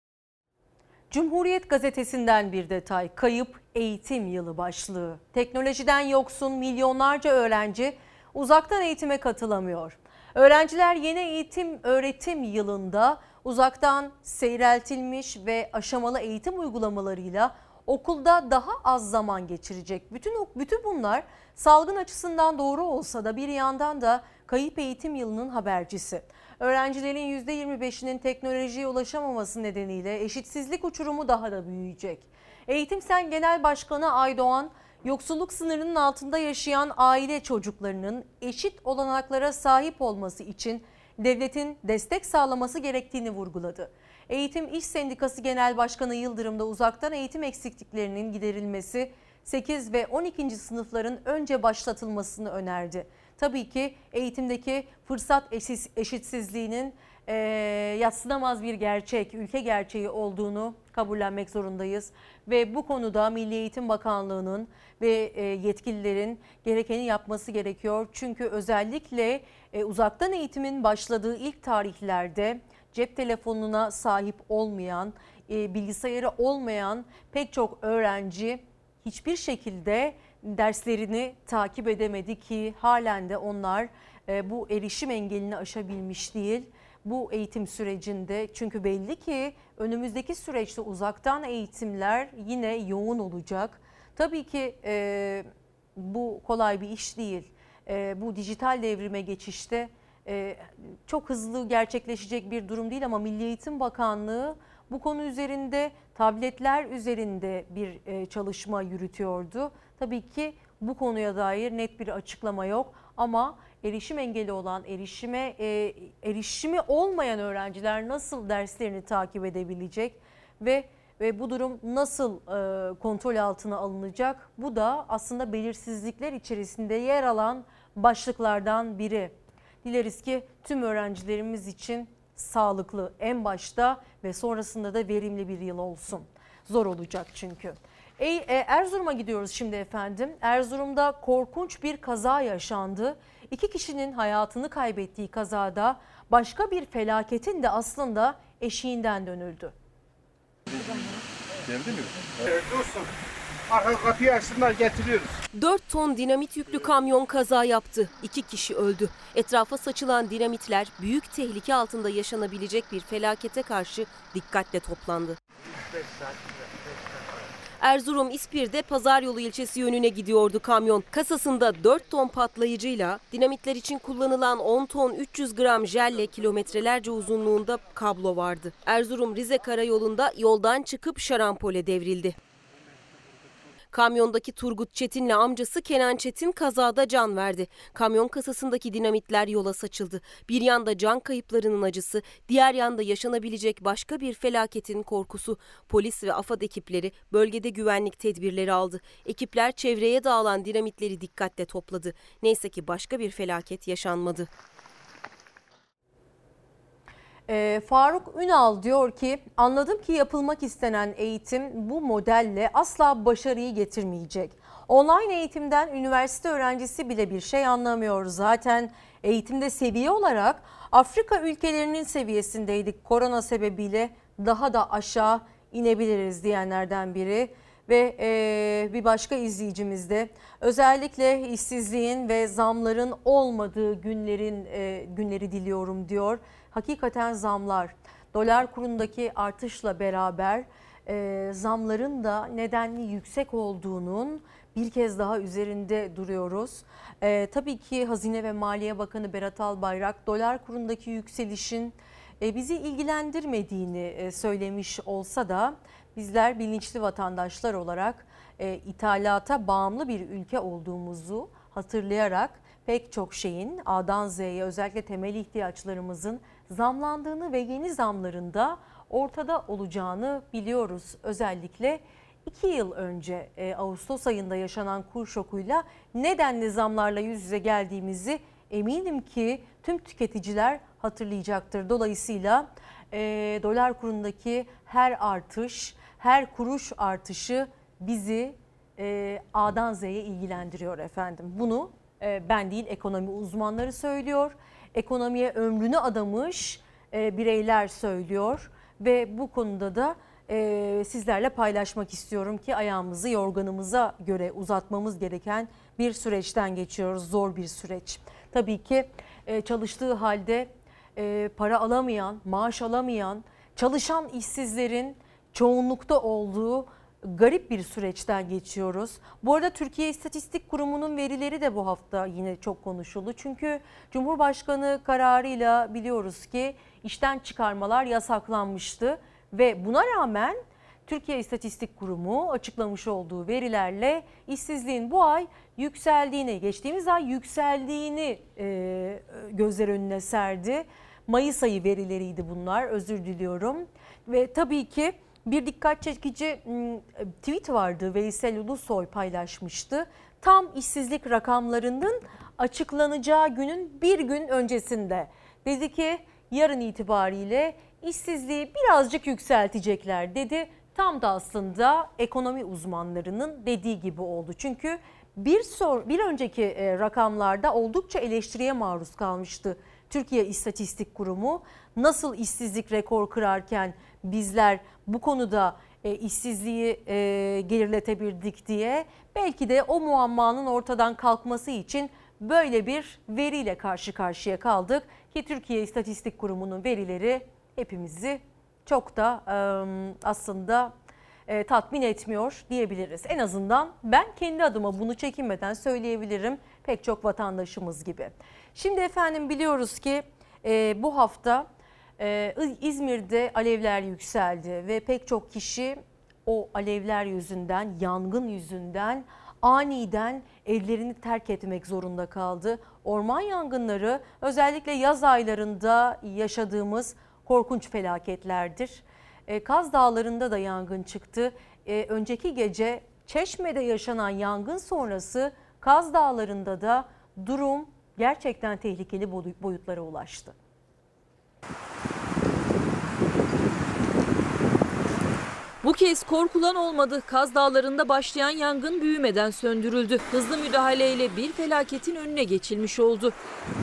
Cumhuriyet Gazetesi'nden bir detay. Kayıp eğitim yılı başlığı. Teknolojiden yoksun milyonlarca öğrenci uzaktan eğitime katılamıyor. Öğrenciler yeni eğitim öğretim yılında uzaktan seyreltilmiş ve aşamalı eğitim uygulamalarıyla okulda daha az zaman geçirecek. Bütün bütün bunlar salgın açısından doğru olsa da bir yandan da kayıp eğitim yılının habercisi. Öğrencilerin yüzde yirmi beşinin teknolojiye ulaşamaması nedeniyle eşitsizlik uçurumu daha da büyüyecek. Eğitim Sen Genel Başkanı Aydoğan, yoksulluk sınırının altında yaşayan aile çocuklarının eşit olanaklara sahip olması için devletin destek sağlaması gerektiğini vurguladı. Eğitim İş Sendikası Genel Başkanı Yıldırım da uzaktan eğitim eksikliklerinin giderilmesi, sekiz ve on ikinci sınıfların önce başlatılmasını önerdi. Tabii ki eğitimdeki fırsat eşitsizliğinin e, yadsınamaz bir gerçek, ülke gerçeği olduğunu kabullenmek zorundayız. Ve bu konuda Milli Eğitim Bakanlığı'nın ve e, yetkililerin gerekeni yapması gerekiyor. Çünkü özellikle e, uzaktan eğitimin başladığı ilk tarihlerde cep telefonuna sahip olmayan, e, bilgisayarı olmayan pek çok öğrenci hiçbir şekilde derslerini takip edemedi ki halen de onlar e, bu erişim engelini aşabilmiş değil bu eğitim sürecinde. Çünkü belli ki önümüzdeki süreçte uzaktan eğitimler yine yoğun olacak. Tabii ki e, bu kolay bir iş değil. E, bu dijital devrime geçişte e, çok hızlı gerçekleşecek bir durum değil ama Milli Eğitim Bakanlığı bu konu üzerinde, tabletler üzerinde bir e, çalışma yürütüyordu. Tabii ki bu konuya dair net bir açıklama yok ama erişim engeli olan, erişime e, erişimi olmayan öğrenciler nasıl derslerini takip edebilecek ve ve bu durum nasıl e, kontrol altına alınacak? Bu da aslında belirsizlikler içerisinde yer alan başlıklardan biri. Dileriz ki tüm öğrencilerimiz için sağlıklı en başta ve sonrasında da verimli bir yıl olsun. Zor olacak çünkü. E, e, Erzurum'a gidiyoruz şimdi efendim. Erzurum'da korkunç bir kaza yaşandı. İki kişinin hayatını kaybettiği kazada başka bir felaketin de aslında eşiğinden dönüldü. Geldi mi? Evet, dursun. Arka kapıyı açsınlar, getiriyoruz. dört ton dinamit yüklü kamyon kaza yaptı. İki kişi öldü. Etrafa saçılan dinamitler büyük tehlike altında yaşanabilecek bir felakete karşı dikkatle toplandı. Erzurum İspir'de Pazaryolu ilçesi yönüne gidiyordu kamyon. Kasasında dört ton patlayıcıyla dinamitler için kullanılan on ton üç yüz gram jelle kilometrelerce uzunluğunda kablo vardı. Erzurum-Rize karayolunda yoldan çıkıp şarampole devrildi. Kamyondaki Turgut Çetin'le amcası Kenan Çetin kazada can verdi. Kamyon kasasındaki dinamitler yola saçıldı. Bir yanda can kayıplarının acısı, diğer yanda yaşanabilecek başka bir felaketin korkusu. Polis ve AFAD ekipleri bölgede güvenlik tedbirleri aldı. Ekipler çevreye dağılan dinamitleri dikkatle topladı. Neyse ki başka bir felaket yaşanmadı. Ee, Faruk Ünal diyor ki anladım ki yapılmak istenen eğitim bu modelle asla başarıyı getirmeyecek. Online eğitimden üniversite öğrencisi bile bir şey anlamıyor. Zaten eğitimde seviye olarak Afrika ülkelerinin seviyesindeydik. Korona sebebiyle daha da aşağı inebiliriz diyenlerden biri. Ve e, bir başka izleyicimiz de özellikle işsizliğin ve zamların olmadığı günlerin e, günleri diliyorum diyor. Hakikaten zamlar, dolar kurundaki artışla beraber e, zamların da nedenli yüksek olduğunun bir kez daha üzerinde duruyoruz. E, tabii ki Hazine ve Maliye Bakanı Berat Albayrak dolar kurundaki yükselişin e, bizi ilgilendirmediğini e, söylemiş olsa da bizler bilinçli vatandaşlar olarak e, ithalata bağımlı bir ülke olduğumuzu hatırlayarak pek çok şeyin A'dan Z'ye özellikle temel ihtiyaçlarımızın zamlandığını ve yeni zamlarında ortada olacağını biliyoruz. Özellikle iki yıl önce e, Ağustos ayında yaşanan kur şokuyla nedenli zamlarla yüz yüze geldiğimizi eminim ki tüm tüketiciler hatırlayacaktır. Dolayısıyla e, dolar kurundaki her artış, her kuruş artışı bizi e, A'dan Z'ye ilgilendiriyor efendim. Bunu e, ben değil, ekonomi uzmanları söylüyor. Ekonomiye ömrünü adamış e, bireyler söylüyor ve bu konuda da e, sizlerle paylaşmak istiyorum ki ayağımızı yorganımıza göre uzatmamız gereken bir süreçten geçiyoruz. Zor bir süreç. Tabii ki e, çalıştığı halde e, para alamayan, maaş alamayan, çalışan işsizlerin çoğunlukta olduğu garip bir süreçten geçiyoruz. Bu arada Türkiye İstatistik Kurumu'nun verileri de bu hafta yine çok konuşuldu. Çünkü Cumhurbaşkanı kararıyla biliyoruz ki işten çıkarmalar yasaklanmıştı ve buna rağmen Türkiye İstatistik Kurumu açıklamış olduğu verilerle işsizliğin bu ay yükseldiğini, geçtiğimiz ay yükseldiğini e, gözler önüne serdi. Mayıs ayı verileriydi bunlar, özür diliyorum. Ve tabii ki bir dikkat çekici tweet vardı, Veysel Ulusoy paylaşmıştı. Tam işsizlik rakamlarının açıklanacağı günün bir gün öncesinde. Dedi ki yarın itibariyle işsizliği birazcık yükseltecekler dedi. Tam da aslında ekonomi uzmanlarının dediği gibi oldu. Çünkü bir, sor, bir önceki rakamlarda oldukça eleştiriye maruz kalmıştı Türkiye İstatistik Kurumu. Nasıl işsizlik rekor kırarken bizler bu konuda e, işsizliği e, geriletebildik diye, belki de o muammanın ortadan kalkması için böyle bir veriyle karşı karşıya kaldık ki Türkiye İstatistik Kurumu'nun verileri hepimizi çok da e, aslında e, tatmin etmiyor diyebiliriz. En azından ben kendi adıma bunu çekinmeden söyleyebilirim, pek çok vatandaşımız gibi. Şimdi efendim biliyoruz ki e, bu hafta e, İzmir'de alevler yükseldi ve pek çok kişi o alevler yüzünden, yangın yüzünden aniden evlerini terk etmek zorunda kaldı. Orman yangınları özellikle yaz aylarında yaşadığımız korkunç felaketlerdir. E, Kaz Dağları'nda da yangın çıktı. E, önceki gece Çeşme'de yaşanan yangın sonrası Kaz Dağları'nda da durum gerçekten tehlikeli boyutlara ulaştı. Bu kez korkulan olmadı. Kaz Dağları'nda başlayan yangın büyümeden söndürüldü. Hızlı müdahaleyle bir felaketin önüne geçilmiş oldu.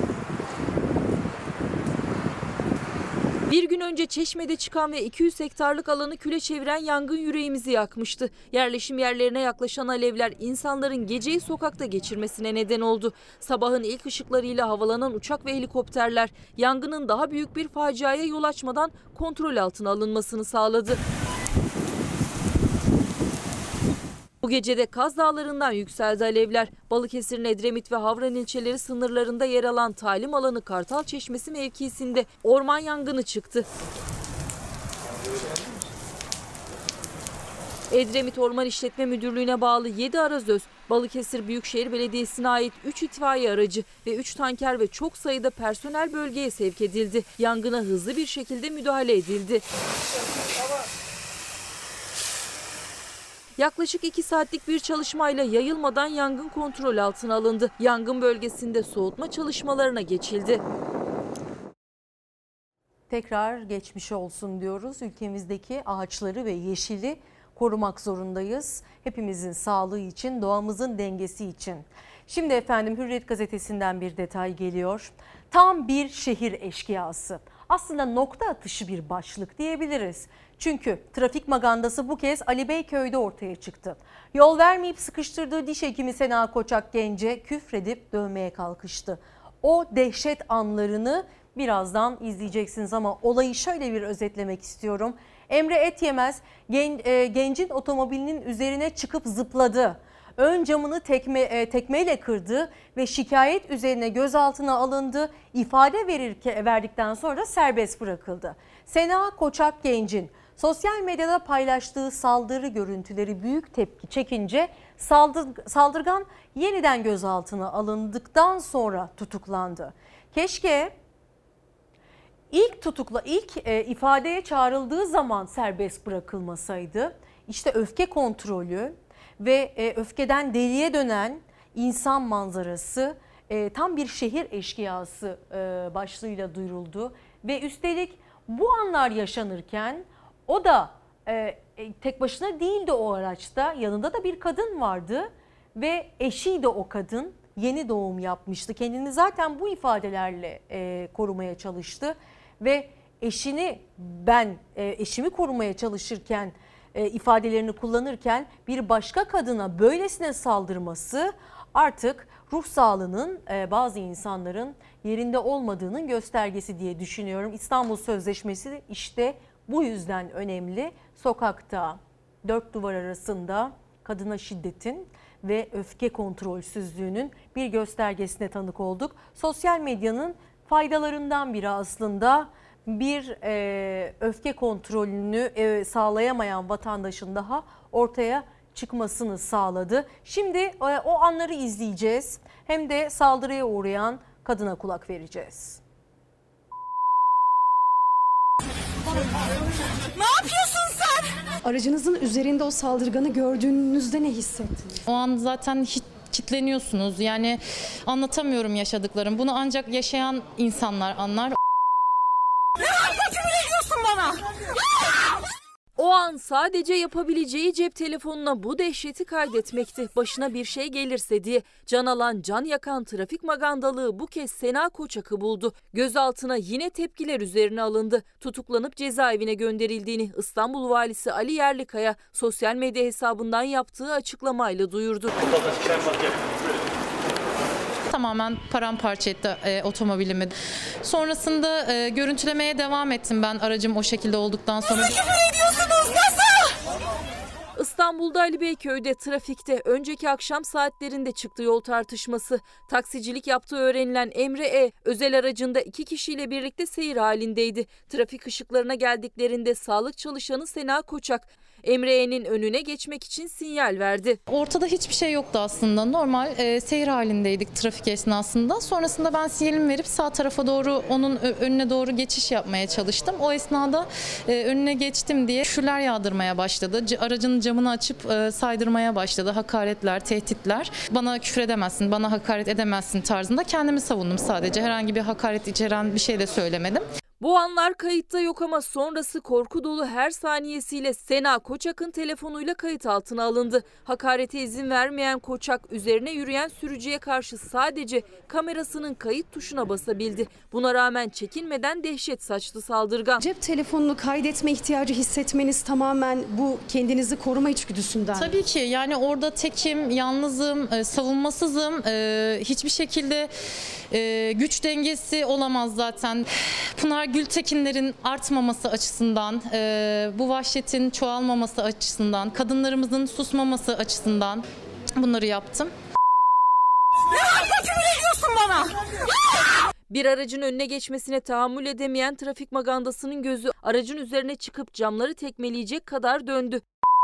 Bir gün önce Çeşme'de çıkan ve iki yüz hektarlık alanı küle çeviren yangın yüreğimizi yakmıştı. Yerleşim yerlerine yaklaşan alevler insanların geceyi sokakta geçirmesine neden oldu. Sabahın ilk ışıklarıyla havalanan uçak ve helikopterler yangının daha büyük bir faciaya yol açmadan kontrol altına alınmasını sağladı. Bu gece de Kaz Dağları'ndan yükseldi alevler. Balıkesir'in Edremit ve Havran ilçeleri sınırlarında yer alan talim alanı Kartal Çeşmesi mevkisinde orman yangını çıktı. Edremit Orman İşletme Müdürlüğü'ne bağlı yedi arazöz, Balıkesir Büyükşehir Belediyesi'ne ait üç itfaiye aracı ve üç tanker ve çok sayıda personel bölgeye sevk edildi. Yangına hızlı bir şekilde müdahale edildi. Yaklaşık iki saatlik bir çalışmayla yayılmadan yangın kontrol altına alındı. Yangın bölgesinde soğutma çalışmalarına geçildi. Tekrar geçmiş olsun diyoruz. Ülkemizdeki ağaçları ve yeşili korumak zorundayız. Hepimizin sağlığı için, doğamızın dengesi için. Şimdi efendim Hürriyet gazetesinden bir detay geliyor. Tam bir şehir eşkıyası. Aslında nokta atışı bir başlık diyebiliriz. Çünkü trafik magandası bu kez Ali Beyköy'de ortaya çıktı. Yol vermeyip sıkıştırdığı diş hekimi Sena Koçak gence küfredip dövmeye kalkıştı. O dehşet anlarını birazdan izleyeceksiniz ama olayı şöyle bir özetlemek istiyorum. Emre Etyemez gen, e, gencin otomobilinin üzerine çıkıp zıpladı. ön camını tekme, e, tekmeyle kırdı ve şikayet üzerine gözaltına alındı. İfade verirken, verdikten sonra da serbest bırakıldı. Sena Koçak Genç'in sosyal medyada paylaştığı saldırı görüntüleri büyük tepki çekince saldır, saldırgan yeniden gözaltına alındıktan sonra tutuklandı. Keşke ilk tutukla ilk e, ifadeye çağrıldığı zaman serbest bırakılmasaydı. İşte öfke kontrolü ve e, öfkeden deliye dönen insan manzarası e, tam bir şehir eşkıyası e, başlığıyla duyuruldu ve üstelik bu anlar yaşanırken o da e, tek başına değildi o araçta, yanında da bir kadın vardı ve eşiydi o kadın, yeni doğum yapmıştı. Kendini zaten bu ifadelerle e, korumaya çalıştı ve eşini ben e, eşimi korumaya çalışırken e, ifadelerini kullanırken bir başka kadına böylesine saldırması artık ruh sağlığının e, bazı insanların yerinde olmadığının göstergesi diye düşünüyorum. İstanbul Sözleşmesi işte bu yüzden önemli. Sokakta, dört duvar arasında kadına şiddetin ve öfke kontrolsüzlüğünün bir göstergesine tanık olduk. Sosyal medyanın faydalarından biri aslında bir e, öfke kontrolünü e, sağlayamayan vatandaşın daha ortaya çıkmasını sağladı. Şimdi e, o anları izleyeceğiz. Hem de saldırıya uğrayan kadına kulak vereceğiz. Ne yapıyorsun sen? Aracınızın üzerinde o saldırganı gördüğünüzde ne hissettiniz? O an zaten hiç kitleniyorsunuz. Yani anlatamıyorum yaşadıklarım. Bunu ancak yaşayan insanlar anlar. Ne yapma küfür ediyorsun bana? O an sadece yapabileceği cep telefonuna bu dehşeti kaydetmekti. Başına bir şey gelirse diye can alan can yakan trafik magandalığı bu kez Sena Koçak'ı buldu. Gözaltına yine tepkiler üzerine alındı. Tutuklanıp cezaevine gönderildiğini İstanbul Valisi Ali Yerlikaya sosyal medya hesabından yaptığı açıklamayla duyurdu. Tamamen paramparça etti e, otomobilimi. Sonrasında e, görüntülemeye devam ettim ben aracım o şekilde olduktan sonra. Nasıl küfür ediyorsunuz? Nasıl? İstanbul'da Ali Beyköy'de trafikte önceki akşam saatlerinde çıktı yol tartışması. Taksicilik yaptığı öğrenilen Emre E. özel aracında iki kişiyle birlikte seyir halindeydi. Trafik ışıklarına geldiklerinde sağlık çalışanı Sena Koçak Emre E.'nin önüne geçmek için sinyal verdi. Ortada hiçbir şey yoktu aslında. Normal e, seyir halindeydik trafik esnasında. Sonrasında ben sinyalimi verip sağ tarafa doğru onun önüne doğru geçiş yapmaya çalıştım. O esnada e, önüne geçtim diye küfürler yağdırmaya başladı. C- aracın camını açıp e, saydırmaya başladı. Hakaretler, tehditler. Bana küfür edemezsin, bana hakaret edemezsin tarzında kendimi savundum sadece. Herhangi bir hakaret içeren bir şey de söylemedim. Bu anlar kayıtta yok ama sonrası korku dolu her saniyesiyle Sena Koçak'ın telefonuyla kayıt altına alındı. Hakarete izin vermeyen Koçak üzerine yürüyen sürücüye karşı sadece kamerasının kayıt tuşuna basabildi. Buna rağmen çekinmeden dehşet saçtı saldırgan. Cep telefonunu kaydetme ihtiyacı hissetmeniz tamamen bu kendinizi koruma içgüdüsünden. Tabii ki yani orada tekim, yalnızım, savunmasızım. Hiçbir şekilde güç dengesi olamaz zaten. Pınar Gültekinlerin artmaması açısından, e, bu vahşetin çoğalmaması açısından, kadınlarımızın susmaması açısından bunları yaptım. Ne yapma küfür ediyorsun bana? Bir aracın önüne geçmesine tahammül edemeyen trafik magandasının gözü aracın üzerine çıkıp camları tekmeleyecek kadar döndü.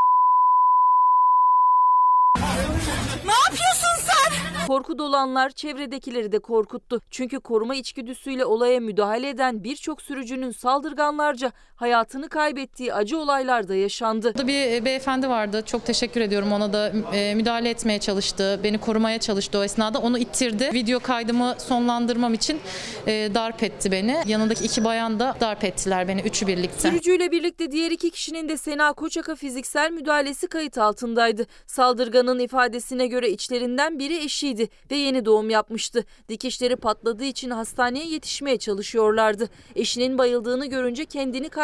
Ne yapıyorsun sen? Korku dolu anlar çevredekileri de korkuttu. Çünkü koruma içgüdüsüyle olaya müdahale eden birçok sürücünün saldırganlarca hayatını kaybettiği acı olaylar da yaşandı. Burada bir beyefendi vardı. Çok teşekkür ediyorum. Ona da müdahale etmeye çalıştı. Beni korumaya çalıştı o esnada. Onu ittirdi. Video kaydımı sonlandırmam için darp etti beni. Yanındaki iki bayan da darp ettiler beni. Üçü birlikte. Sürücüyle birlikte diğer iki kişinin de Sena Koçak'a fiziksel müdahalesi kayıt altındaydı. Saldırganın ifadesine göre içlerinden biri eşiydi ve yeni doğum yapmıştı. Dikişleri patladığı için hastaneye yetişmeye çalışıyorlardı. Eşinin bayıldığını görünce kendini kaybetti.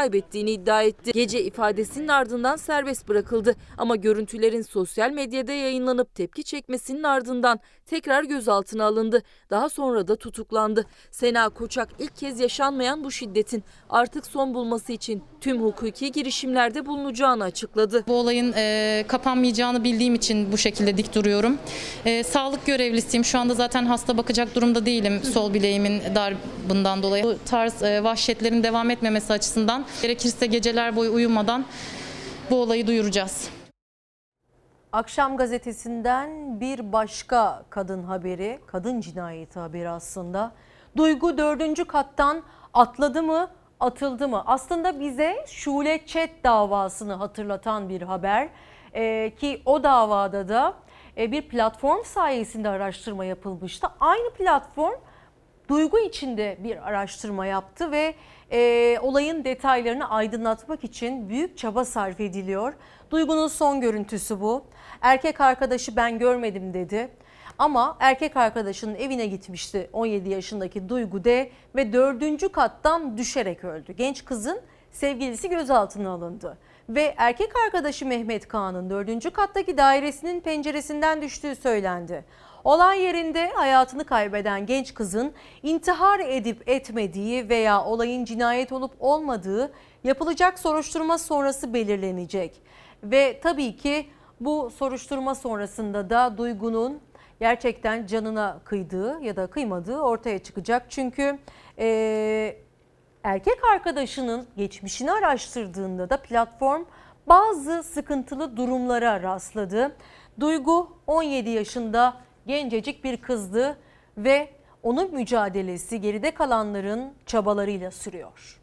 kaybettiğini iddia etti. Gece ifadesinin ardından serbest bırakıldı ama görüntülerin sosyal medyada yayınlanıp tepki çekmesinin ardından tekrar gözaltına alındı. Daha sonra da tutuklandı. Sena Koçak ilk kez yaşanmayan bu şiddetin artık son bulması için tüm hukuki girişimlerde bulunacağını açıkladı. Bu olayın e, kapanmayacağını bildiğim için bu şekilde dik duruyorum. E, sağlık görevlisiyim. Şu anda zaten hasta bakacak durumda değilim sol bileğimin darbından dolayı. Bu tarz e, vahşetlerin devam etmemesi açısından gerekirse geceler boyu uyumadan bu olayı duyuracağız. Akşam gazetesinden bir başka kadın haberi, kadın cinayeti haberi aslında. Duygu dördüncü kattan atladı mı, atıldı mı? Aslında bize Şule Çet davasını hatırlatan bir haber. Ee, ki o davada da e, bir platform sayesinde araştırma yapılmıştı. Aynı platform Duygu için de bir araştırma yaptı ve e, olayın detaylarını aydınlatmak için büyük çaba sarf ediliyor. Duygu'nun son görüntüsü bu. Erkek arkadaşı ben görmedim dedi. Ama erkek arkadaşının evine gitmişti on yedi yaşındaki Duygu de ve dördüncü kattan düşerek öldü. Genç kızın sevgilisi gözaltına alındı. Ve erkek arkadaşı Mehmet Kağan'ın dördüncü kattaki dairesinin penceresinden düştüğü söylendi. Olay yerinde hayatını kaybeden genç kızın intihar edip etmediği veya olayın cinayet olup olmadığı yapılacak soruşturma sonrası belirlenecek. Ve tabii ki bu soruşturma sonrasında da Duygu'nun gerçekten canına kıydığı ya da kıymadığı ortaya çıkacak. Çünkü e, erkek arkadaşının geçmişini araştırdığında da platform bazı sıkıntılı durumlara rastladı. Duygu on yedi yaşında gencecik bir kızdı ve onun mücadelesi geride kalanların çabalarıyla sürüyor.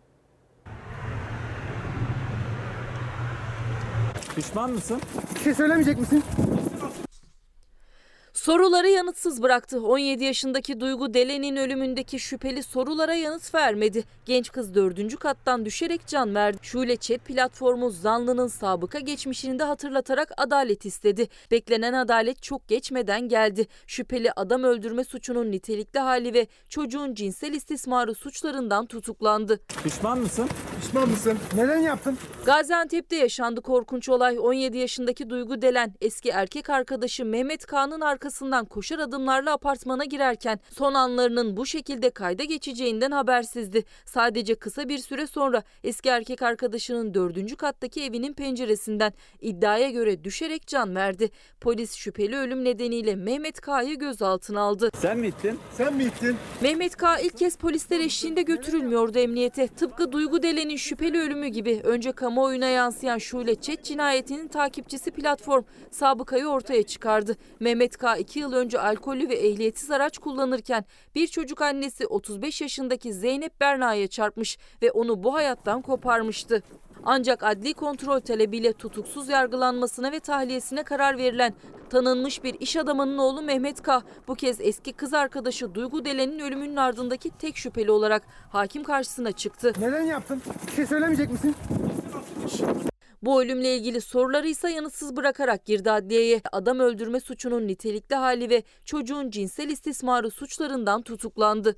Pişman mısın? Bir şey söylemeyecek misin? Soruları yanıtsız bıraktı. on yedi yaşındaki Duygu Delen'in ölümündeki şüpheli sorulara yanıt vermedi. Genç kız dördüncü kattan düşerek can verdi. Şule Çet platformu zanlının sabıka geçmişini de hatırlatarak adalet istedi. Beklenen adalet çok geçmeden geldi. Şüpheli adam öldürme suçunun nitelikli hali ve çocuğun cinsel istismarı suçlarından tutuklandı. Pişman mısın? Pişman mısın? Neden yaptın? Gaziantep'te yaşandı korkunç olay. on yedi yaşındaki Duygu Delen eski erkek arkadaşı Mehmet Kağan'ın arkasından koşar adımlarla apartmana girerken son anlarının bu şekilde kayda geçeceğinden habersizdi. Sadece kısa bir süre sonra eski erkek arkadaşının dördüncü kattaki evinin penceresinden iddiaya göre düşerek can verdi. Polis şüpheli ölüm nedeniyle Mehmet K'yı gözaltına aldı. Sen mi ittin? Sen mi ittin? Mehmet K ilk kez polisler eşliğinde götürülmüyordu emniyete. Tıpkı Duygu Delen'in şüpheli ölümü gibi önce kamuoyuna yansıyan Şule Çet cinayetinin takipçisi platform sabıkayı ortaya çıkardı. Mehmet K iki yıl önce alkollü ve ehliyetsiz araç kullanırken bir çocuk annesi otuz beş yaşındaki Zeynep Berna'ya çarpmış ve onu bu hayattan koparmıştı. Ancak adli kontrol talebiyle tutuksuz yargılanmasına ve tahliyesine karar verilen tanınmış bir iş adamının oğlu Mehmet K. bu kez eski kız arkadaşı Duygu Delen'in ölümünün ardındaki tek şüpheli olarak hakim karşısına çıktı. Neden yaptın? Bir şey söylemeyecek misin? Bu ölümle ilgili soruları ise yanıtsız bırakarak girdi adliyeye. Adam öldürme suçunun nitelikli hali ve çocuğun cinsel istismarı suçlarından tutuklandı.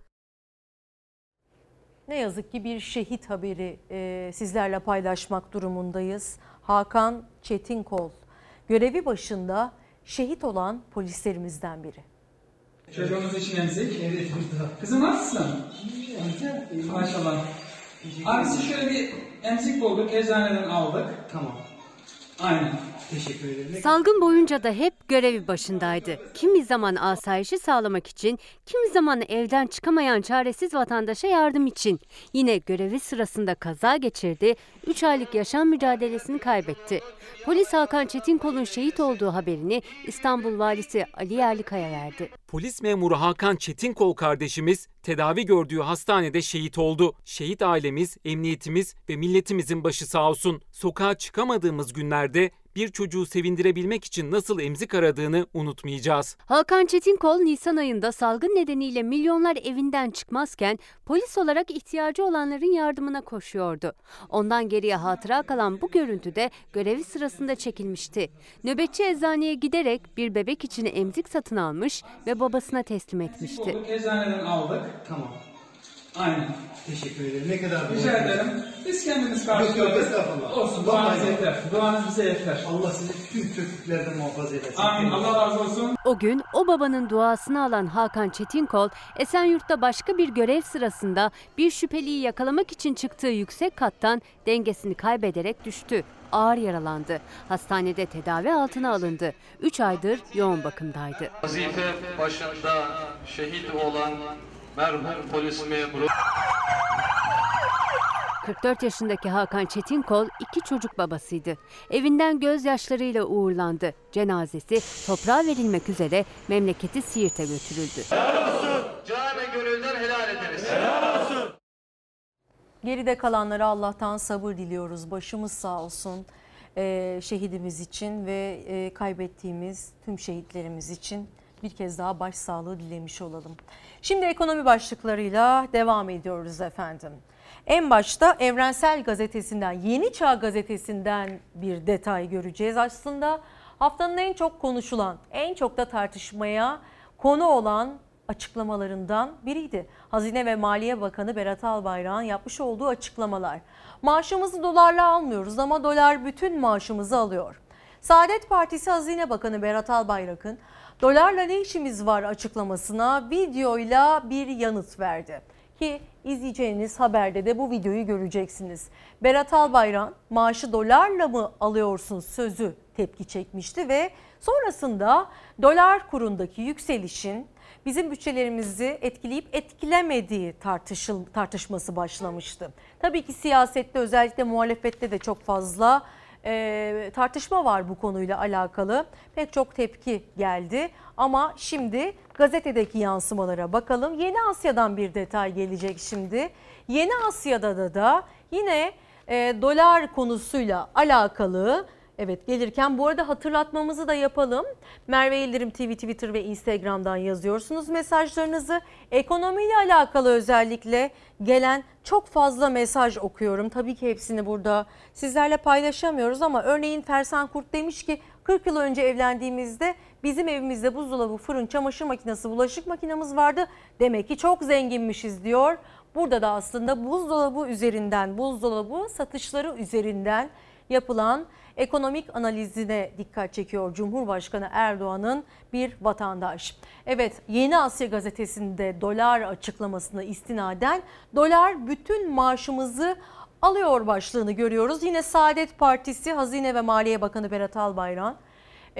Ne yazık ki bir şehit haberi e, sizlerle paylaşmak durumundayız. Hakan Çetinkol görevi başında şehit olan polislerimizden biri. Çocuğumuz için emzik. Evet. Kızım nasılsın? Maşallah. Abi siz şöyle bir emzik bulduk, eczaneden aldık. Tamam. Aynen. Teşekkür ederim. Salgın boyunca da hep görevi başındaydı. Kimi zaman asayişi sağlamak için, kimi zaman evden çıkamayan çaresiz vatandaşa yardım için. Yine görevi sırasında kaza geçirdi, üç aylık yaşam mücadelesini kaybetti. Polis Hakan Çetinkol'un şehit olduğu haberini İstanbul Valisi Ali Yerlikaya verdi. Polis memuru Hakan Çetinkol kardeşimiz tedavi gördüğü hastanede şehit oldu. Şehit ailemiz, emniyetimiz ve milletimizin başı sağ olsun. Sokağa çıkamadığımız günlerde bir çocuğu sevindirebilmek için nasıl emzik aradığını unutmayacağız. Hakan Çetinkol Nisan ayında salgın nedeniyle milyonlar evinden çıkmazken polis olarak ihtiyacı olanların yardımına koşuyordu. Ondan geriye hatıra kalan bu görüntü de görevi sırasında çekilmişti. Nöbetçi eczaneye giderek bir bebek için emzik satın almış ve babasına teslim etmişti. Eczaneden aldık. Tamam. Aynen. Teşekkür ederim. Ne kadar Rica doğru. ederim. Biz kendimiz Yok yok karşılıyoruz. estağfurullah. Olsun. Vallahi Duanız yeter. Duanız bize yeter. Allah sizi tüm kötülüklerden muhafaza eylesin. Amin. Allah razı olsun. O gün o babanın duasını alan Hakan Çetinkol, Esenyurt'ta başka bir görev sırasında bir şüpheliyi yakalamak için çıktığı yüksek kattan dengesini kaybederek düştü. Ağır yaralandı. Hastanede tedavi altına alındı. üç aydır yoğun bakımdaydı. Vazife başında şehit olan merhum polis memuru. kırk dört yaşındaki Hakan Çetinkol iki çocuk babasıydı. Evinden gözyaşlarıyla uğurlandı. Cenazesi toprağa verilmek üzere memleketi Siirt'e götürüldü. Helal olsun. Can ve gönülden helal ederiz. Helal olsun. Geride kalanlara Allah'tan sabır diliyoruz. Başımız sağ olsun ee, şehidimiz için ve e, kaybettiğimiz tüm şehitlerimiz için bir kez daha başsağlığı dilemiş olalım. Şimdi ekonomi başlıklarıyla devam ediyoruz efendim. En başta Evrensel Gazetesi'nden, Yeni Çağ Gazetesi'nden bir detay göreceğiz. Aslında haftanın en çok konuşulan, en çok da tartışmaya konu olan açıklamalarından biriydi. Hazine ve Maliye Bakanı Berat Albayrak'ın yapmış olduğu açıklamalar. Maaşımızı dolarla almıyoruz ama dolar bütün maaşımızı alıyor. Saadet Partisi Hazine Bakanı Berat Albayrak'ın dolarla ne işimiz var açıklamasına videoyla bir yanıt verdi. Ki izleyeceğiniz haberde de bu videoyu göreceksiniz. Berat Albayrak maaşı dolarla mı alıyorsun sözü tepki çekmişti ve sonrasında dolar kurundaki yükselişin bizim bütçelerimizi etkileyip etkilemediği tartışıl, tartışması başlamıştı. Tabii ki siyasette, özellikle muhalefette de çok fazla e, tartışma var bu konuyla alakalı. Pek çok tepki geldi ama şimdi gazetedeki yansımalara bakalım. Yeni Asya'dan bir detay gelecek şimdi. Yeni Asya'da da, da yine e, dolar konusuyla alakalı. Evet, gelirken bu arada hatırlatmamızı da yapalım. Merve Yıldırım T V, Twitter ve Instagram'dan yazıyorsunuz mesajlarınızı. Ekonomiyle alakalı özellikle gelen çok fazla mesaj okuyorum. Tabii ki hepsini burada sizlerle paylaşamıyoruz ama örneğin Fersan Kurt demiş ki kırk yıl önce evlendiğimizde bizim evimizde buzdolabı, fırın, çamaşır makinesi, bulaşık makinemiz vardı. Demek ki çok zenginmişiz diyor. Burada da aslında buzdolabı üzerinden, buzdolabı satışları üzerinden yapılan ekonomik analizine dikkat çekiyor Cumhurbaşkanı Erdoğan'ın bir vatandaş. Evet, Yeni Asya Gazetesi'nde dolar açıklamasına istinaden dolar bütün maaşımızı alıyor başlığını görüyoruz. Yine Saadet Partisi Hazine ve Maliye Bakanı Berat Albayrak e,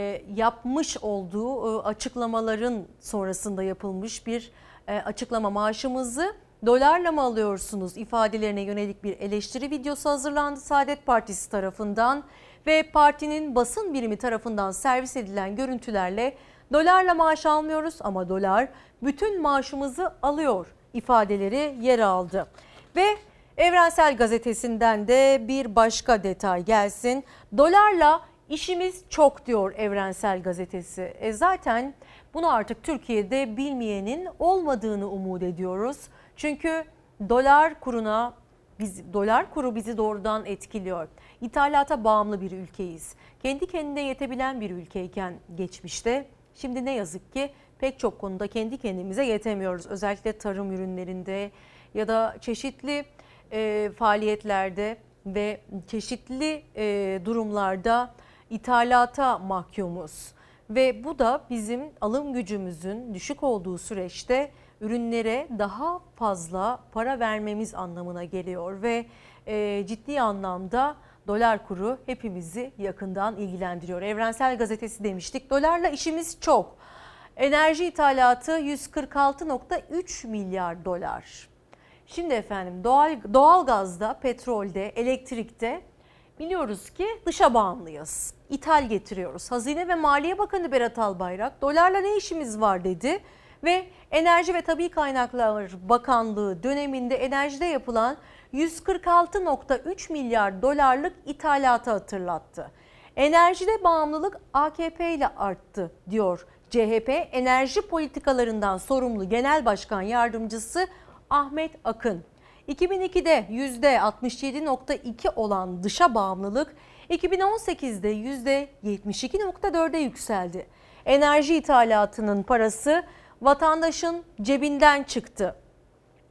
yapmış olduğu e, açıklamaların sonrasında yapılmış bir e, açıklama. Maaşımızı dolarla mı alıyorsunuz ifadelerine yönelik bir eleştiri videosu hazırlandı Saadet Partisi tarafından ve partinin basın birimi tarafından servis edilen görüntülerle dolarla maaş almıyoruz ama dolar bütün maaşımızı alıyor ifadeleri yer aldı. Ve Evrensel Gazetesi'nden de bir başka detay gelsin. Dolarla işimiz çok diyor Evrensel Gazetesi. E zaten bunu artık Türkiye'de bilmeyenin olmadığını umut ediyoruz. Çünkü dolar kuruna biz dolar kuru bizi doğrudan etkiliyor. İthalata bağımlı bir ülkeyiz. Kendi kendine yetebilen bir ülkeyken geçmişte, şimdi ne yazık ki pek çok konuda kendi kendimize yetemiyoruz. Özellikle tarım ürünlerinde ya da çeşitli e, faaliyetlerde ve çeşitli e, durumlarda ithalata mahkumuz. Ve bu da bizim alım gücümüzün düşük olduğu süreçte ürünlere daha fazla para vermemiz anlamına geliyor ve e, ciddi anlamda dolar kuru hepimizi yakından ilgilendiriyor. Evrensel Gazetesi demiştik. Dolarla işimiz çok. Enerji ithalatı yüz kırk altı nokta üç milyar dolar. Şimdi efendim doğal doğalgazda, petrolde, elektrikte biliyoruz ki dışa bağımlıyız. İthal getiriyoruz. Hazine ve Maliye Bakanı Berat Albayrak dolarla ne işimiz var dedi. Ve Enerji ve Tabii Kaynaklar Bakanlığı döneminde enerjide yapılan yüz kırk altı nokta üç milyar dolarlık ithalatı hatırlattı. Enerjide bağımlılık A K P ile arttı diyor C H P enerji politikalarından sorumlu Genel Başkan Yardımcısı Ahmet Akın. iki bin ikide yüzde altmış yedi nokta iki olan dışa bağımlılık iki bin on sekizde yüzde yetmiş iki nokta dörde yükseldi. Enerji ithalatının parası vatandaşın cebinden çıktı.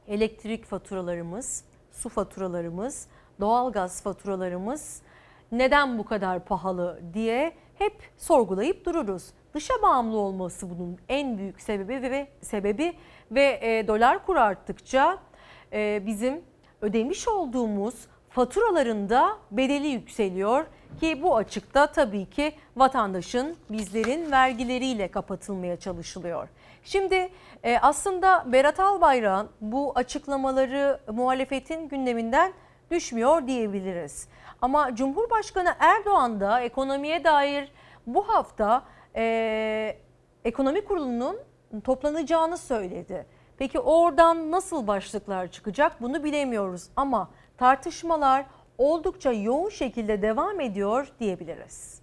elektrik faturalarımız, su faturalarımız, doğalgaz faturalarımız neden bu kadar pahalı diye hep sorgulayıp dururuz. Dışa bağımlı olması bunun en büyük sebebi ve sebebi ve e, dolar kuru arttıkça e, bizim ödemiş olduğumuz faturalarında bedeli yükseliyor ki bu açıkta tabii ki vatandaşın, bizlerin vergileriyle kapatılmaya çalışılıyor. Şimdi e, aslında Berat Albayrak'ın bu açıklamaları muhalefetin gündeminden düşmüyor diyebiliriz. Ama Cumhurbaşkanı Erdoğan da ekonomiye dair bu hafta e, ekonomi kurulunun toplanacağını söyledi. Peki oradan nasıl başlıklar çıkacak bunu bilemiyoruz ama tartışmalar oldukça yoğun şekilde devam ediyor diyebiliriz.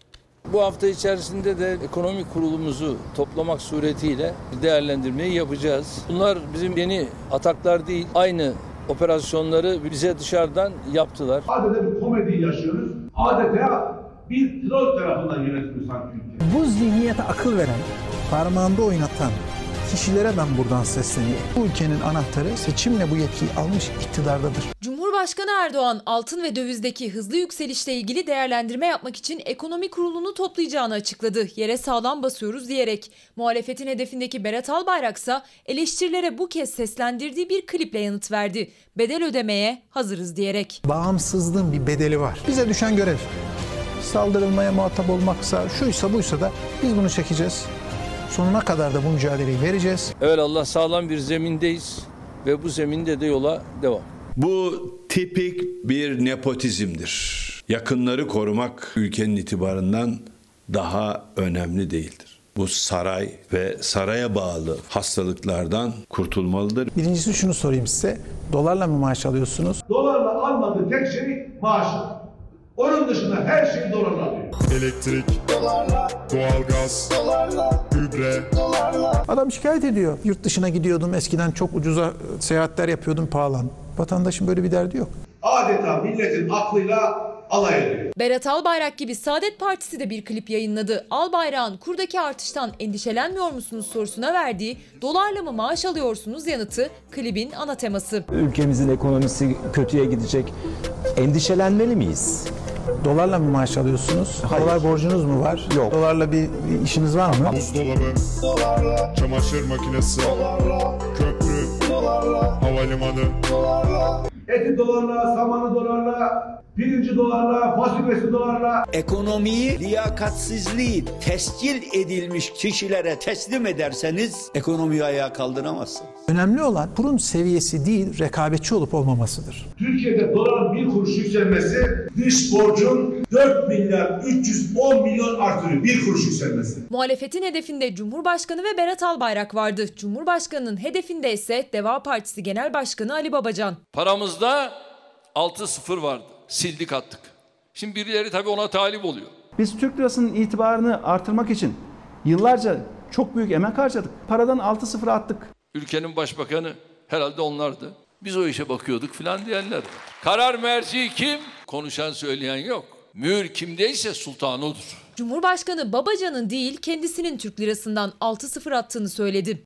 Bu hafta içerisinde de ekonomi kurulumuzu toplamak suretiyle değerlendirmeyi yapacağız. Bunlar bizim yeni ataklar değil, aynı operasyonları bize dışarıdan yaptılar. Adeta bir komedi yaşıyoruz. Adeta bir troll tarafından yönetiliyor sanki ülke. Bu zihniyete akıl veren, parmağında oynatan kişilere ben buradan sesleniyorum. Bu ülkenin anahtarı seçimle bu yetkiyi almış iktidardadır. Cumhurbaşkanı Erdoğan altın ve dövizdeki hızlı yükselişle ilgili değerlendirme yapmak için ekonomi kurulunu toplayacağını açıkladı. Yere sağlam basıyoruz diyerek. Muhalefetin hedefindeki Berat Albayrak ise eleştirilere bu kez seslendirdiği bir kliple yanıt verdi. Bedel ödemeye hazırız diyerek. Bağımsızlığın bir bedeli var. Bize düşen görev saldırılmaya muhatap olmaksa, şuysa buysa da biz bunu çekeceğiz. Sonuna kadar da bu mücadeleyi vereceğiz. Evet, Allah sağlam bir zemindeyiz ve bu zeminde de yola devam. Bu tipik bir nepotizmdir. Yakınları korumak ülkenin itibarından daha önemli değildir. Bu saray ve saraya bağlı hastalıklardan kurtulmalıdır. Birincisi şunu sorayım size. Dolarla mı maaş alıyorsunuz? Dolarla almadığı tek şey maaşı. Onun dışında her şey dolarla alıyor. Elektrik, dolarla, doğalgaz, dolarla, gübre, dolarla. Adam şikayet ediyor. Yurt dışına gidiyordum, eskiden çok ucuza seyahatler yapıyordum, pahalan. Vatandaşın böyle bir derdi yok. Adeta milletin aklıyla alay ediyor. Berat Albayrak gibi Saadet Partisi de bir klip yayınladı. Albayrak'ın kurdaki artıştan endişelenmiyor musunuz sorusuna verdiği dolarla mı maaş alıyorsunuz yanıtı klibin ana teması. Ülkemizin ekonomisi kötüye gidecek. Endişelenmeli miyiz? Dolarla mı maaş alıyorsunuz? Hayır. Dolar borcunuz mu var? Yok. Dolarla bir, bir işiniz var mı? Buzdolabı, dolarla, çamaşır makinesi, dolarla, köprü, dolarla, havalimanı, dolarla, eti dolarla, samanı dolarla, pirinci dolarla, fasulyesi dolarla. Ekonomiyi liyakatsizliği tescil edilmiş kişilere teslim ederseniz ekonomiyi ayağa kaldıramazsınız. Önemli olan kurun seviyesi değil, rekabetçi olup olmamasıdır. Türkiye'de doların bir kuruş yükselmesi dış borcun dört milyar üç yüz on milyon artırıyor. Bir kuruş yükselmesi. Muhalefetin hedefinde Cumhurbaşkanı ve Berat Albayrak vardı. Cumhurbaşkanının hedefinde ise Deva Partisi Genel Başkanı Ali Babacan. Paramızda altı sıfır vardı. Sildik attık. Şimdi birileri tabii ona talip oluyor. Biz Türk lirasının itibarını artırmak için yıllarca çok büyük emek harcadık. Paradan altı sıfır attık. Ülkenin başbakanı herhalde onlardı. Biz o işe bakıyorduk filan diyenler. Karar merci kim? Konuşan söyleyen yok. Mühür kimdeyse sultan odur. Cumhurbaşkanı Babacan'ın değil kendisinin Türk lirasından altı sıfır attığını söyledi.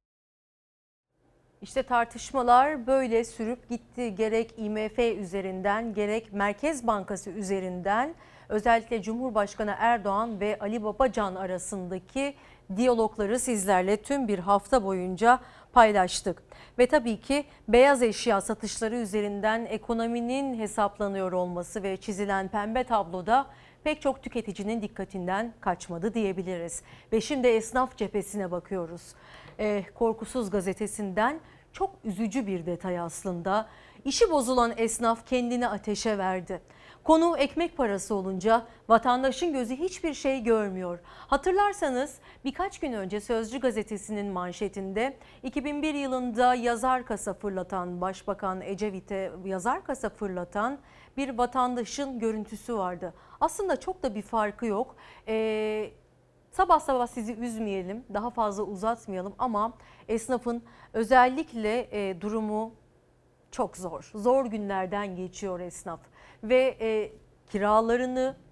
İşte tartışmalar böyle sürüp gitti. Gerek I M F üzerinden gerek Merkez Bankası üzerinden özellikle Cumhurbaşkanı Erdoğan ve Ali Babacan arasındaki diyalogları sizlerle tüm bir hafta boyunca paylaştık. Ve tabii ki beyaz eşya satışları üzerinden ekonominin hesaplanıyor olması ve çizilen pembe tabloda pek çok tüketicinin dikkatinden kaçmadı diyebiliriz. Ve şimdi esnaf cephesine bakıyoruz. Eh, Korkusuz gazetesinden çok üzücü bir detay aslında. İşi bozulan esnaf kendini ateşe verdi. Konu ekmek parası olunca vatandaşın gözü hiçbir şey görmüyor. Hatırlarsanız birkaç gün önce Sözcü gazetesinin manşetinde iki bin bir yılında yazar kasa fırlatan Başbakan Ecevit'e yazar kasa fırlatan bir vatandaşın görüntüsü vardı. Aslında çok da bir farkı yok. Ee, sabah sabah sizi üzmeyelim, daha fazla uzatmayalım ama esnafın özellikle e, durumu çok zor. Zor günlerden geçiyor esnaf ve e, kiralarını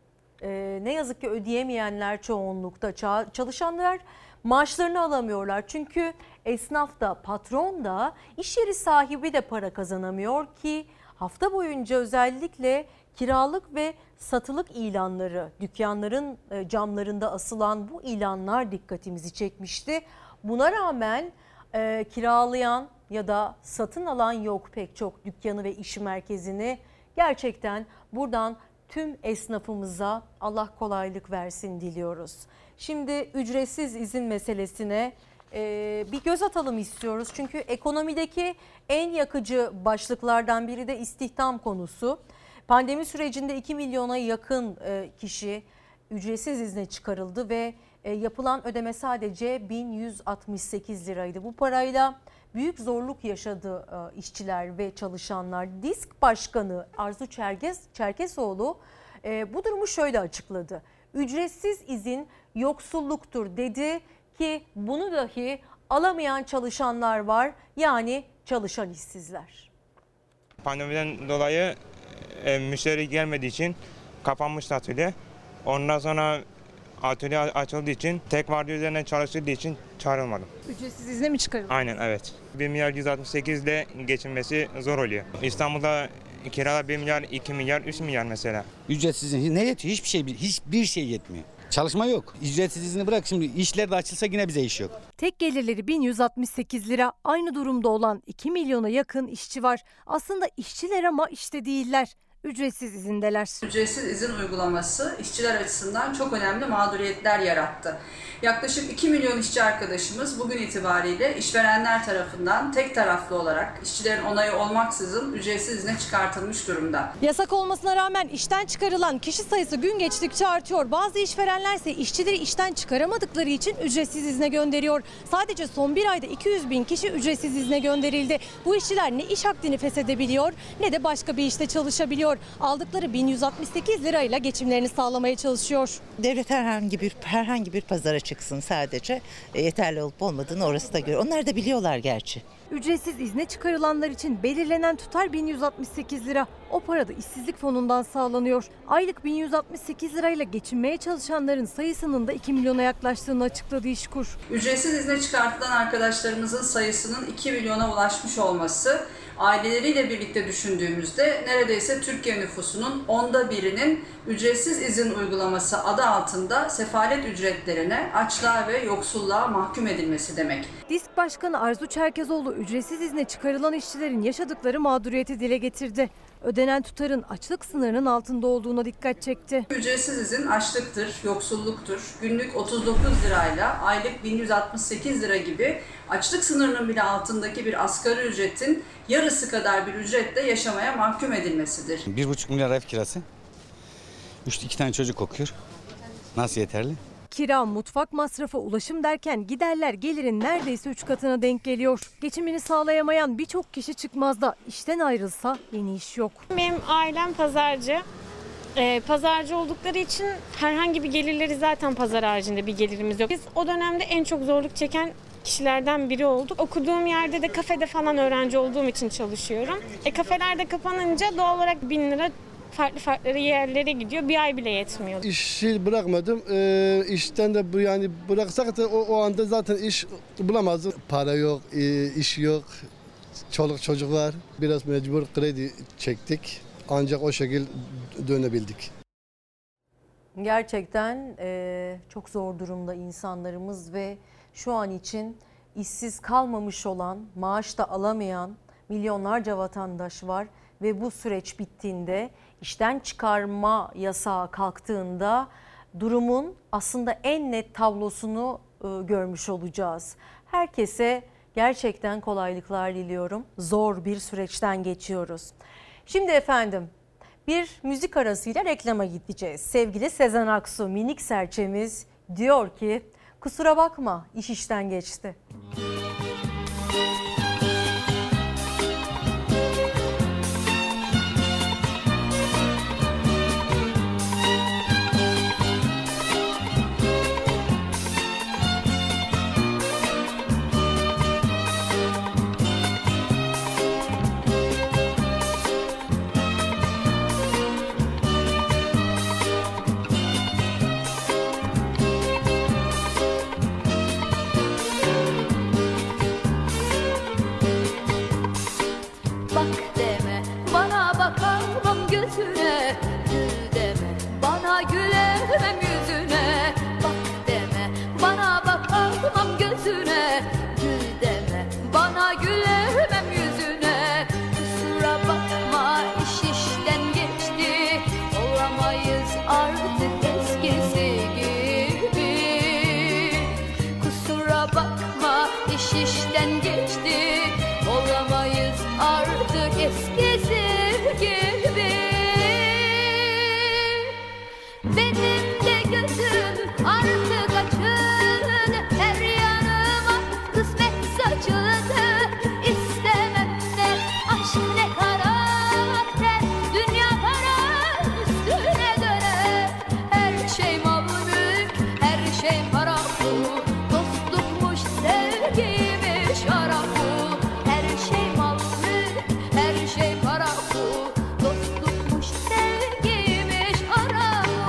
e, ne yazık ki ödeyemeyenler çoğunlukta. Çalışanlar maaşlarını alamıyorlar. Çünkü esnaf da, patron da, iş yeri sahibi de para kazanamıyor ki hafta boyunca özellikle kiralık ve satılık ilanları, dükkanların camlarında asılan bu ilanlar dikkatimizi çekmişti. Buna rağmen e, kiralayan ya da satın alan yok pek çok dükkanı ve iş merkezini. Gerçekten buradan tüm esnafımıza Allah kolaylık versin diliyoruz. Şimdi ücretsiz izin meselesine e, bir göz atalım istiyoruz. Çünkü ekonomideki en yakıcı başlıklardan biri de istihdam konusu. Pandemi sürecinde iki milyona yakın e, kişi ücretsiz izne çıkarıldı ve e, yapılan ödeme sadece bin yüz altmış sekiz liraydı. Bu parayla büyük zorluk yaşadı e, işçiler ve çalışanlar. DİSK Başkanı Arzu Çerkes, Çerkesoğlu e, bu durumu şöyle açıkladı. Ücretsiz izin yoksulluktur dedi ki bunu dahi alamayan çalışanlar var, yani çalışan işsizler. Pandemiden dolayı e, müşteri gelmediği için kapanmıştı atölye. Ondan sonra atölye açıldığı için, tek vardiya üzerine çalıştırdığı için çağrılmadım. Ücretsiz izne mi çıkarıldı? Aynen, evet. bir milyar yüz altmış sekiz ile geçinmesi zor oluyor. İstanbul'da kiralar bir milyar, iki milyar, üç milyar mesela. Ücretsiz izin ne yetiyor? Hiçbir şey, hiçbir şey yetmiyor. Çalışma yok. Ücretsiz izni bırak, şimdi işler de açılsa yine bize iş yok. Tek gelirleri bin yüz altmış sekiz lira, aynı durumda olan iki milyona yakın işçi var. Aslında işçiler ama işte değiller. Ücretsiz izindeler. Ücretsiz izin uygulaması işçiler açısından çok önemli mağduriyetler yarattı. Yaklaşık iki milyon işçi arkadaşımız bugün itibariyle işverenler tarafından tek taraflı olarak işçilerin onayı olmaksızın ücretsiz izne çıkartılmış durumda. Yasak olmasına rağmen işten çıkarılan kişi sayısı gün geçtikçe artıyor. Bazı işverenler ise işçileri işten çıkaramadıkları için ücretsiz izne gönderiyor. Sadece son bir ayda iki yüz bin kişi ücretsiz izne gönderildi. Bu işçiler ne iş akdini feshedebiliyor ne de başka bir işte çalışabiliyor. Aldıkları bin yüz altmış sekiz lirayla geçimlerini sağlamaya çalışıyor. Devlet herhangi bir herhangi bir pazara çıksın, sadece yeterli olup olmadığını orası da görüyor. Onlar da biliyorlar gerçi. Ücretsiz izne çıkarılanlar için belirlenen tutar bin yüz altmış sekiz lira. O para da işsizlik fonundan sağlanıyor. Aylık bin yüz altmış sekiz lirayla geçinmeye çalışanların sayısının da iki milyona yaklaştığını açıkladı İşkur. Ücretsiz izne çıkartılan arkadaşlarımızın sayısının iki milyona ulaşmış olması, aileleriyle birlikte düşündüğümüzde neredeyse Türkiye nüfusunun onda birinin ücretsiz izin uygulaması adı altında sefalet ücretlerine, açlığa ve yoksulluğa mahkum edilmesi demek. DİSK Başkanı Arzu Çerkezoğlu ücretsiz izne çıkarılan işçilerin yaşadıkları mağduriyeti dile getirdi. Ödenen tutarın açlık sınırının altında olduğuna dikkat çekti. Ücretsiz izin açlıktır, yoksulluktur. Günlük otuz dokuz lirayla aylık bin yüz altmış sekiz lira gibi açlık sınırının bile altındaki bir asgari ücretin yarısı kadar bir ücretle yaşamaya mahkum edilmesidir. Bir buçuk milyar ev kirası. Üç, iki tane çocuk okuyor. Nasıl yeterli? Kira, mutfak masrafı, ulaşım derken giderler gelirin neredeyse üç katına denk geliyor. Geçimini sağlayamayan birçok kişi çıkmazda. İşten ayrılsa yeni iş yok. Benim ailem pazarcı. Ee, pazarcı oldukları için herhangi bir gelirleri, zaten pazar haricinde bir gelirimiz yok. Biz o dönemde en çok zorluk çeken kişilerden biri olduk. Okuduğum yerde de kafede falan öğrenci olduğum için çalışıyorum. E, kafelerde kapanınca doğal olarak bin lira farklı farklı yerlere gidiyor. Bir ay bile yetmiyor. İşi bırakmadım. Ee, işten de bu, yani bıraksak da o, o anda zaten iş bulamazdım. Para yok, e, iş yok. Çoluk çocuk var. Biraz mecbur kredi çektik. Ancak o şekilde dönebildik. Gerçekten e, çok zor durumda insanlarımız ve şu an için işsiz kalmamış olan, maaş da alamayan milyonlarca vatandaş var. Ve bu süreç bittiğinde, işten çıkarma yasağı kalktığında durumun aslında en net tablosunu e, görmüş olacağız. Herkese gerçekten kolaylıklar diliyorum. Zor bir süreçten geçiyoruz. Şimdi efendim bir müzik arasıyla reklama gideceğiz. Sevgili Sezen Aksu, minik serçemiz diyor ki kusura bakma, iş işten geçti. iş işten geçti. Olamayız artık eskisi gibi. Benim de gözüm artık açıldı, her yanıma kısmet saçıldı. İstemem de aşk ne karakter, dünya para üstüne döner. Her şey mal mülk, her şey para pul, dostlukmuş sevgiymiş şarap pul. Her şey mal mülk, her şey para pul, dostlukmuş sevgiymiş şarap pul.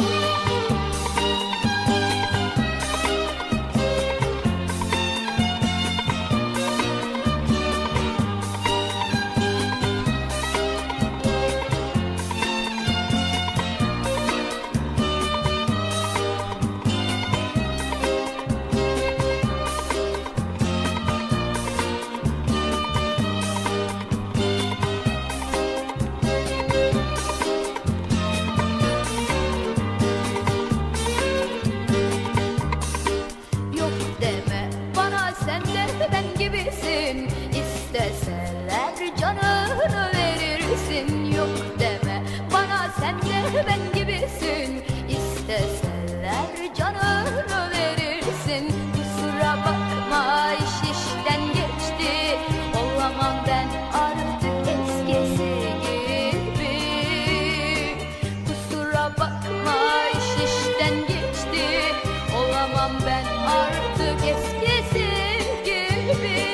Yok deme bana, sen de ben gibisin. İsteseler canını verirsin. Yok deme bana, sen de ben gibisin. İsteseler canını verirsin. Kusura bakma, iş işten geçti. Olamam ben artık eskisi gibi. Kusura bakma, iş işten geçti. Olamam ben artık eskisi gibi.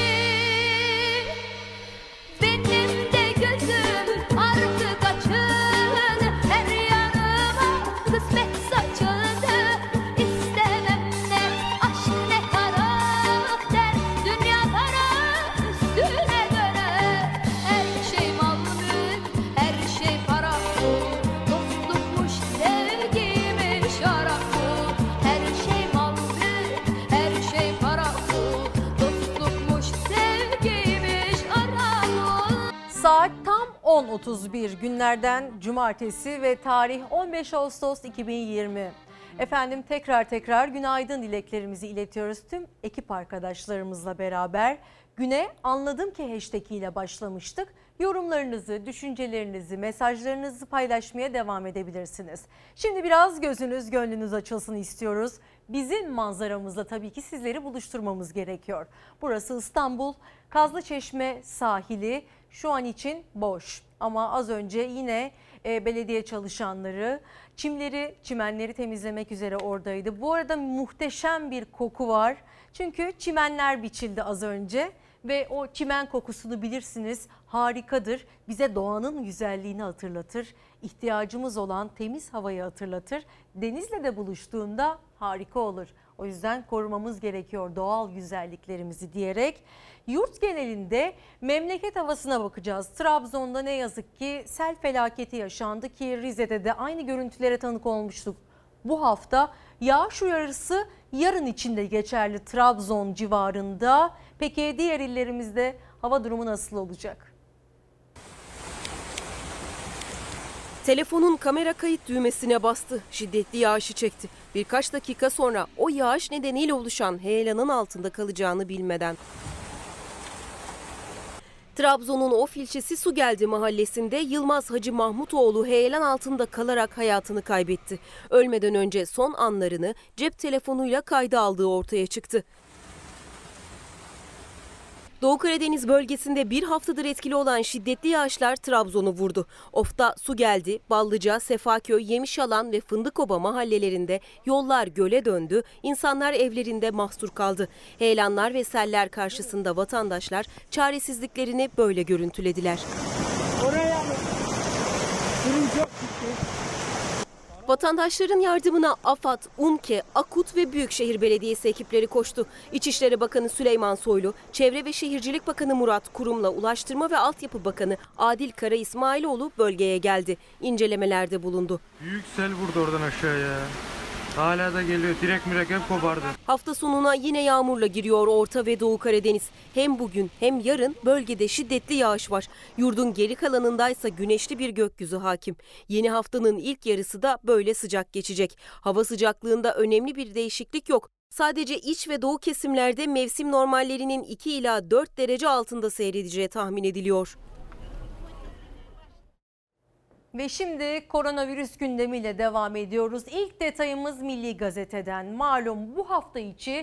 Benim de gözüm artık açıldı, her yanıma kısmet saçıldı. İstemem ne aşk ne karakter, dünya para üstüne döner. Her şey mal mülk, her şey para pul, dostlukmuş sevgiymiş şarap pul. Her şey mal mülk, her şey para pul, dostlukmuş sevgiymiş şarap pul. Saat tam on otuz bir, günlerden cumartesi ve tarih on beş Ağustos iki bin yirmi. Efendim tekrar tekrar günaydın dileklerimizi iletiyoruz tüm ekip arkadaşlarımızla beraber. Güne anladım ki hashtag ile başlamıştık. Yorumlarınızı, düşüncelerinizi, mesajlarınızı paylaşmaya devam edebilirsiniz. Şimdi biraz gözünüz, gönlünüz açılsın istiyoruz. Bizim manzaramızla tabii ki sizleri buluşturmamız gerekiyor. Burası İstanbul, Kazlıçeşme sahili şu an için boş. Ama az önce yine e, belediye çalışanları çimleri, çimenleri temizlemek üzere oradaydı. Bu arada muhteşem bir koku var. Çünkü çimenler biçildi az önce ve o çimen kokusunu bilirsiniz, harikadır. Bize doğanın güzelliğini hatırlatır. İhtiyacımız olan temiz havayı hatırlatır. Denizle de buluştuğunda harika olur. O yüzden korumamız gerekiyor doğal güzelliklerimizi diyerek. Yurt genelinde memleket havasına bakacağız. Trabzon'da ne yazık ki sel felaketi yaşandı ki Rize'de de aynı görüntülere tanık olmuştuk. Bu hafta yağış uyarısı yarın için de geçerli Trabzon civarında. Peki diğer illerimizde hava durumu nasıl olacak? Telefonun kamera kayıt düğmesine bastı. Şiddetli yağışı çekti. Birkaç dakika sonra o yağış nedeniyle oluşan heyelanın altında kalacağını bilmeden. Trabzon'un Of ilçesi Sugeldi mahallesinde Yılmaz Hacı Mahmutoğlu heyelan altında kalarak hayatını kaybetti. Ölmeden önce son anlarını cep telefonuyla kayda aldığı ortaya çıktı. Doğu Karadeniz bölgesinde bir haftadır etkili olan şiddetli yağışlar Trabzon'u vurdu. Of'ta Sugeldi, Ballıca, Sefaköy, Yemişalan ve Fındıkoba mahallelerinde yollar göle döndü, insanlar evlerinde mahsur kaldı. Heyelanlar ve seller karşısında vatandaşlar çaresizliklerini böyle görüntülediler. Oraya durum çok ciddi. Vatandaşların yardımına AFAD, UNKE, AKUT ve Büyükşehir Belediyesi ekipleri koştu. İçişleri Bakanı Süleyman Soylu, Çevre ve Şehircilik Bakanı Murat Kurum'la Ulaştırma ve Altyapı Bakanı Adil Kara İsmailoğlu bölgeye geldi. İncelemelerde bulundu. Büyük sel vurdu oradan aşağıya. Hala da geliyor. Direkt mirek hep kopardı. Hafta sonuna yine yağmurla giriyor Orta ve Doğu Karadeniz. Hem bugün hem yarın bölgede şiddetli yağış var. Yurdun geri kalanındaysa güneşli bir gökyüzü hakim. Yeni haftanın ilk yarısı da böyle sıcak geçecek. Hava sıcaklığında önemli bir değişiklik yok. Sadece iç ve doğu kesimlerde mevsim normallerinin iki ila dört derece altında seyredeceği tahmin ediliyor. Ve şimdi koronavirüs gündemiyle devam ediyoruz. İlk detayımız Milli Gazete'den. Malum bu hafta içi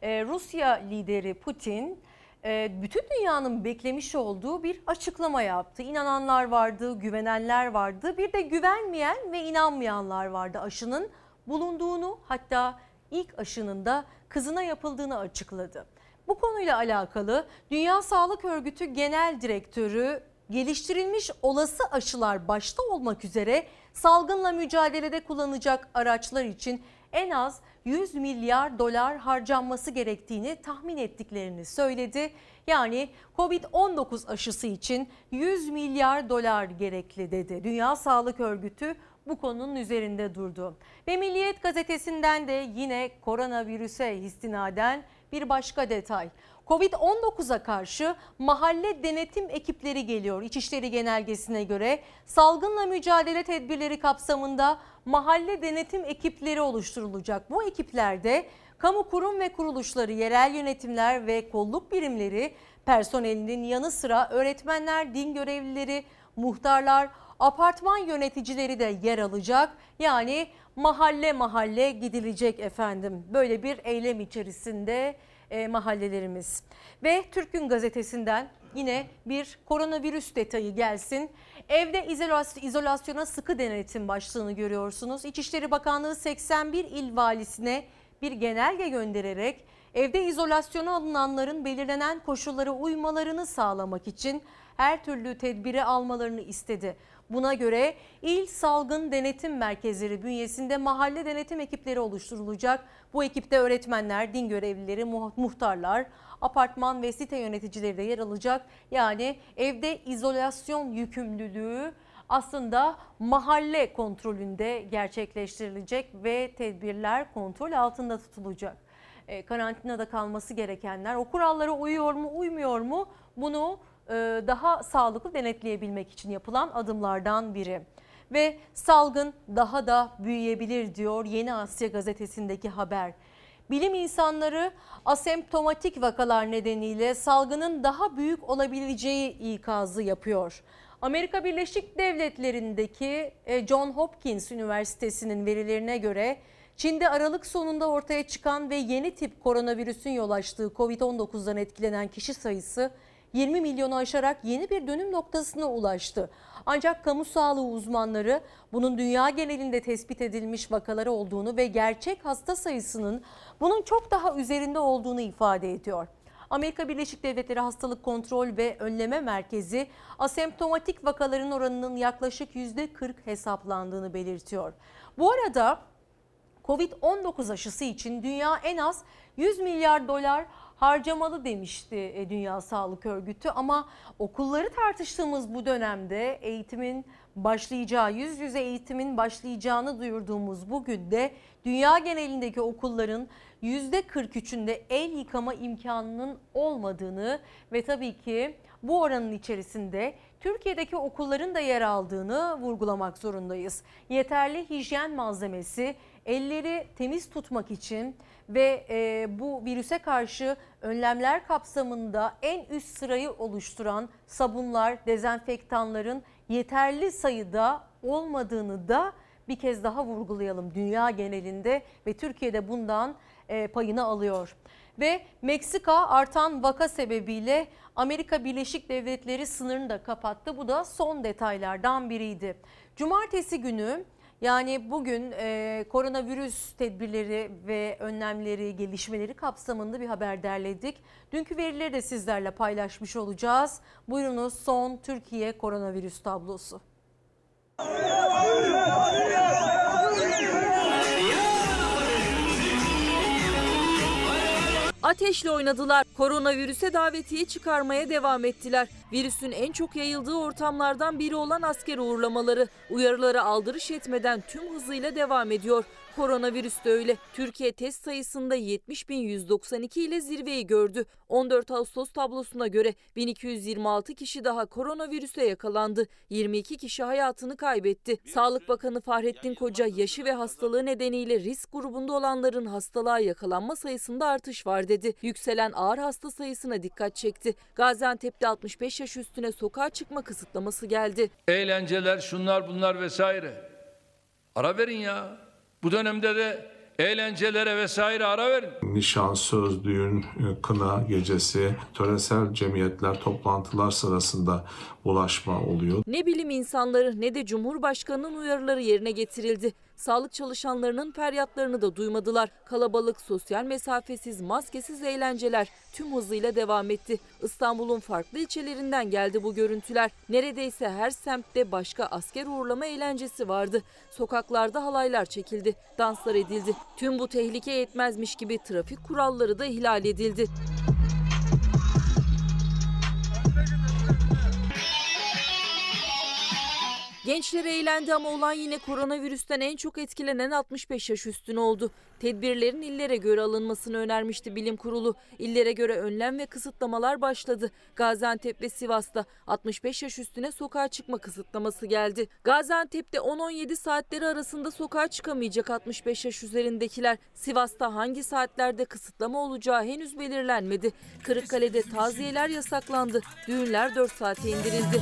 Rusya lideri Putin bütün dünyanın beklemiş olduğu bir açıklama yaptı. İnananlar vardı, güvenenler vardı, bir de güvenmeyen ve inanmayanlar vardı aşının bulunduğunu, hatta ilk aşının da kızına yapıldığını açıkladı. Bu konuyla alakalı Dünya Sağlık Örgütü Genel Direktörü geliştirilmiş olası aşılar başta olmak üzere salgınla mücadelede kullanacak araçlar için en az yüz milyar dolar harcanması gerektiğini tahmin ettiklerini söyledi. Yani Covid on dokuz aşısı için yüz milyar dolar gerekli dedi. Dünya Sağlık Örgütü bu konunun üzerinde durdu. Ve Milliyet gazetesinden de yine koronavirüse istinaden bir başka detay. Covid on dokuza karşı mahalle denetim ekipleri geliyor. İçişleri Genelgesi'ne göre salgınla mücadele tedbirleri kapsamında mahalle denetim ekipleri oluşturulacak. Bu ekiplerde kamu kurum ve kuruluşları, yerel yönetimler ve kolluk birimleri personelinin yanı sıra öğretmenler, din görevlileri, muhtarlar, apartman yöneticileri de yer alacak. Yani mahalle mahalle gidilecek efendim. Böyle bir eylem içerisinde E, mahallelerimiz. Ve Türk Gün Gazetesi'nden yine bir koronavirüs detayı gelsin. Evde izolasyona sıkı denetim başlığını görüyorsunuz. İçişleri Bakanlığı seksen bir il valisine bir genelge göndererek evde izolasyona alınanların belirlenen koşullara uymalarını sağlamak için her türlü tedbiri almalarını istedi. Buna göre il salgın denetim merkezleri bünyesinde mahalle denetim ekipleri oluşturulacak. Bu ekipte öğretmenler, din görevlileri, muhtarlar, apartman ve site yöneticileri de yer alacak. Yani evde izolasyon yükümlülüğü aslında mahalle kontrolünde gerçekleştirilecek ve tedbirler kontrol altında tutulacak. E, karantinada kalması gerekenler o kurallara uyuyor mu, uymuyor mu bunu daha sağlıklı denetleyebilmek için yapılan adımlardan biri. Ve salgın daha da büyüyebilir diyor Yeni Asya gazetesindeki haber. Bilim insanları asemptomatik vakalar nedeniyle salgının daha büyük olabileceği ikazı yapıyor. Amerika Birleşik Devletleri'ndeki Johns Hopkins Üniversitesi'nin verilerine göre Çin'de Aralık sonunda ortaya çıkan ve yeni tip koronavirüsün yol açtığı Covid on dokuzdan etkilenen kişi sayısı yirmi milyonu aşarak yeni bir dönüm noktasına ulaştı. Ancak kamu sağlığı uzmanları bunun dünya genelinde tespit edilmiş vakaları olduğunu ve gerçek hasta sayısının bunun çok daha üzerinde olduğunu ifade ediyor. Amerika Birleşik Devletleri Hastalık Kontrol ve Önleme Merkezi asemptomatik vakaların oranının yaklaşık yüzde kırk hesaplandığını belirtiyor. Bu arada Covid on dokuz aşısı için dünya en az yüz milyar dolar harcamalı demişti Dünya Sağlık Örgütü, ama okulları tartıştığımız bu dönemde eğitimin başlayacağı, yüz yüze eğitimin başlayacağını duyurduğumuz bugün de dünya genelindeki okulların yüzde kırk üçünde el yıkama imkanının olmadığını ve tabii ki bu oranın içerisinde Türkiye'deki okulların da yer aldığını vurgulamak zorundayız. Yeterli hijyen malzemesi, elleri temiz tutmak için ve e, bu virüse karşı önlemler kapsamında en üst sırayı oluşturan sabunlar, dezenfektanların yeterli sayıda olmadığını da bir kez daha vurgulayalım dünya genelinde ve Türkiye'de bundan e, payını alıyor. Ve Meksika artan vaka sebebiyle Amerika Birleşik Devletleri sınırını da kapattı. Bu da son detaylardan biriydi. Cumartesi günü, yani bugün e, koronavirüs tedbirleri ve önlemleri, gelişmeleri kapsamında bir haber derledik. Dünkü verileri de sizlerle paylaşmış olacağız. Buyurunuz son Türkiye koronavirüs tablosu. Ateşle oynadılar. Koronavirüse davetiye çıkarmaya devam ettiler. Virüsün en çok yayıldığı ortamlardan biri olan asker uğurlamaları uyarılara aldırış etmeden tüm hızıyla devam ediyor. Koronavirüs de öyle. Türkiye test sayısında yetmiş bin yüz doksan iki ile zirveyi gördü. on dört Ağustos tablosuna göre bin iki yüz yirmi altı kişi daha koronavirüse yakalandı. yirmi iki kişi hayatını kaybetti. Sağlık Bakanı Fahrettin Koca yaşı ve hastalığı nedeniyle risk grubunda olanların hastalığa yakalanma sayısında artış var dedi. Yükselen ağır hasta sayısına dikkat çekti. Gaziantep'te altmış beş yaş üstüne sokağa çıkma kısıtlaması geldi. Eğlenceler, şunlar bunlar vesaire. Ara verin ya. Bu dönemde de eğlencelere vesaire ara verin. Nişan, söz, düğün, kına gecesi, töresel cemiyetler, toplantılar sırasında bulaşma oluyor. Ne bilim insanları ne de Cumhurbaşkanı'nın uyarıları yerine getirildi. Sağlık çalışanlarının feryatlarını da duymadılar. Kalabalık, sosyal mesafesiz, maskesiz eğlenceler tüm hızıyla devam etti. İstanbul'un farklı ilçelerinden geldi bu görüntüler. Neredeyse her semtte başka asker uğurlama eğlencesi vardı. Sokaklarda halaylar çekildi, danslar edildi. Tüm bu tehlike yetmezmiş gibi trafik kuralları da ihlal edildi. Gençler eğlendi ama olan yine koronavirüsten en çok etkilenen altmış beş yaş üstüne oldu. Tedbirlerin illere göre alınmasını önermişti bilim kurulu. İllere göre önlem ve kısıtlamalar başladı. Gaziantep ve Sivas'ta altmış beş yaş üstüne sokağa çıkma kısıtlaması geldi. Gaziantep'te on on yedi saatleri arasında sokağa çıkamayacak altmış beş yaş üzerindekiler. Sivas'ta hangi saatlerde kısıtlama olacağı henüz belirlenmedi. Kırıkkale'de taziyeler yasaklandı. Düğünler dört saate indirildi.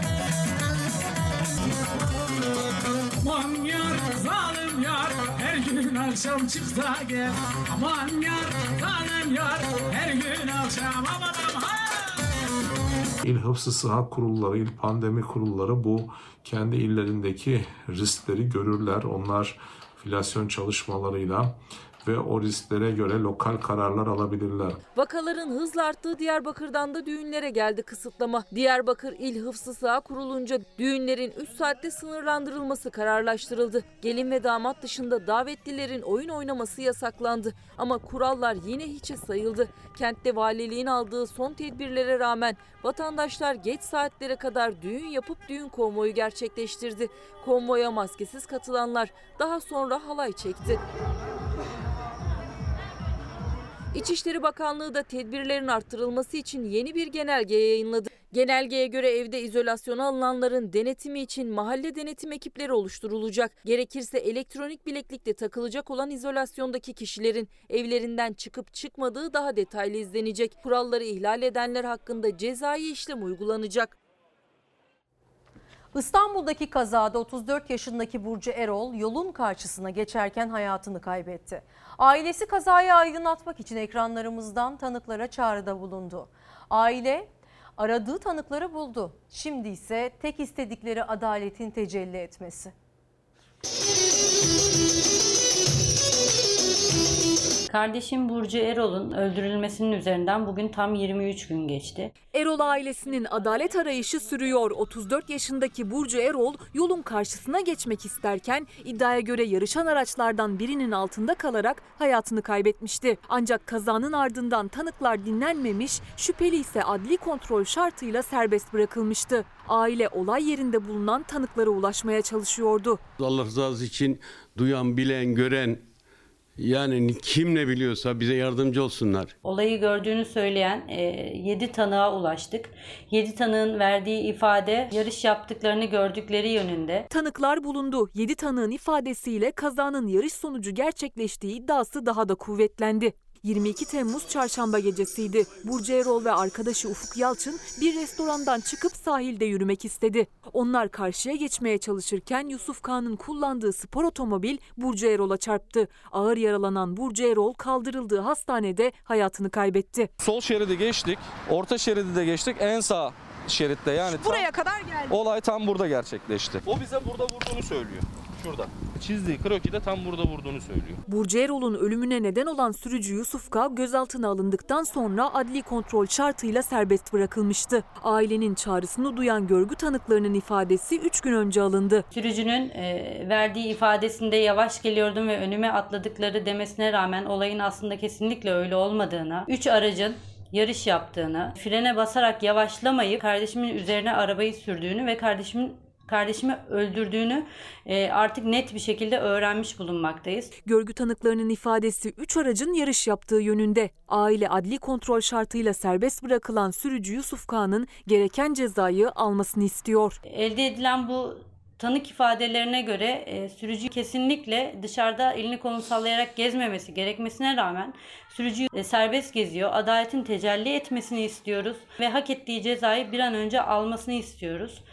Aman yar, zalim yar, her gün akşam çık da gel. Aman yar, zalim yar, her gün akşam aman aman. İl Hıfzı Sıhhat Kurulları, il pandemi kurulları bu kendi illerindeki riskleri görürler. Onlar filyasyon çalışmalarıyla ve o risklere göre lokal kararlar alabilirler. Vakaların hızla arttığı Diyarbakır'dan da düğünlere geldi kısıtlama. Diyarbakır İl Hıfzı Sıhhat kurulunca düğünlerin üç saatte sınırlandırılması kararlaştırıldı. Gelin ve damat dışında davetlilerin oyun oynaması yasaklandı. Ama kurallar yine hiçe sayıldı. Kentte valiliğin aldığı son tedbirlere rağmen vatandaşlar geç saatlere kadar düğün yapıp düğün konvoyu gerçekleştirdi. Konvoya maskesiz katılanlar daha sonra halay çekti. İçişleri Bakanlığı da tedbirlerin arttırılması için yeni bir genelge yayınladı. Genelgeye göre evde izolasyona alınanların denetimi için mahalle denetim ekipleri oluşturulacak. Gerekirse elektronik bileklikle takılacak olan izolasyondaki kişilerin evlerinden çıkıp çıkmadığı daha detaylı izlenecek. Kuralları ihlal edenler hakkında cezai işlem uygulanacak. İstanbul'daki kazada otuz dört yaşındaki Burcu Erol yolun karşısına geçerken hayatını kaybetti. Ailesi kazayı aydınlatmak için ekranlarımızdan tanıklara çağrıda bulundu. Aile aradığı tanıkları buldu. Şimdi ise tek istedikleri adaletin tecelli etmesi. Kardeşim Burcu Erol'un öldürülmesinin üzerinden bugün tam yirmi üç gün geçti. Erol ailesinin adalet arayışı sürüyor. otuz dört yaşındaki Burcu Erol yolun karşısına geçmek isterken iddiaya göre yarışan araçlardan birinin altında kalarak hayatını kaybetmişti. Ancak kazanın ardından tanıklar dinlenmemiş, şüpheli ise adli kontrol şartıyla serbest bırakılmıştı. Aile olay yerinde bulunan tanıklara ulaşmaya çalışıyordu. Allah rızası için duyan, bilen, gören, yani kim ne biliyorsa bize yardımcı olsunlar. Olayı gördüğünü söyleyen yedi tanığa ulaştık. yedi tanığın verdiği ifade yarış yaptıklarını gördükleri yönünde. Tanıklar bulundu. yedi tanığın ifadesiyle kazanın yarış sonucu gerçekleştiği iddiası daha da kuvvetlendi. yirmi iki Temmuz çarşamba gecesiydi. Burcu Erol ve arkadaşı Ufuk Yalçın bir restorandan çıkıp sahilde yürümek istedi. Onlar karşıya geçmeye çalışırken Yusuf Kağan'ın kullandığı spor otomobil Burcu Erol'a çarptı. Ağır yaralanan Burcu Erol kaldırıldığı hastanede hayatını kaybetti. Sol şeridi geçtik, orta şeridi de geçtik, en sağ şeritte yani. Buraya kadar geldi. Olay tam burada gerçekleşti. O bize burada vurduğunu söylüyor. Şurada. Çizdiği kroki de tam burada vurduğunu söylüyor. Burcu Erol'un ölümüne neden olan sürücü Yusuf Kağ gözaltına alındıktan sonra adli kontrol şartıyla serbest bırakılmıştı. Ailenin çağrısını duyan görgü tanıklarının ifadesi üç gün önce alındı. Sürücünün e, verdiği ifadesinde yavaş geliyordum ve önüme atladıkları demesine rağmen olayın aslında kesinlikle öyle olmadığına, üç aracın yarış yaptığını, frene basarak yavaşlamayıp kardeşimin üzerine arabayı sürdüğünü ve kardeşimin kardeşimi öldürdüğünü artık net bir şekilde öğrenmiş bulunmaktayız. Görgü tanıklarının ifadesi üç aracın yarış yaptığı yönünde. Aile adli kontrol şartıyla serbest bırakılan sürücü Yusuf Kağan'ın gereken cezayı almasını istiyor. Elde edilen bu tanık ifadelerine göre e, sürücü kesinlikle dışarıda elini kolunu sallayarak gezmemesi gerekmesine rağmen sürücü e, serbest geziyor. Adaletin tecelli etmesini istiyoruz ve hak ettiği cezayı bir an önce almasını istiyoruz.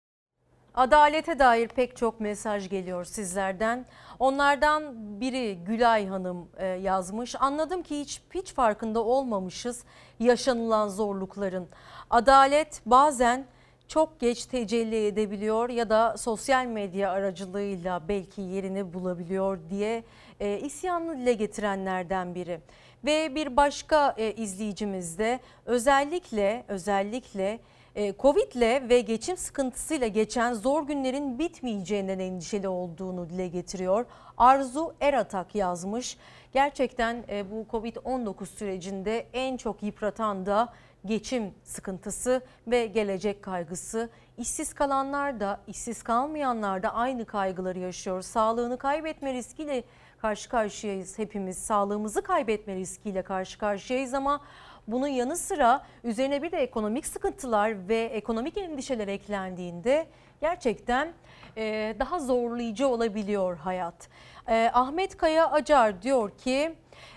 Adalete dair pek çok mesaj geliyor sizlerden. Onlardan biri Gülay Hanım yazmış. Anladım ki hiç hiç farkında olmamışız yaşanılan zorlukların. Adalet bazen çok geç tecelli edebiliyor ya da sosyal medya aracılığıyla belki yerini bulabiliyor diye e, isyanını dile getirenlerden biri. Ve bir başka e, izleyicimiz de özellikle özellikle e, Covid'le ve geçim sıkıntısıyla geçen zor günlerin bitmeyeceğinden endişeli olduğunu dile getiriyor. Arzu Eratak yazmış. Gerçekten e, bu Covid on dokuz sürecinde en çok yıpratan da geçim sıkıntısı ve gelecek kaygısı. İşsiz kalanlar da işsiz kalmayanlar da aynı kaygıları yaşıyor. Sağlığını kaybetme riskiyle karşı karşıyayız hepimiz. Sağlığımızı kaybetme riskiyle karşı karşıyayız ama bunun yanı sıra üzerine bir de ekonomik sıkıntılar ve ekonomik endişeler eklendiğinde gerçekten e, daha zorlayıcı olabiliyor hayat. E, Ahmet Kaya Acar diyor ki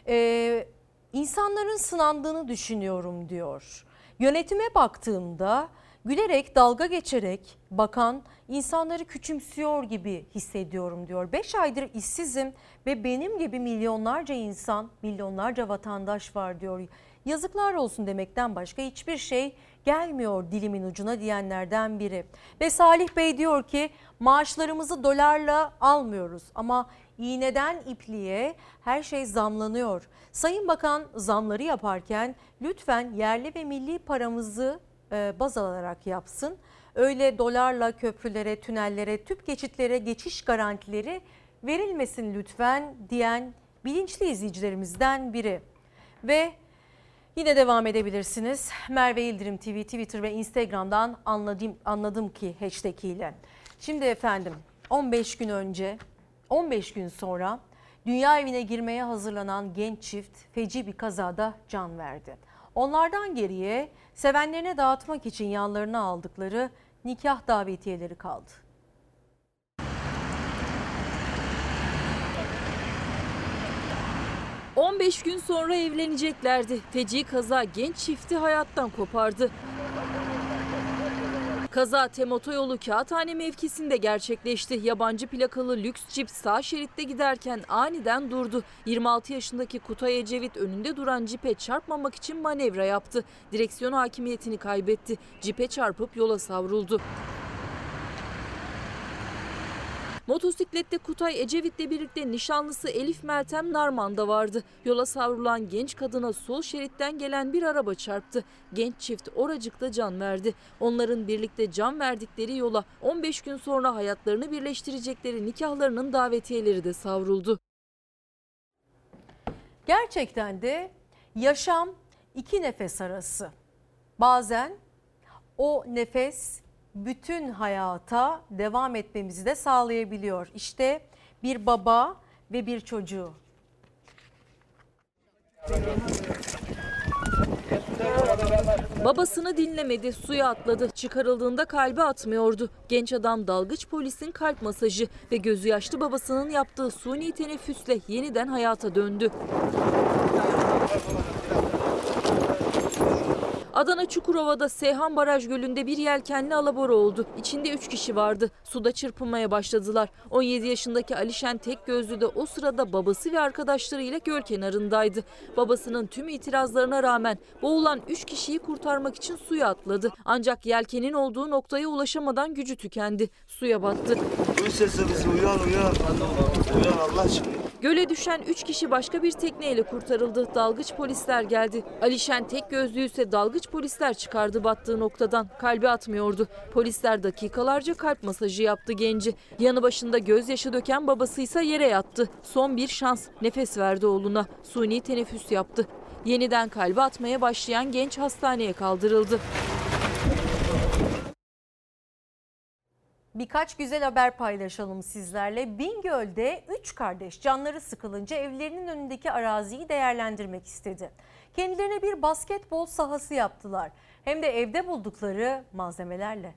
e, insanların sınandığını düşünüyorum diyor. Yönetime baktığımda gülerek dalga geçerek bakan insanları küçümsüyor gibi hissediyorum diyor. beş aydır işsizim ve benim gibi milyonlarca insan, milyonlarca vatandaş var diyor. Yazıklar olsun demekten başka hiçbir şey gelmiyor dilimin ucuna diyenlerden biri. Ve Salih Bey diyor ki maaşlarımızı dolarla almıyoruz ama iğneden ipliğe her şey zamlanıyor. Sayın Bakan zamları yaparken lütfen yerli ve milli paramızı e, baz alarak yapsın. Öyle dolarla köprülere, tünellere, tüp geçitlere geçiş garantileri verilmesin lütfen diyen bilinçli izleyicilerimizden biri. Ve yine devam edebilirsiniz. Merve Yıldırım T V, Twitter ve Instagram'dan anladım, anladım ki hashtag ile. Şimdi efendim on beş gün önce, on beş gün sonra dünya evine girmeye hazırlanan genç çift feci bir kazada can verdi. Onlardan geriye sevenlerine dağıtmak için yanlarına aldıkları nikah davetiyeleri kaldı. on beş gün sonra evleneceklerdi. Feci kaza genç çifti hayattan kopardı. Kaza Tem Otoyolu Kağıthane mevkisinde gerçekleşti. Yabancı plakalı lüks cip sağ şeritte giderken aniden durdu. yirmi altı yaşındaki Kutay Ecevit önünde duran cipe çarpmamak için manevra yaptı. Direksiyon hakimiyetini kaybetti. Cipe çarpıp yola savruldu. Motosiklette Kutay Ecevit'le birlikte nişanlısı Elif Meltem Narman da vardı. Yola savrulan genç kadına sol şeritten gelen bir araba çarptı. Genç çift oracıkta can verdi. Onların birlikte can verdikleri yola on beş gün sonra hayatlarını birleştirecekleri nikahlarının davetiyeleri de savruldu. Gerçekten de yaşam iki nefes arası. Bazen o nefes bütün hayata devam etmemizi de sağlayabiliyor. İşte bir baba ve bir çocuğu. Babasını dinlemedi, suya atladı. Çıkarıldığında kalbi atmıyordu. Genç adam dalgıç polisin kalp masajı ve gözü yaşlı babasının yaptığı suni teneffüsle yeniden hayata döndü. Adana Çukurova'da Seyhan Baraj Gölü'nde bir yelkenli alabora oldu. İçinde üç kişi vardı. Suda çırpınmaya başladılar. on yedi yaşındaki Alişen Tekgözlü de o sırada babası ve arkadaşlarıyla göl kenarındaydı. Babasının tüm itirazlarına rağmen boğulan üç kişiyi kurtarmak için suya atladı. Ancak yelkenin olduğu noktaya ulaşamadan gücü tükendi. Suya battı. Duy sesimizi, uyan uyan. Uyan Allah aşkına. Göle düşen üç kişi başka bir tekneyle kurtarıldı. Dalgıç polisler geldi. Alişen Tekgözlü ise dalgıç polisler çıkardı battığı noktadan. Kalbi atmıyordu. Polisler dakikalarca kalp masajı yaptı genci. Yanı başında gözyaşı döken babası ise yere yattı. Son bir şans. Nefes verdi oğluna. Suni teneffüs yaptı. Yeniden kalbi atmaya başlayan genç hastaneye kaldırıldı. Birkaç güzel haber paylaşalım sizlerle. Bingöl'de üç kardeş canları sıkılınca evlerinin önündeki araziyi değerlendirmek istedi. Kendilerine bir basketbol sahası yaptılar. Hem de evde buldukları malzemelerle.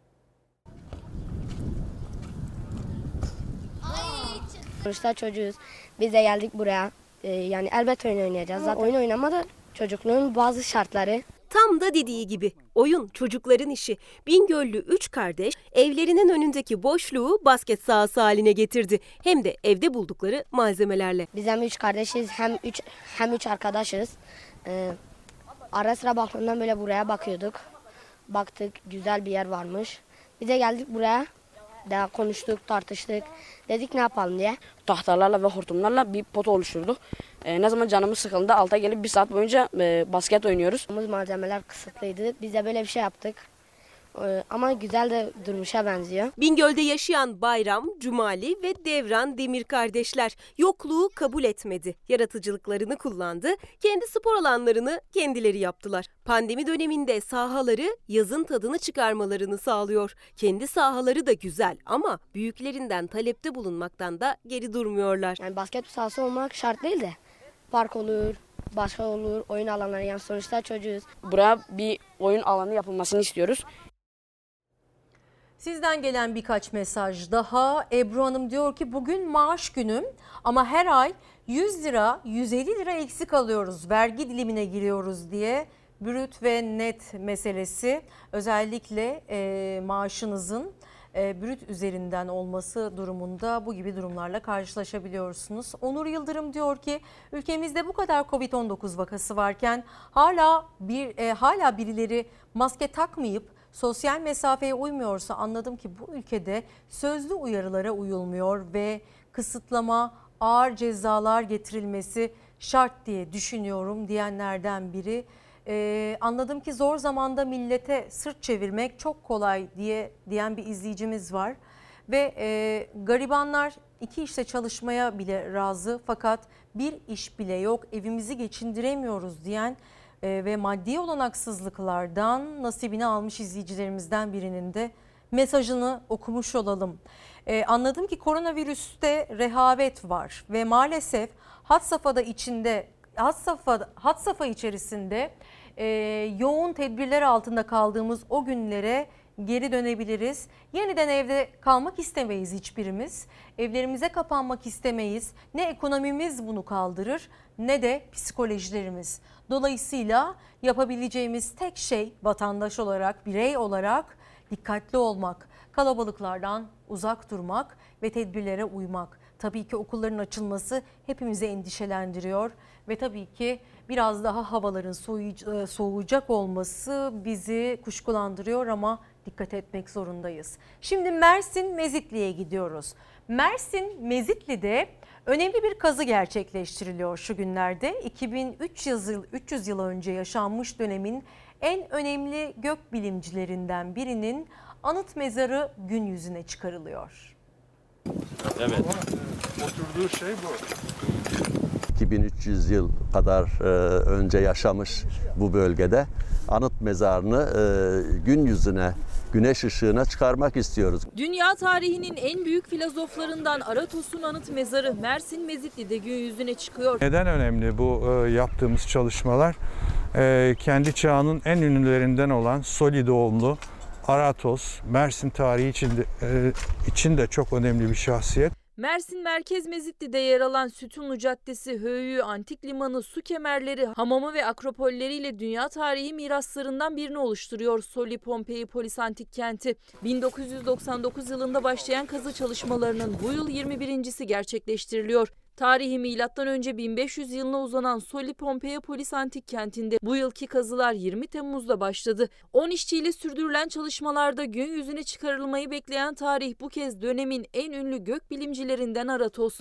Sonuçta çocuğuz. Biz de geldik buraya. Ee, yani elbet oyun oynayacağız. Zaten oyun oynamadı çocukluğun bazı şartları. Tam da dediği gibi oyun çocukların işi. Bingöllü üç kardeş evlerinin önündeki boşluğu basket sahası haline getirdi. Hem de evde buldukları malzemelerle. Biz hem üç kardeşiz hem üç hem üç arkadaşız. Ee, ara sıra balkondan böyle buraya bakıyorduk. Baktık güzel bir yer varmış. Biz de geldik buraya. Daha konuştuk, tartıştık. Dedik ne yapalım diye. Tahtalarla ve hortumlarla bir pot oluşturduk. Ee, ne zaman canımız sıkıldığında alta gelip bir saat boyunca e, basket oynuyoruz. Malzemeler kısıtlıydı. Biz de böyle bir şey yaptık. Ee, ama güzel de durmuşa benziyor. Bingöl'de yaşayan Bayram, Cumali ve Devran Demir kardeşler yokluğu kabul etmedi. Yaratıcılıklarını kullandı, kendi spor alanlarını kendileri yaptılar. Pandemi döneminde sahaları yazın tadını çıkarmalarını sağlıyor. Kendi sahaları da güzel ama büyüklerinden talepte bulunmaktan da geri durmuyorlar. Yani basket sahası olmak şart değil de park olur, başka olur, oyun alanları, yani sonuçta çocuğuz. Buraya bir oyun alanı yapılmasını istiyoruz. Sizden gelen birkaç mesaj daha. Ebru Hanım diyor ki bugün maaş günüm ama her ay yüz lira yüz elli lira eksik alıyoruz, vergi dilimine giriyoruz diye. Brüt ve net meselesi, özellikle e, maaşınızın e, brüt üzerinden olması durumunda bu gibi durumlarla karşılaşabiliyorsunuz. Onur Yıldırım diyor ki ülkemizde bu kadar kovid on dokuz vakası varken hala bir e, hala birileri maske takmayıp sosyal mesafeye uymuyorsa anladım ki bu ülkede sözlü uyarılara uyulmuyor ve kısıtlama, ağır cezalar getirilmesi şart diye düşünüyorum diyenlerden biri. Ee, anladım ki zor zamanda millete sırt çevirmek çok kolay diye diyen bir izleyicimiz var. Ve e, garibanlar iki işte çalışmaya bile razı fakat bir iş bile yok, evimizi geçindiremiyoruz diyen e, ve maddi olanaksızlıklardan nasibini almış izleyicilerimizden birinin de mesajını okumuş olalım. E, anladım ki koronavirüste rehavet var ve maalesef had safhada içinde had safha, had safha içerisinde e, yoğun tedbirler altında kaldığımız o günlere geri dönebiliriz. Yeniden evde kalmak istemeyiz hiçbirimiz. Evlerimize kapanmak istemeyiz. Ne ekonomimiz bunu kaldırır ne de psikolojilerimiz. Dolayısıyla yapabileceğimiz tek şey vatandaş olarak, birey olarak dikkatli olmak, kalabalıklardan uzak durmak ve tedbirlere uymak. Tabii ki okulların açılması hepimizi endişelendiriyor ve tabii ki biraz daha havaların soğuyacak olması bizi kuşkulandırıyor ama dikkat etmek zorundayız. Şimdi Mersin Mezitli'ye gidiyoruz. Mersin Mezitli'de önemli bir kazı gerçekleştiriliyor şu günlerde. iki bin üç yüz yıl önce yaşanmış dönemin en önemli gökbilimcilerinden birinin anıt mezarı gün yüzüne çıkarılıyor. Evet. Oturduğu şey bu. iki bin üç yüz yıl kadar e, önce yaşamış bu bölgede anıt mezarını e, gün yüzüne, güneş ışığına çıkarmak istiyoruz. Dünya tarihinin en büyük filozoflarından Aratos'un anıt mezarı Mersin Mezitli'de gün yüzüne çıkıyor. Neden önemli bu e, yaptığımız çalışmalar? E, kendi çağının en ünlülerinden olan Soli doğumlu Aratos, Mersin tarihi içinde, e, için de çok önemli bir şahsiyet. Mersin Merkez Mezitli'de yer alan Sütunlu Caddesi, Höyüğü, Antik Limanı, su kemerleri, hamamı ve akropolleriyle dünya tarihi miraslarından birini oluşturuyor Soli Pompei Polis Antik Kenti. bin dokuz yüz doksan dokuz yılında başlayan kazı çalışmalarının bu yıl yirmi birincisi gerçekleştiriliyor. Tarihi milattan önce bin beş yüz yılına uzanan Soli Pompei Polis Antik Kenti'nde bu yılki kazılar yirmi Temmuz'da başladı. on işçiyle sürdürülen çalışmalarda gün yüzüne çıkarılmayı bekleyen tarih bu kez dönemin en ünlü gökbilimcilerinden Aratos.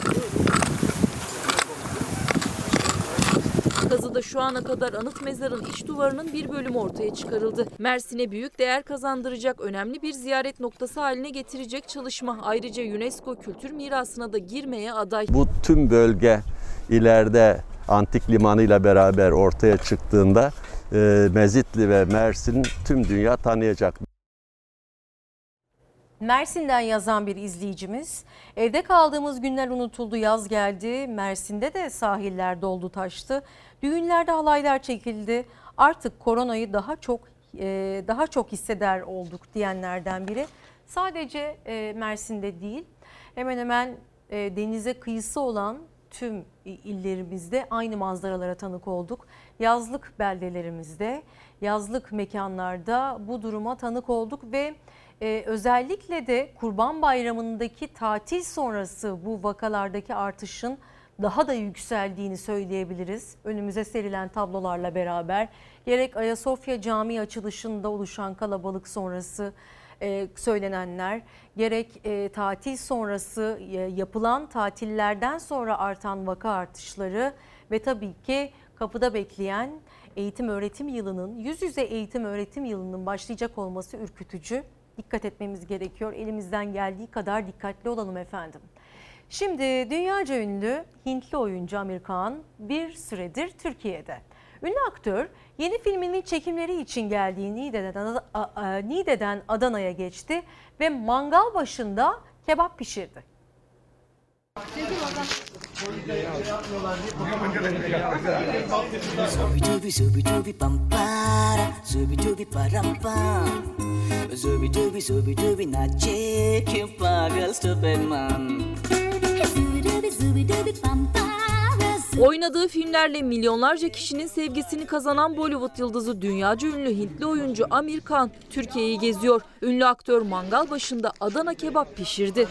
Kazıda şu ana kadar anıt mezarın iç duvarının bir bölümü ortaya çıkarıldı. Mersin'e büyük değer kazandıracak önemli bir ziyaret noktası haline getirecek çalışma ayrıca UNESCO Kültür Mirası'na da girmeye aday. Bu tüm bölge ileride antik limanıyla beraber ortaya çıktığında e, Mezitli ve Mersin tüm dünya tanıyacak. Mersin'den yazan bir izleyicimiz, evde kaldığımız günler unutuldu, yaz geldi, Mersin'de de sahiller doldu taştı, düğünlerde halaylar çekildi, artık koronayı daha çok e, daha çok hisseder olduk diyenlerden biri. Sadece e, Mersin'de değil, hemen hemen e, denize kıyısı olan tüm illerimizde aynı manzaralara tanık olduk. Yazlık beldelerimizde, yazlık mekanlarda bu duruma tanık olduk ve Ee, özellikle de Kurban Bayramı'ndaki tatil sonrası bu vakalardaki artışın daha da yükseldiğini söyleyebiliriz. Önümüze serilen tablolarla beraber gerek Ayasofya Camii açılışında oluşan kalabalık sonrası e, söylenenler, gerek e, tatil sonrası e, yapılan tatillerden sonra artan vaka artışları ve tabii ki kapıda bekleyen eğitim öğretim yılının, yüz yüze eğitim öğretim yılının başlayacak olması ürkütücü. Dikkat etmemiz gerekiyor. Elimizden geldiği kadar dikkatli olalım efendim. Şimdi dünyaca ünlü Hintli oyuncu Amir Khan bir süredir Türkiye'de. Ünlü aktör yeni filminin çekimleri için geldiği Niğde'den, Niğde'den Adana'ya geçti ve mangal başında kebap pişirdi. Oynadığı filmlerle milyonlarca kişinin sevgisini kazanan Bollywood yıldızı dünyaca ünlü Hintli oyuncu Amir Khan Türkiye'yi geziyor. Ünlü aktör mangal başında Adana kebap pişirdi.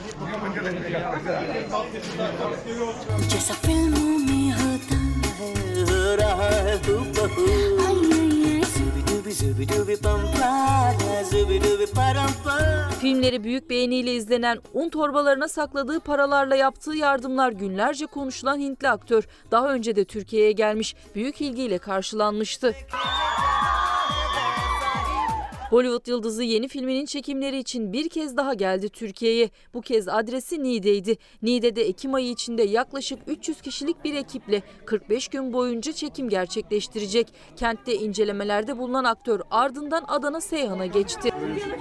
Filmleri büyük beğeniyle izlenen, un torbalarına sakladığı paralarla yaptığı yardımlar günlerce konuşulan Hintli aktör daha önce de Türkiye'ye gelmiş, büyük ilgiyle karşılanmıştı. Bollywood yıldızı yeni filminin çekimleri için bir kez daha geldi Türkiye'ye. Bu kez adresi Niğde'ydi. Niğde'de Ekim ayı içinde yaklaşık üç yüz kişilik bir ekiple kırk beş gün boyunca çekim gerçekleştirecek. Kentte incelemelerde bulunan aktör ardından Adana Seyhan'a geçti.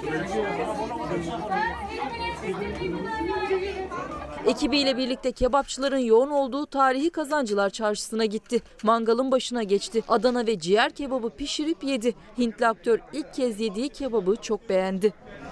Ekibiyle birlikte kebapçıların yoğun olduğu tarihi Kazancılar Çarşısı'na gitti. Mangalın başına geçti. Adana ve ciğer kebabı pişirip yedi. Hintli aktör ilk kez yediği kebabı çok beğendi.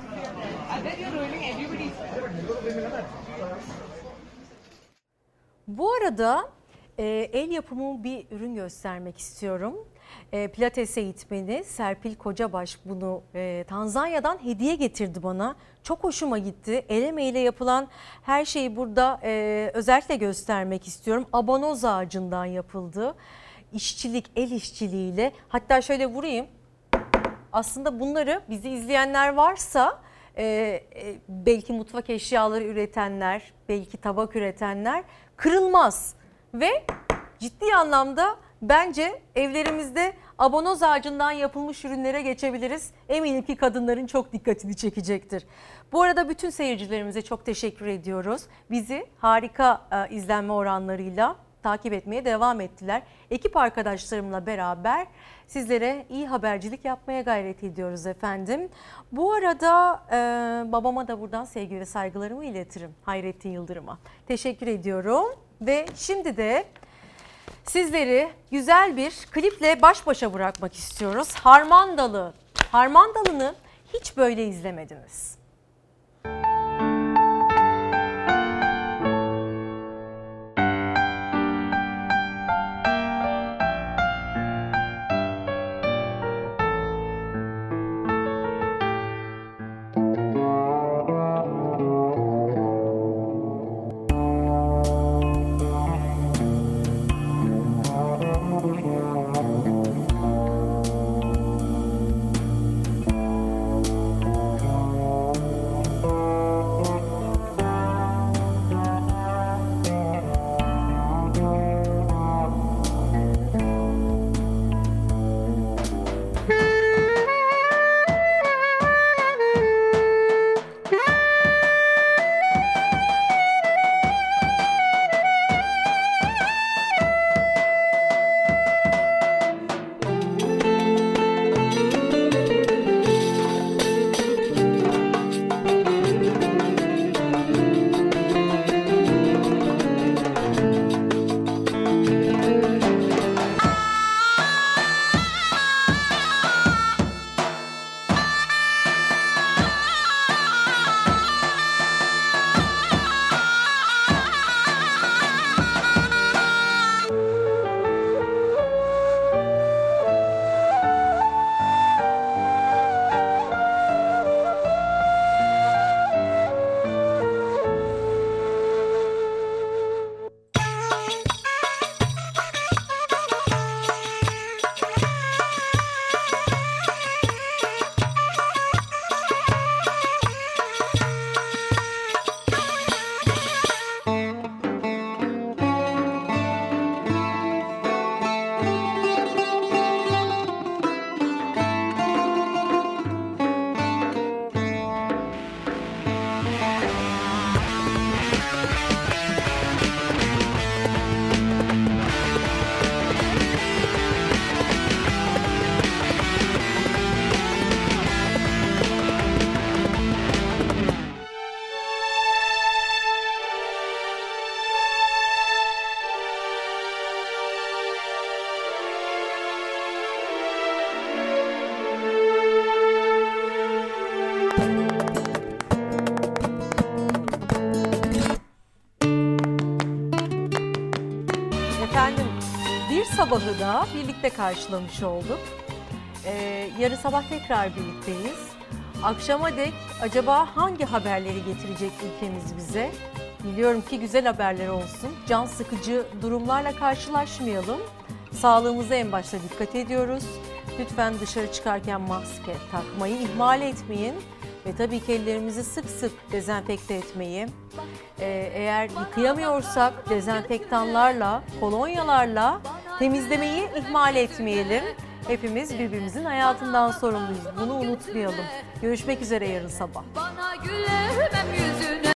Bu arada e, el yapımı bir ürün göstermek istiyorum. E, Pilates eğitmeni Serpil Kocabaş bunu e, Tanzanya'dan hediye getirdi bana. Çok hoşuma gitti. El emeğiyle yapılan her şeyi burada e, özellikle göstermek istiyorum. Abanoz ağacından yapıldı. İşçilik, el işçiliğiyle. Hatta şöyle vurayım. Aslında bunları bizi izleyenler varsa e, e, belki mutfak eşyaları üretenler, belki tabak üretenler kırılmaz. Ve ciddi anlamda bence evlerimizde abanoz ağacından yapılmış ürünlere geçebiliriz. Eminim ki kadınların çok dikkatini çekecektir. Bu arada bütün seyircilerimize çok teşekkür ediyoruz. Bizi harika e, izlenme oranlarıyla takip etmeye devam ettiler. Ekip arkadaşlarımla beraber sizlere iyi habercilik yapmaya gayret ediyoruz efendim. Bu arada e, babama da buradan sevgi ve saygılarımı iletirim. Hayrettin Yıldırım'a. Teşekkür ediyorum ve şimdi de sizleri güzel bir kliple baş başa bırakmak istiyoruz. Harmandalı. Harmandalı'nı hiç böyle izlemediniz. sabahı da birlikte karşılamış olduk. Ee, yarın sabah tekrar birlikteyiz. Akşama dek acaba hangi haberleri getirecek ülkemiz bize? Biliyorum ki güzel haberler olsun. Can sıkıcı durumlarla karşılaşmayalım. Sağlığımıza en başta dikkat ediyoruz. Lütfen dışarı çıkarken maske takmayı ihmal etmeyin. Ve tabii ki ellerimizi sık sık dezenfekte etmeyi. Ee, eğer yıkayamıyorsak dezenfektanlarla, kolonyalarla temizlemeyi ihmal etmeyelim. Hepimiz birbirimizin hayatından sorumluyuz. Bunu unutmayalım. Görüşmek üzere yarın sabah. Bana gülemem yüzü